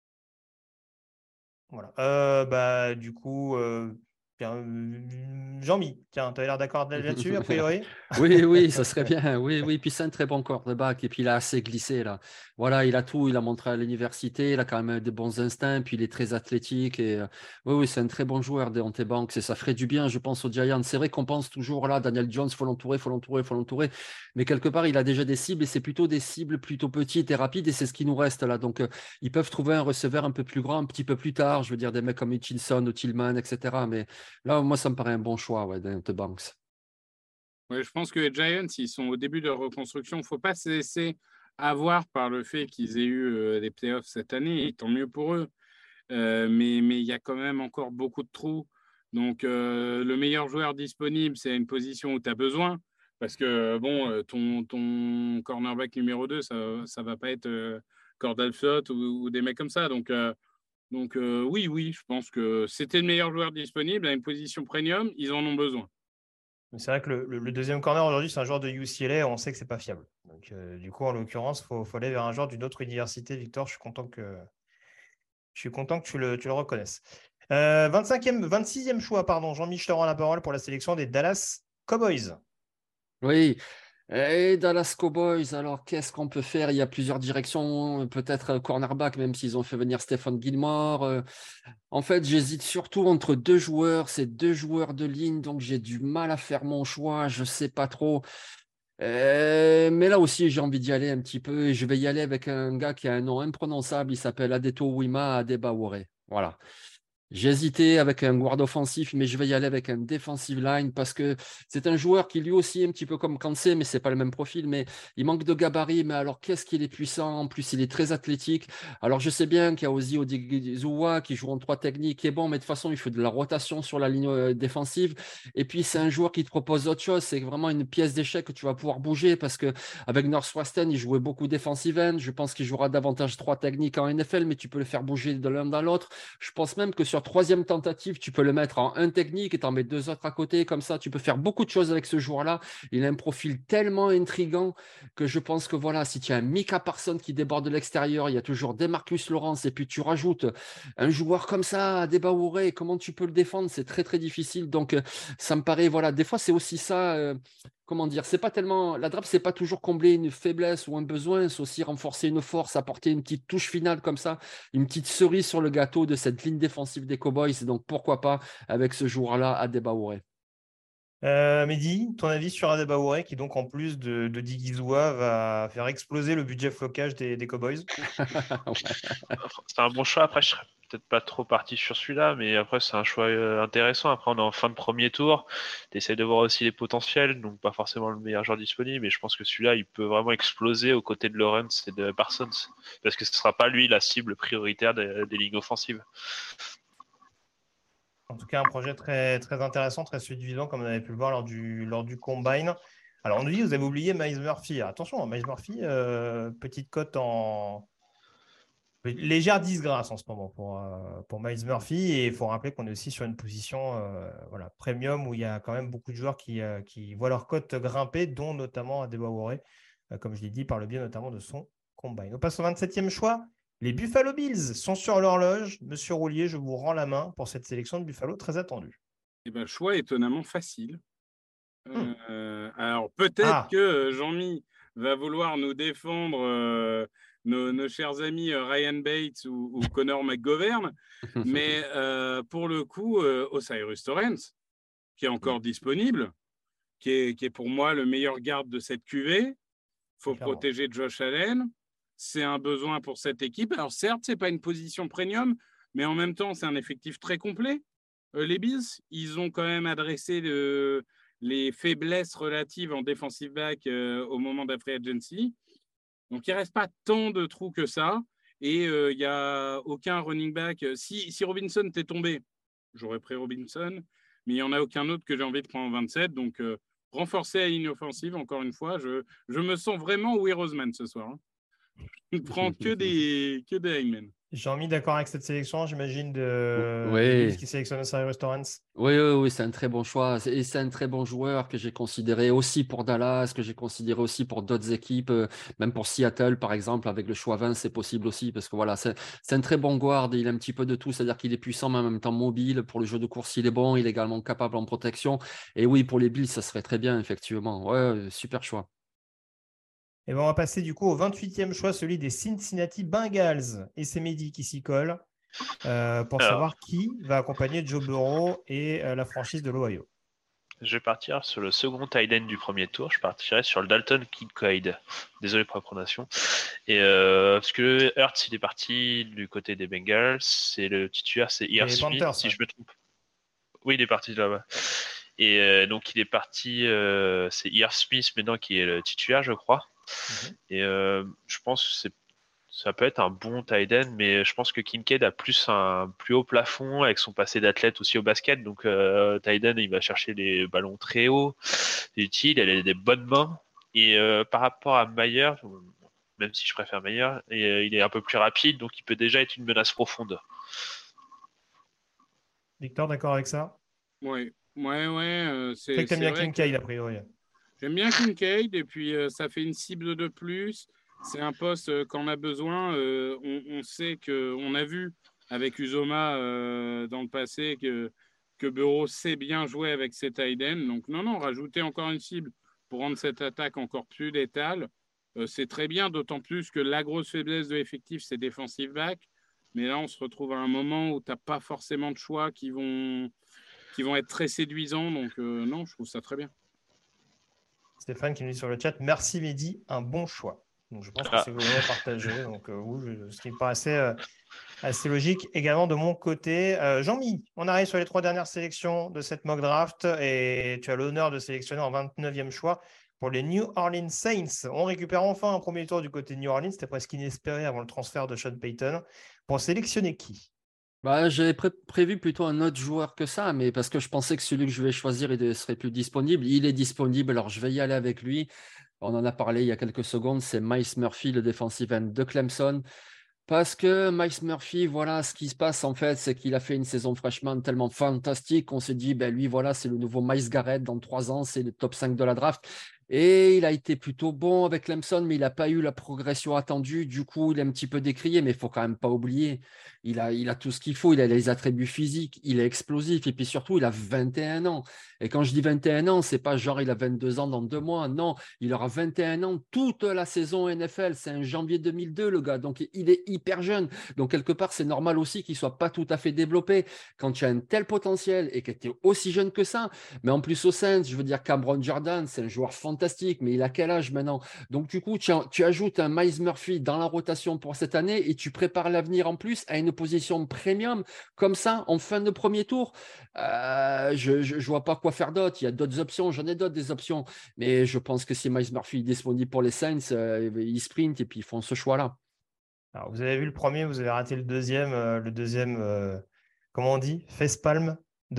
Voilà. Euh, bah, du coup, euh, bien, euh, Jean-Mi, tiens, tu as l'air d'accord là-dessus, a priori? Oui, oui, ça serait bien. Oui, oui. Puis c'est un très bon quarterback. Et puis il a assez glissé là. Voilà, il a tout. Il a montré à l'université. Il a quand même des bons instincts. Puis il est très athlétique. Et euh, oui, oui, c'est un très bon joueur, Deontay Banks. Et ça ferait du bien, je pense, aux Giants. C'est vrai qu'on pense toujours là, Daniel Jones, faut l'entourer, faut l'entourer, faut l'entourer. Mais quelque part, il a déjà des cibles et c'est plutôt des cibles plutôt petites et rapides. Et c'est ce qui nous reste là. Donc, euh, ils peuvent trouver un receveur un peu plus grand, un petit peu plus tard. Je veux dire, des mecs comme Hutchinson ou Tillman, et cetera. Mais là, moi, ça me paraît un bon choix, ouais, Deontay Banks. Ouais, je pense que les Giants, ils sont au début de leur reconstruction. Il ne faut pas se laisser avoir par le fait qu'ils aient eu euh, les playoffs cette année, et tant mieux pour eux. euh, mais mais il y a quand même encore beaucoup de trous. Donc, euh, le meilleur joueur disponible, c'est une position où tu as besoin. Parce que, bon, ton, ton cornerback numéro deux, ça ne va pas être euh, Cordell Flott ou, ou des mecs comme ça. Donc, euh, donc euh, oui, oui, je pense que c'était le meilleur joueur disponible à une position premium. Ils en ont besoin. C'est vrai que le, le, le deuxième corner aujourd'hui, c'est un joueur de U C L A. On sait que c'est pas fiable. Donc, euh, du coup, en l'occurrence, il faut, faut aller vers un joueur d'une autre université. Victor, je suis content que, je suis content que tu le, tu le reconnaisses. Euh, vingt-cinquième, vingt-sixième choix, pardon. Jean-Michel rend la parole pour la sélection des Dallas Cowboys. Oui. Et Dallas Cowboys, alors qu'est-ce qu'on peut faire? Il y a plusieurs directions, peut-être cornerback, même s'ils ont fait venir Stephon Gilmore. En fait, j'hésite surtout entre deux joueurs, c'est deux joueurs de ligne, donc j'ai du mal à faire mon choix, je sais pas trop. Euh, mais là aussi, j'ai envie d'y aller un petit peu, et je vais y aller avec un gars qui a un nom imprononçable, il s'appelle Adeto Wima Adebawore. Voilà. J'ai hésité avec un guard offensif, mais je vais y aller avec un defensive line parce que c'est un joueur qui lui aussi, un petit peu comme Kansé, mais c'est pas le même profil, mais il manque de gabarit, mais alors qu'est-ce qu'il est puissant, en plus il est très athlétique. Alors je sais bien qu'il y a Ozzy Odigizua qui joue en trois techniques, qui est bon, mais de toute façon il faut de la rotation sur la ligne euh, défensive, et puis c'est un joueur qui te propose autre chose, c'est vraiment une pièce d'échec que tu vas pouvoir bouger parce que avec Northwestern, il jouait beaucoup defensive end, je pense qu'il jouera davantage trois techniques en N F L, mais tu peux le faire bouger de l'un dans l'autre. Je pense même que sur troisième tentative, tu peux le mettre en un technique et t'en mets deux autres à côté. Comme ça, tu peux faire beaucoup de choses avec ce joueur-là. Il a un profil tellement intriguant que je pense que voilà, si tu as un Micah Parsons qui déborde de l'extérieur, il y a toujours Demarcus Lawrence et puis tu rajoutes un joueur comme ça, Adebawore, comment tu peux le défendre? C'est très, très difficile. Donc, ça me paraît, voilà, des fois, c'est aussi ça. Euh, comment dire, c'est pas tellement la draft, c'est pas toujours combler une faiblesse ou un besoin, c'est aussi renforcer une force, apporter une petite touche finale comme ça, une petite cerise sur le gâteau de cette ligne défensive des Cowboys. Donc pourquoi pas avec ce joueur-là, Adebawore. Euh, Mehdi, ton avis sur Adebawore qui donc en plus de, de Digizua va faire exploser le budget flocage des, des Cowboys? C'est un bon choix. Après, je serais peut-être pas trop parti sur celui-là, mais après, c'est un choix euh, intéressant. Après, on est en fin de premier tour. Tu essaies de voir aussi les potentiels, donc pas forcément le meilleur joueur disponible, mais je pense que celui-là, il peut vraiment exploser aux côtés de Lawrence et de Parsons, parce que ce ne sera pas lui la cible prioritaire des, des lignes offensives. En tout cas, un projet très, très intéressant, très séduisant, comme on avait pu le voir lors du, lors du Combine. Alors, on nous dit, vous avez oublié Miles Murphy. Attention, Miles Murphy, euh, petite cote en légère disgrâce en ce moment pour, euh, pour Miles Murphy. Et il faut rappeler qu'on est aussi sur une position euh, voilà, premium où il y a quand même beaucoup de joueurs qui, euh, qui voient leur cote grimper, dont notamment Adebawore, euh, comme je l'ai dit, par le biais notamment de son Combine. On passe au vingt-septième choix. Les Buffalo Bills sont sur l'horloge. Monsieur Roulier, je vous rends la main pour cette sélection de Buffalo très attendue. Eh ben, choix étonnamment facile. Hmm. Euh, alors peut-être ah. que Jean-Mi va vouloir nous défendre euh, nos, nos chers amis euh, Ryan Bates ou, ou Connor McGovern, mais euh, pour le coup, euh, O'Cyrus Torrence, qui est encore disponible, qui est, qui est pour moi le meilleur garde de cette Q V. Il faut Clairement. protéger Josh Allen. C'est un besoin pour cette équipe. Alors certes, ce n'est pas une position premium, mais en même temps, c'est un effectif très complet. Euh, les Bills, ils ont quand même adressé le, les faiblesses relatives en defensive back euh, au moment de la free agency. Donc, il ne reste pas tant de trous que ça. Et il euh, n'y a aucun running back. Si, si Robinson t'est tombé, j'aurais pris Robinson, mais il n'y en a aucun autre que j'ai envie de prendre en vingt-sept. Donc, euh, renforcer la ligne offensive, encore une fois, je, je me sens vraiment Will Roseman ce soir. Hein. Je ne prends que des, que des Hangmen. Jean-Mi, d'accord avec cette sélection, j'imagine, de oui. Bills qui sélectionne Cyrus Torrence. Oui, oui, oui, c'est un très bon choix. Et c'est un très bon joueur que j'ai considéré aussi pour Dallas, que j'ai considéré aussi pour d'autres équipes, même pour Seattle, par exemple, avec le choix vingt, c'est possible aussi, parce que voilà, c'est, c'est un très bon guard. Il a un petit peu de tout, c'est-à-dire qu'il est puissant, mais en même temps mobile. Pour le jeu de course, il est bon, il est également capable en protection. Et oui, pour les Bills, ça serait très bien, effectivement. Ouais, super choix. Et ben on va passer du coup au vingt-huitième choix, celui des Cincinnati Bengals. Et c'est Mehdi qui s'y colle euh, pour Alors, savoir qui va accompagner Joe Burrow et euh, la franchise de l'Ohio. Je vais partir sur le second tight end du premier tour. Je partirai sur le Dalton Kincaid. Désolé pour la prononciation. Et euh, parce que Hurts, il est parti du côté des Bengals. C'est le titulaire, c'est Irv Smith, Panthers, si ouais. je me trompe. Oui, il est parti de là-bas. Et euh, donc, il est parti, euh, c'est Irv Smith maintenant qui est le titulaire, je crois. Mmh. Et euh, je pense que c'est, ça peut être un bon tight end, mais je pense que Kincaid a plus un plus haut plafond avec son passé d'athlète aussi au basket. Donc, euh, tight end, il va chercher des ballons très hauts, c'est utile, elle a des bonnes mains. Et euh, par rapport à Mayer, même si je préfère Mayer, et, euh, il est un peu plus rapide, donc il peut déjà être une menace profonde. Victor, d'accord avec ça? Ouais, ouais, ouais. Euh, C'est c'est que t'aimes c'est bien vrai Kincaid, que a priori. j'aime bien Kincaid et puis euh, ça fait une cible de plus. C'est un poste euh, quand on a besoin. Euh, on, on sait que on a vu avec Uzoma euh, dans le passé que que Burrow sait bien jouer avec ses tight ends. Donc non, non, rajouter encore une cible pour rendre cette attaque encore plus létale, euh, c'est très bien. D'autant plus que la grosse faiblesse de l'effectif, c'est defensive back. Mais là, on se retrouve à un moment où tu n'as pas forcément de choix qui vont qui vont être très séduisants. Donc euh, non, je trouve ça très bien. Stéphane qui nous dit sur le chat, merci Mehdi, un bon choix. Donc je pense que Ah. c'est globalement partagé, donc euh, oui, je- ce qui me paraissait euh, assez logique également de mon côté. Euh, Jean-Mi, on arrive sur les trois dernières sélections de cette mock draft et tu as l'honneur de sélectionner en vingt-neuvième choix pour les New Orleans Saints. On récupère enfin un premier tour du côté de New Orleans, c'était presque inespéré avant le transfert de Sean Payton. Pour sélectionner qui? Bah, j'avais pré- prévu plutôt un autre joueur que ça, mais parce que je pensais que celui que je vais choisir il serait plus disponible. Il est disponible, alors je vais y aller avec lui. On en a parlé il y a quelques secondes, c'est Myles Murphy, le defensive end de Clemson. Parce que Myles Murphy, voilà, ce qui se passe en fait, c'est qu'il a fait une saison freshman tellement fantastique qu'on s'est dit, ben lui, voilà, c'est le nouveau Myles Garrett dans trois ans, c'est le top cinq de la draft. Et il a été plutôt bon avec Clemson, mais il n'a pas eu la progression attendue. Du coup, il est un petit peu décrié, mais il ne faut quand même pas oublier. Il a, il a tout ce qu'il faut, il a les attributs physiques, il est explosif, et puis surtout, il a vingt et un ans. Et quand je dis vingt et un ans, c'est pas genre il a vingt-deux ans dans deux mois. Non, il aura vingt et un ans toute la saison N F L. C'est un janvier deux mille deux, le gars. Donc, il est hyper jeune. Donc, quelque part, c'est normal aussi qu'il soit pas tout à fait développé. Quand tu as un tel potentiel et que tu es aussi jeune que ça, mais en plus au Saints, je veux dire, Cameron Jordan, c'est un joueur fantastique, mais il a quel âge maintenant? Donc, du coup, tu, tu ajoutes un Myles Murphy dans la rotation pour cette année et tu prépares l'avenir en plus à une position premium comme ça en fin de premier tour. Euh, je ne vois pas quoi faire d'autre. Il y a d'autres options, j'en ai d'autres des options. Mais je pense que si Myles Murphy est disponible pour les Saints, euh, ils sprintent et puis ils font ce choix-là. Alors, vous avez vu le premier, vous avez raté le deuxième. euh, le deuxième, euh, comment on dit? Facepalm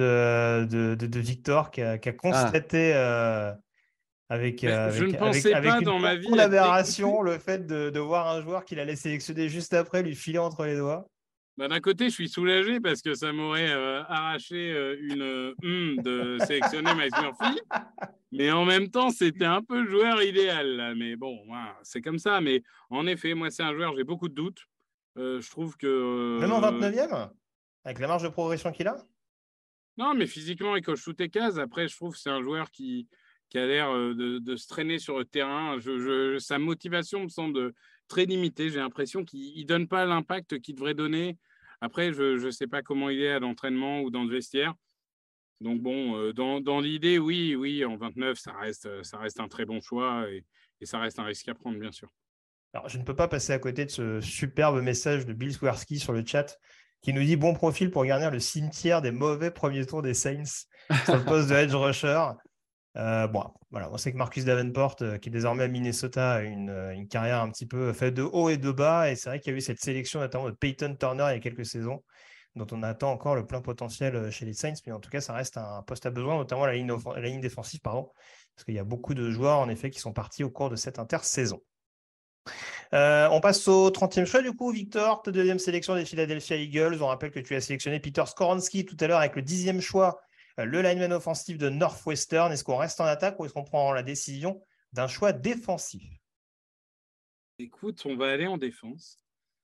de, de, de, de Victor qui a, qui a Ah, constaté euh, avec, Mais euh, je avec, ne avec, pensais avec pas une dans ma vie profonde être aberration dégoûté. le fait de, de voir un joueur qu'il allait sélectionner juste après lui filer entre les doigts. Bah, d'un côté, je suis soulagé parce que ça m'aurait euh, arraché euh, une euh, hum de sélectionner Myles Murphy. Mais en même temps, c'était un peu le joueur idéal. Là. Mais bon, voilà, c'est comme ça. Mais en effet, moi, c'est un joueur, j'ai beaucoup de doutes. Euh, je trouve que. Même en euh, vingt-neuvième, avec la marge de progression qu'il a. Non, mais physiquement, il coche toutes les cases. Après, je trouve que c'est un joueur qui, qui a l'air euh, de, de se traîner sur le terrain. Je, je, sa motivation me semble très limitée. J'ai l'impression qu'il ne donne pas l'impact qu'il devrait donner. Après, je ne sais pas comment il est à l'entraînement ou dans le vestiaire. Donc bon, euh, dans, dans l'idée, oui, oui, en vingt-neuf, ça reste, ça reste un très bon choix et, et ça reste un risque à prendre, bien sûr. Alors, je ne peux pas passer à côté de ce superbe message de Bill Swersky sur le chat qui nous dit bon profil pour garnir le cimetière des mauvais premiers tours des Saints sur le poste de edge rusher. Euh, bon, voilà, on sait que Marcus Davenport, euh, qui est désormais à Minnesota, a une, euh, une carrière un petit peu faite de haut et de bas. Et c'est vrai qu'il y a eu cette sélection notamment de Peyton Turner il y a quelques saisons, dont on attend encore le plein potentiel euh, chez les Saints. Mais en tout cas, ça reste un poste à besoin, notamment la ligne, off- la ligne défensive, pardon, parce qu'il y a beaucoup de joueurs en effet qui sont partis au cours de cette intersaison. Euh, on passe au trentième choix du coup, Victor, ta deuxième sélection des Philadelphia Eagles. On rappelle que tu as sélectionné Peter Skoronski tout à l'heure avec le dixième choix, euh, le lineman offensif de Northwestern. Est-ce qu'on reste en attaque ou est-ce qu'on prend la décision d'un choix défensif? Écoute, on va aller en défense.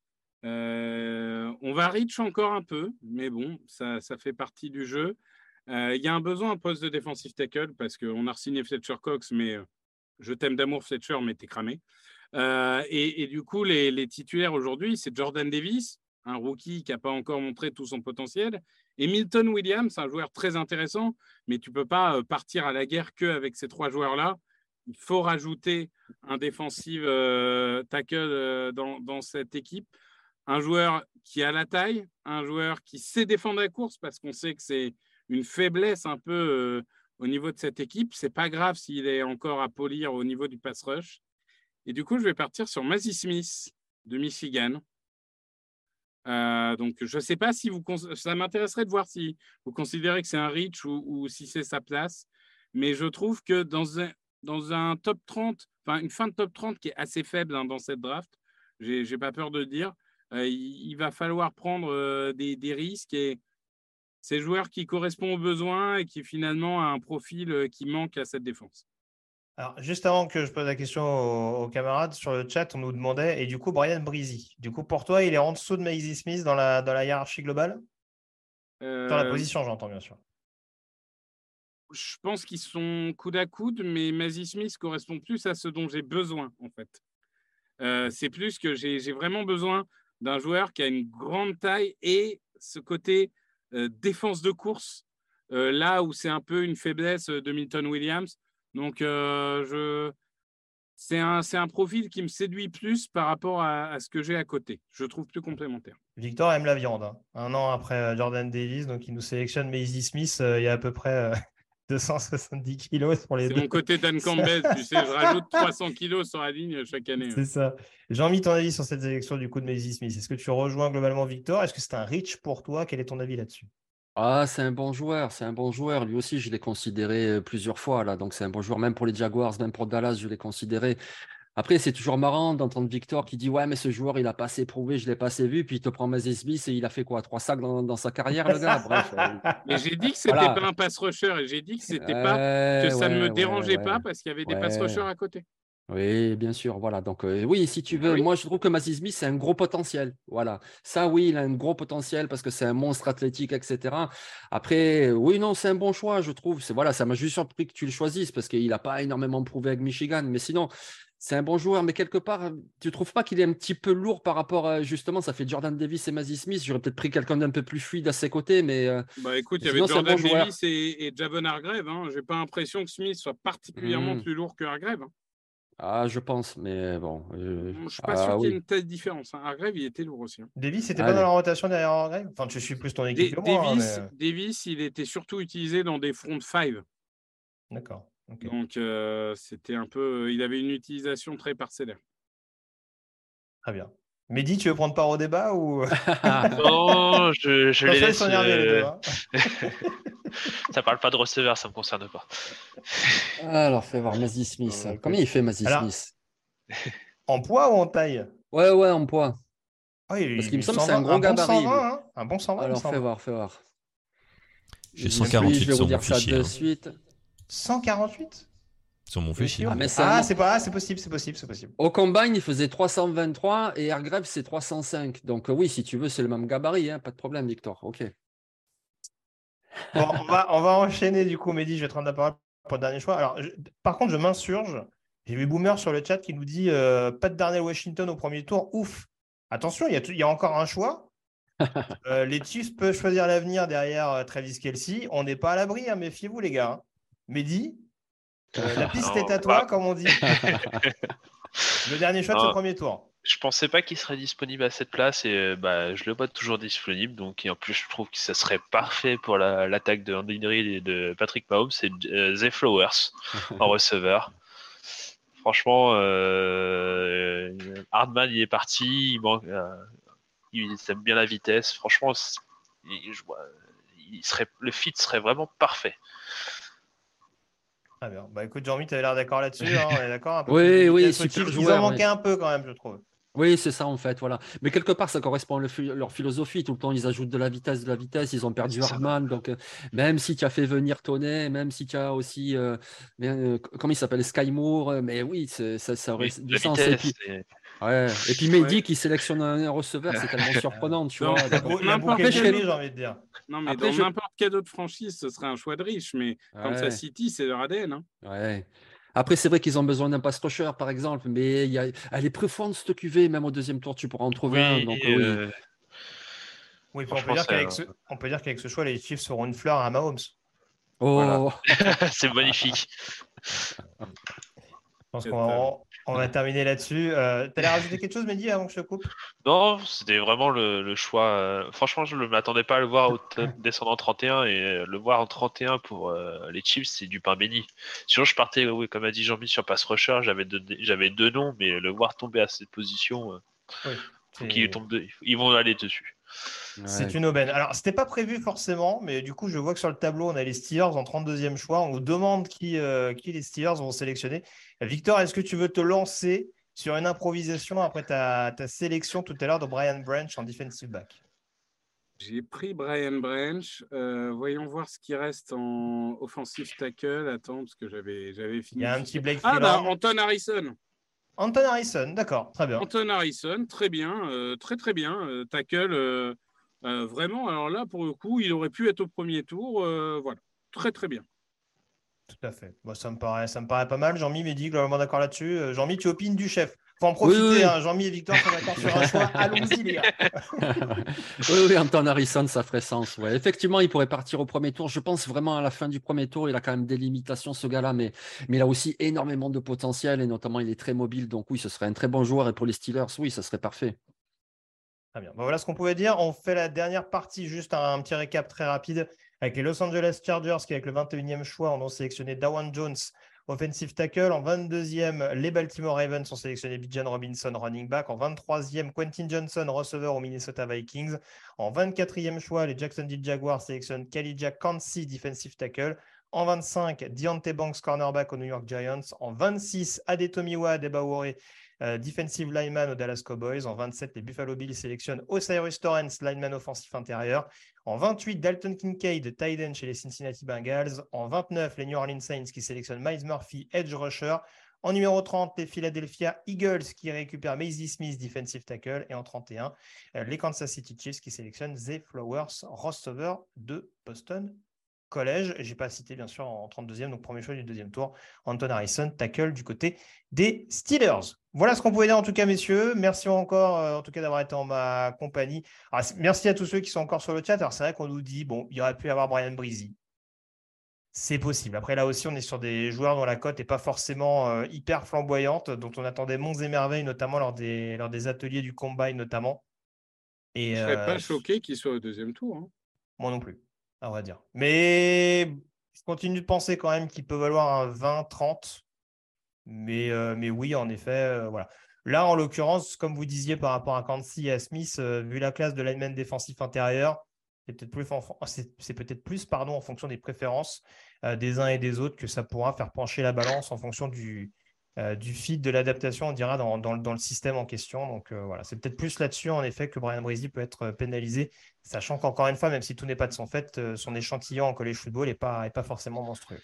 Euh, on va reach encore un peu, mais bon, ça, ça fait partie du jeu. Il euh, y a un besoin à poste de defensive tackle parce qu'on a signé Fletcher Cox, mais euh, je t'aime d'amour Fletcher, mais t'es cramé. Euh, et, et du coup, les, les titulaires aujourd'hui, c'est Jordan Davis, un rookie qui n'a pas encore montré tout son potentiel, et Milton Williams, un joueur très intéressant, mais tu ne peux pas partir à la guerre qu'avec ces trois joueurs-là. Il faut rajouter un defensive euh, tackle euh, dans, dans cette équipe. Un joueur qui a la taille, un joueur qui sait défendre la course, parce qu'on sait que c'est une faiblesse un peu euh, au niveau de cette équipe. Ce n'est pas grave s'il est encore à polir au niveau du pass rush. Et du coup, je vais partir sur Mazi Smith, de Michigan. Euh, donc, je ne sais pas si vous... Cons- ça m'intéresserait de voir si vous considérez que c'est un reach ou, ou si c'est sa place. Mais je trouve que dans un, dans un top trente, enfin une fin de top trente qui est assez faible hein, dans cette draft, j'ai, j'ai pas peur de dire, euh, il, il va falloir prendre euh, des, des risques et ces joueurs qui correspondent aux besoins et qui finalement a un profil euh, qui manque à cette défense. Alors, juste avant que je pose la question aux, aux camarades, sur le chat, on nous demandait, et du coup, Brian Breezy, du coup, pour toi, il est en dessous de Maisie Smith dans la, dans la hiérarchie globale Euh, Dans la position, j'entends bien sûr. Je pense qu'ils sont coude à coude, mais Maisie Smith correspond plus à ce dont j'ai besoin, en fait. Euh, c'est plus que j'ai, j'ai vraiment besoin d'un joueur qui a une grande taille et ce côté euh, défense de course, euh, là où c'est un peu une faiblesse de Milton Williams. Donc, euh, je... c'est, un, c'est un profil qui me séduit plus par rapport à, à ce que j'ai à côté. Je trouve plus complémentaire. Victor aime la viande. Hein. Un an après euh, Jordan Davis, donc il nous sélectionne Maisie Smith, euh, il y a à peu près euh, deux cent soixante-dix kilos pour les C'est deux. mon côté Dan Campbell, tu sais, je rajoute trois cents kilos sur la ligne chaque année. C'est Ouais. ça. Jean-Mi, ton avis sur cette sélection du coup de Maisie Smith? Est-ce que tu rejoins globalement Victor? Est-ce que c'est un reach pour toi? Quel est ton avis là-dessus? Ah, c'est un bon joueur, c'est un bon joueur. Lui aussi, je l'ai considéré euh, plusieurs fois là. Donc, c'est un bon joueur, même pour les Jaguars, même pour Dallas, je l'ai considéré. Après, c'est toujours marrant d'entendre Victor qui dit ouais, mais ce joueur, il a pas assez prouvé, je l'ai pas assez vu. Puis il te prend Maisie Smith et il a fait quoi? Trois sacs dans, dans sa carrière, le gars. Bref. euh, Mais j'ai dit que c'était voilà. pas un pass rusher et j'ai dit que c'était pas Euh, que ça ne ouais, me ouais, dérangeait ouais, pas parce qu'il y avait des pass ouais. rushers à côté. Oui, bien sûr. Voilà. Donc, euh, oui, si tu Ah veux, oui. moi, je trouve que Maisie Smith, c'est un gros potentiel. Voilà. Ça, oui, il a un gros potentiel parce que c'est un monstre athlétique, et cetera. Après, euh, oui, non, c'est un bon choix, je trouve. C'est, voilà, ça m'a juste surpris que tu le choisisses parce qu'il n'a pas énormément prouvé avec Michigan. Mais sinon, c'est un bon joueur. Mais quelque part, tu ne trouves pas qu'il est un petit peu lourd par rapport à, justement, ça fait Jordan Davis et Maisie Smith. J'aurais peut-être pris quelqu'un d'un peu plus fluide à ses côtés, mais euh, Bah écoute, il y sinon, avait c'est un bon Jordan joueur. Davis et, et Javon Hargrave. Hein. J'ai pas l'impression que Smith soit particulièrement Hmm. plus lourd que Hargrave. Hein. Ah, je pense, mais bon. euh, Je suis pas ah, sûr qu'il y ait oui. une telle différence. Hein. Hargrave, il était lourd aussi. Hein. Davis, c'était pas dans Allez. la rotation derrière Hargrave? Enfin, tu suis plus ton équipe Da- que moi. hein, Davis, mais... Davis, il était surtout utilisé dans des front five. D'accord. ok. Donc euh, c'était un peu, il avait une utilisation très parcellaire. Très bien. Mehdi, tu veux prendre part au débat ou Non, je, je Attention, les ils laisse. sont énervés, les euh, deux, hein. Ça parle pas de receveur, ça me concerne pas. Alors, fais voir Maisie Smith. Euh, écoute. Combien il fait, Maisie Alors- Smith? En poids ou en taille? Ouais, ouais, en poids. Ah, il, Parce il qu'il me est semble que c'est cent vingt, un gros bon gabarit, cent vingt, lui. hein. Un bon cent vingt, il me Alors, fais semble. voir, fais voir. J'ai Je cent quarante-huit suis, je vais sur vous mon dire ça fichier. de hein. suite. cent quarante-huit? Sur mon fichier. Ah, mais c'est Ah, un- c'est pas, ah, c'est possible, c'est possible, c'est possible. Au combine, il faisait trois cent vingt-trois et Hargrave, c'est trois cent cinq. Donc, euh, oui, si tu veux, c'est le même gabarit. Hein, pas de problème, Victor. OK. Bon, on va, on va enchaîner du coup, Mehdi, je vais te rendre la parole pour le dernier choix. Alors, je- par contre, je m'insurge. J'ai vu Boomer sur le chat qui nous dit euh, pas de Darnell Washington au premier tour. Ouf. Attention, il y a, tout- il y a encore un choix. Euh, les Chiefs peuvent choisir l'avenir derrière euh, Travis Kelce. On n'est pas à l'abri, hein, méfiez-vous, les gars. hein. Mehdi, euh, la piste Non, est à toi, pas. comme on dit. Le dernier choix de ce Non. premier tour. Je pensais pas qu'il serait disponible à cette place et euh, bah, je le vois toujours disponible. Donc, et en plus, je trouve que ça serait parfait pour la- l'attaque de Andy Reid et de Patrick Mahomes. C'est euh, Zay Flowers en receveur. Franchement, euh, Hardman il est parti. Il, manque, euh, il aime bien la vitesse. Franchement, c'est- il, je vois- il serait, le fit serait vraiment parfait. Très bien. Bah écoute, Jean-Mi, tu avais l'air d'accord là-dessus. hein, on est d'accord un peu Oui, plus de oui, vitesse aux super Chiefs. Ils en joueur, manquaient oui. un peu quand même, je trouve. Oui, c'est ça en fait, voilà. Mais quelque part, ça correspond à le fi- leur philosophie. Tout le temps, ils ajoutent de la vitesse, de la vitesse. Ils ont perdu C'est ça. Hardman. Donc, euh, même si tu as fait venir Toney, même si tu as aussi, euh, bien, euh, comment il s'appelle, Sky Moore, euh, mais oui, c'est- ça, ça aurait Oui, du la sens. Et vitesse, puis, c'est- ouais. Et puis Mehdi Ouais. qui sélectionne un, un receveur, c'est tellement surprenant, tu Non, vois. La, donc, bou- la N'importe bouquet de quel- lui, j'ai envie de dire. Non, mais Après, dans je- n'importe quelle autre franchise, ce serait un choix de riche. Mais Kansas Ouais. City, c'est leur A D N. Hein. Ouais. Après, c'est vrai qu'ils ont besoin d'un pass rusher, par exemple, mais il y a... elle est profonde, cette Q V, même au deuxième tour, tu pourras en trouver un. Oui, Donc, euh, oui. euh, Oui, puis on peut, Franchement, dire c'est qu'avec un- ce, on peut dire qu'avec ce choix, les Chiefs seront une fleur à Mahomes. Oh, c'est magnifique. Je pense qu'on va, on va terminer là-dessus. Euh, tu allais rajouter quelque chose, Mehdi, avant que je te coupe? Non, c'était vraiment le, le choix. euh, Franchement, je ne m'attendais pas à le voir au top descendant trente et un et euh, le voir en trente et un pour euh, les Chiefs, c'est du pain béni. Sinon, je partais, oui, comme a dit Jean-Mi, sur pass rusher, j'avais deux, j'avais deux noms, mais le voir tomber à cette position, euh, Oui, Faut qu'ils tombent de... Ils vont aller dessus. Ouais. C'est une aubaine. Alors, c'était pas prévu forcément, mais du coup, je vois que sur le tableau, on a les Steelers en trente-deuxième choix. On nous demande qui, euh, qui les Steelers vont sélectionner. Victor, est-ce que tu veux te lancer sur une improvisation après ta, ta sélection tout à l'heure de Brian Branch en defensive back? J'ai pris Brian Branch. Euh, voyons voir ce qui reste en offensive tackle. Attends, parce que j'avais, j'avais fini. Il y a un petit Blake Ah, Freeland. bah, Anton Harrison. Anton Harrison, d'accord, très bien. Anton Harrison, très bien, euh, très très bien. Euh, tackle, euh, euh, vraiment. Alors là, pour le coup, il aurait pu être au premier tour. Euh, voilà, très très bien. Tout à fait. Bon, ça me paraît, ça me paraît pas mal. Jean-Mi m'a dit globalement d'accord là-dessus. Euh, Jean-Mi, tu opines du chef. Faut en profiter. Oui, oui. Hein. Jean-Mi et Victor sont d'accord sur un choix. Allons-y, les gars. oui, oui, Anton Harrison, ça ferait sens. Ouais. Effectivement, il pourrait partir au premier tour. Je pense vraiment à la fin du premier tour. Il a quand même des limitations, ce gars-là, mais, mais il a aussi énormément de potentiel et notamment, il est très mobile. Donc oui, ce serait un très bon joueur. Et pour les Steelers, oui, ça serait parfait. Très bien. Bon, voilà ce qu'on pouvait dire. On fait la dernière partie, juste un, un petit récap très rapide avec les Los Angeles Chargers qui, avec le vingt et unième choix, en ont sélectionné Dawan Jones, offensive tackle. En vingt-deuxième, les Baltimore Ravens ont sélectionné Bijan Robinson, running back. En vingt-troisième, Quentin Johnson, receveur aux Minnesota Vikings. En vingt-quatrième choix, les Jacksonville Jaguars sélectionnent Kalijah Kancey, defensive tackle. En vingt-cinq, Deontay Banks, cornerback aux New York Giants. En vingt-six, Adetomiwa Adebawore, euh, defensive lineman aux Dallas Cowboys. En vingt-sept, les Buffalo Bills sélectionnent Osiris Torrance, lineman offensif intérieur. En vingt-huit, Dalton Kincaid, tight end chez les Cincinnati Bengals. En vingt-neuf, les New Orleans Saints qui sélectionnent Miles Murphy, edge rusher. En numéro trente, les Philadelphia Eagles qui récupèrent Mazie Smith, defensive tackle. Et en trente et un, les Kansas City Chiefs qui sélectionnent Zay Flowers, receveur de Boston College. Je n'ai pas cité, bien sûr, en trente-deuxième, donc premier choix du deuxième tour, Anton Harrison, tackle du côté des Steelers. Voilà ce qu'on pouvait dire en tout cas, messieurs. Merci encore euh, en tout cas d'avoir été en ma compagnie. Alors, merci à tous ceux qui sont encore sur le chat. Alors c'est vrai qu'on nous dit, bon, il aurait pu y avoir Brian Breezy. C'est possible. Après, là aussi, on est sur des joueurs dont la cote n'est pas forcément euh, hyper flamboyante, dont on attendait monts et merveilles, notamment lors des, lors des ateliers du Combine, notamment. Et, je ne serais euh, pas choqué qu'il soit au deuxième tour. Hein. Moi non plus, à vrai dire. Mais je continue de penser quand même qu'il peut valoir un vingt trente. Mais, euh, mais oui, en effet, euh, voilà. Là, en l'occurrence, comme vous disiez par rapport à Kancey et à Smith, euh, vu la classe de lineman défensif intérieur, c'est peut-être plus, en, c'est, c'est peut-être plus pardon, en fonction des préférences euh, des uns et des autres que ça pourra faire pencher la balance en fonction du, euh, du fit, de l'adaptation, on dira, dans, dans, dans le système en question. Donc euh, voilà, c'est peut-être plus là-dessus, en effet, que Brian Breezy peut être pénalisé, sachant qu'encore une fois, même si tout n'est pas de son fait, euh, son échantillon en college football n'est pas, est pas forcément monstrueux.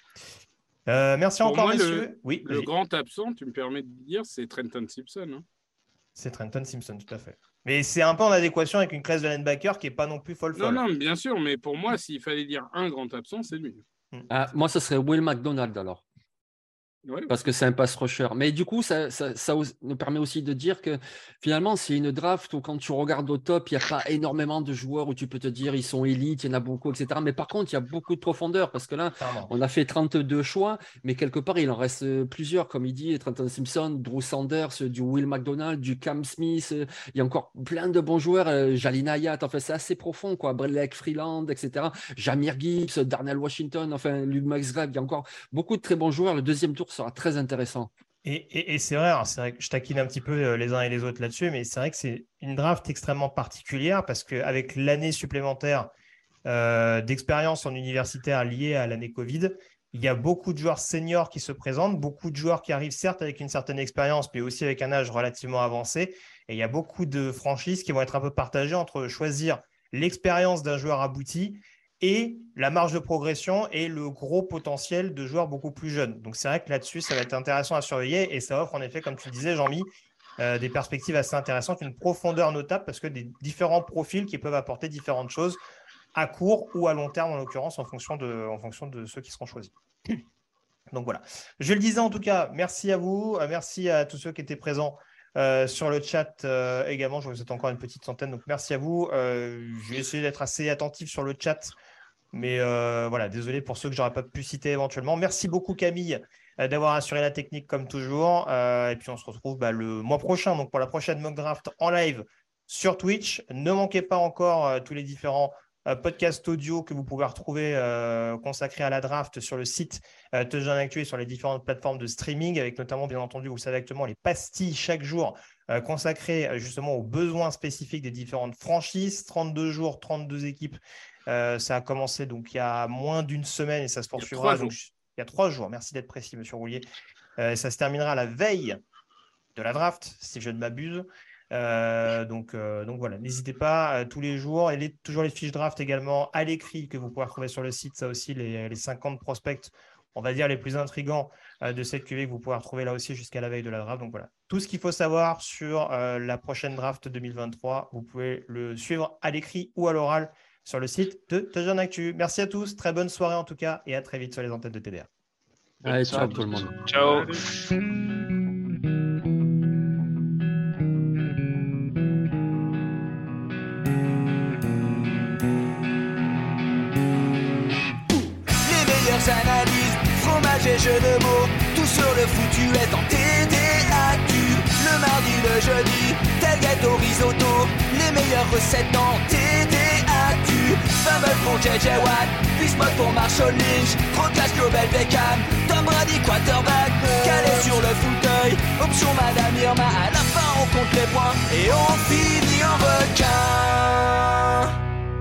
Euh, merci Pour encore, moi, messieurs. Le, oui, le grand absent, tu me permets de dire, c'est Trenton Simpson. Hein. C'est Trenton Simpson, tout à fait. Mais c'est un peu en adéquation avec une classe de linebacker qui n'est pas non plus folle folle. Non, non, bien sûr, mais pour moi, s'il fallait dire un grand absent, c'est lui. Ah, moi, ce serait Will McDonald alors. Ouais. Parce que c'est un pass rusher. Mais du coup, ça, ça, ça nous permet aussi de dire que finalement, c'est une draft où quand tu regardes au top, il n'y a pas énormément de joueurs où tu peux te dire ils sont élites, il y en a beaucoup, et cetera. Mais par contre, il y a beaucoup de profondeur parce que là, Pardon. on a fait trente-deux choix, mais quelque part, il en reste plusieurs, comme il dit, Trenton Simpson, Drew Sanders, du Will McDonald, du Cam Smith. Il y a encore plein de bons joueurs. Jalin Hayat, en fait, c'est assez profond, quoi. Blake Freeland, et cetera. Jamir Gibbs, Darnell Washington, enfin, Luke Musgrave. Il y a encore beaucoup de très bons joueurs. Le deuxième tour sera très intéressant. Et, et, et c'est vrai, hein, c'est vrai que je taquine un petit peu les uns et les autres là-dessus, mais c'est vrai que c'est une draft extrêmement particulière parce qu'avec l'année supplémentaire euh, d'expérience en universitaire liée à l'année Covid, il y a beaucoup de joueurs seniors qui se présentent, beaucoup de joueurs qui arrivent certes avec une certaine expérience, mais aussi avec un âge relativement avancé. Et il y a beaucoup de franchises qui vont être un peu partagées entre choisir l'expérience d'un joueur abouti et la marge de progression et le gros potentiel de joueurs beaucoup plus jeunes. Donc, c'est vrai que là-dessus, ça va être intéressant à surveiller et ça offre en effet, comme tu disais, Jean-Mi, euh, des perspectives assez intéressantes, une profondeur notable parce que des différents profils qui peuvent apporter différentes choses à court ou à long terme, en l'occurrence, en fonction de, en fonction de ceux qui seront choisis. Donc, voilà. Je le disais en tout cas, merci à vous, merci à tous ceux qui étaient présents Euh, sur le chat euh, également. Je vous êtes encore une petite centaine, donc merci à vous. Euh, je vais essayer d'être assez attentif sur le chat, mais euh, voilà, désolé pour ceux que j'aurais pas pu citer éventuellement. Merci beaucoup Camille euh, d'avoir assuré la technique comme toujours. Euh, et puis on se retrouve bah, le mois prochain, donc pour la prochaine mock draft en live sur Twitch. Ne manquez pas encore euh, tous les différents euh, podcasts audio que vous pouvez retrouver euh, consacrés à la draft sur le site euh, Touchdown Actu et sur les différentes plateformes de streaming, avec notamment, bien entendu, vous le savez actuellement, les pastilles chaque jour euh, consacré euh, justement aux besoins spécifiques des différentes franchises. trente-deux jours, trente-deux équipes. Euh, ça a commencé donc il y a moins d'une semaine et ça se poursuivra. Il y a, donc, il y a trois jours. Merci d'être précis, Monsieur Roulier. Euh, ça se terminera à la veille de la draft, si je ne m'abuse. Euh, donc, euh, donc voilà, n'hésitez pas euh, tous les jours. Et les, toujours les fiches draft également à l'écrit que vous pouvez retrouver sur le site. Ça aussi, les, les cinquante prospects, on va dire les plus intrigants euh, de cette Q V que vous pouvez retrouver là aussi jusqu'à la veille de la draft. Donc voilà, tout ce qu'il faut savoir sur euh, la prochaine draft deux mille vingt-trois, vous pouvez le suivre à l'écrit ou à l'oral sur le site de Touchdown Actu. Merci à tous, très bonne soirée en tout cas et à très vite sur les antennes de T D R. Allez, ciao tout le monde. Ciao. Analyse, fromage et jeux de mots, tout sur le foutu est en T D A Q. Le mardi, le jeudi, tel gâteau risotto, les meilleures recettes en T D A Q. Fumble pour J J Watt, Bismuth pour Marshall Lynch, Proclash Global Beckham, Tom Brady quarterback, calé sur le fauteuil, option Madame Irma, à la fin on compte les points et on finit en requin.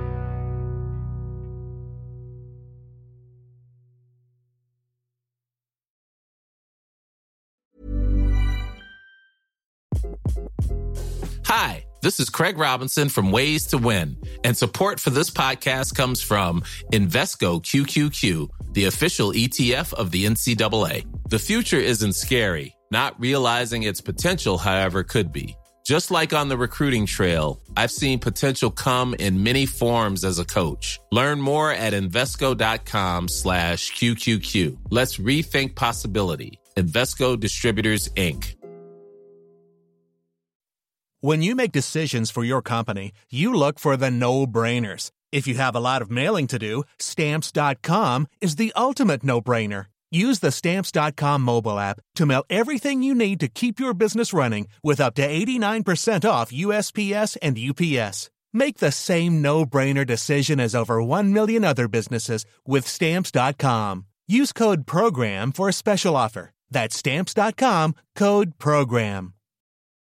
Hi, this is Craig Robinson from Ways to Win, and support for this podcast comes from Invesco Q Q Q, the official E T F of the N C double A. The future isn't scary. Not realizing its potential, however, could be. Just like on the recruiting trail, I've seen potential come in many forms as a coach. Learn more at Invesco.com slash QQQ. Let's rethink possibility. Invesco Distributors, Incorporated. When you make decisions for your company, you look for the no-brainers. If you have a lot of mailing to do, Stamps dot com is the ultimate no-brainer. Use the Stamps dot com mobile app to mail everything you need to keep your business running with up to eighty-nine percent off U S P S and U P S. Make the same no-brainer decision as over one million other businesses with Stamps dot com. Use code PROGRAM for a special offer. That's Stamps dot com, code PROGRAM.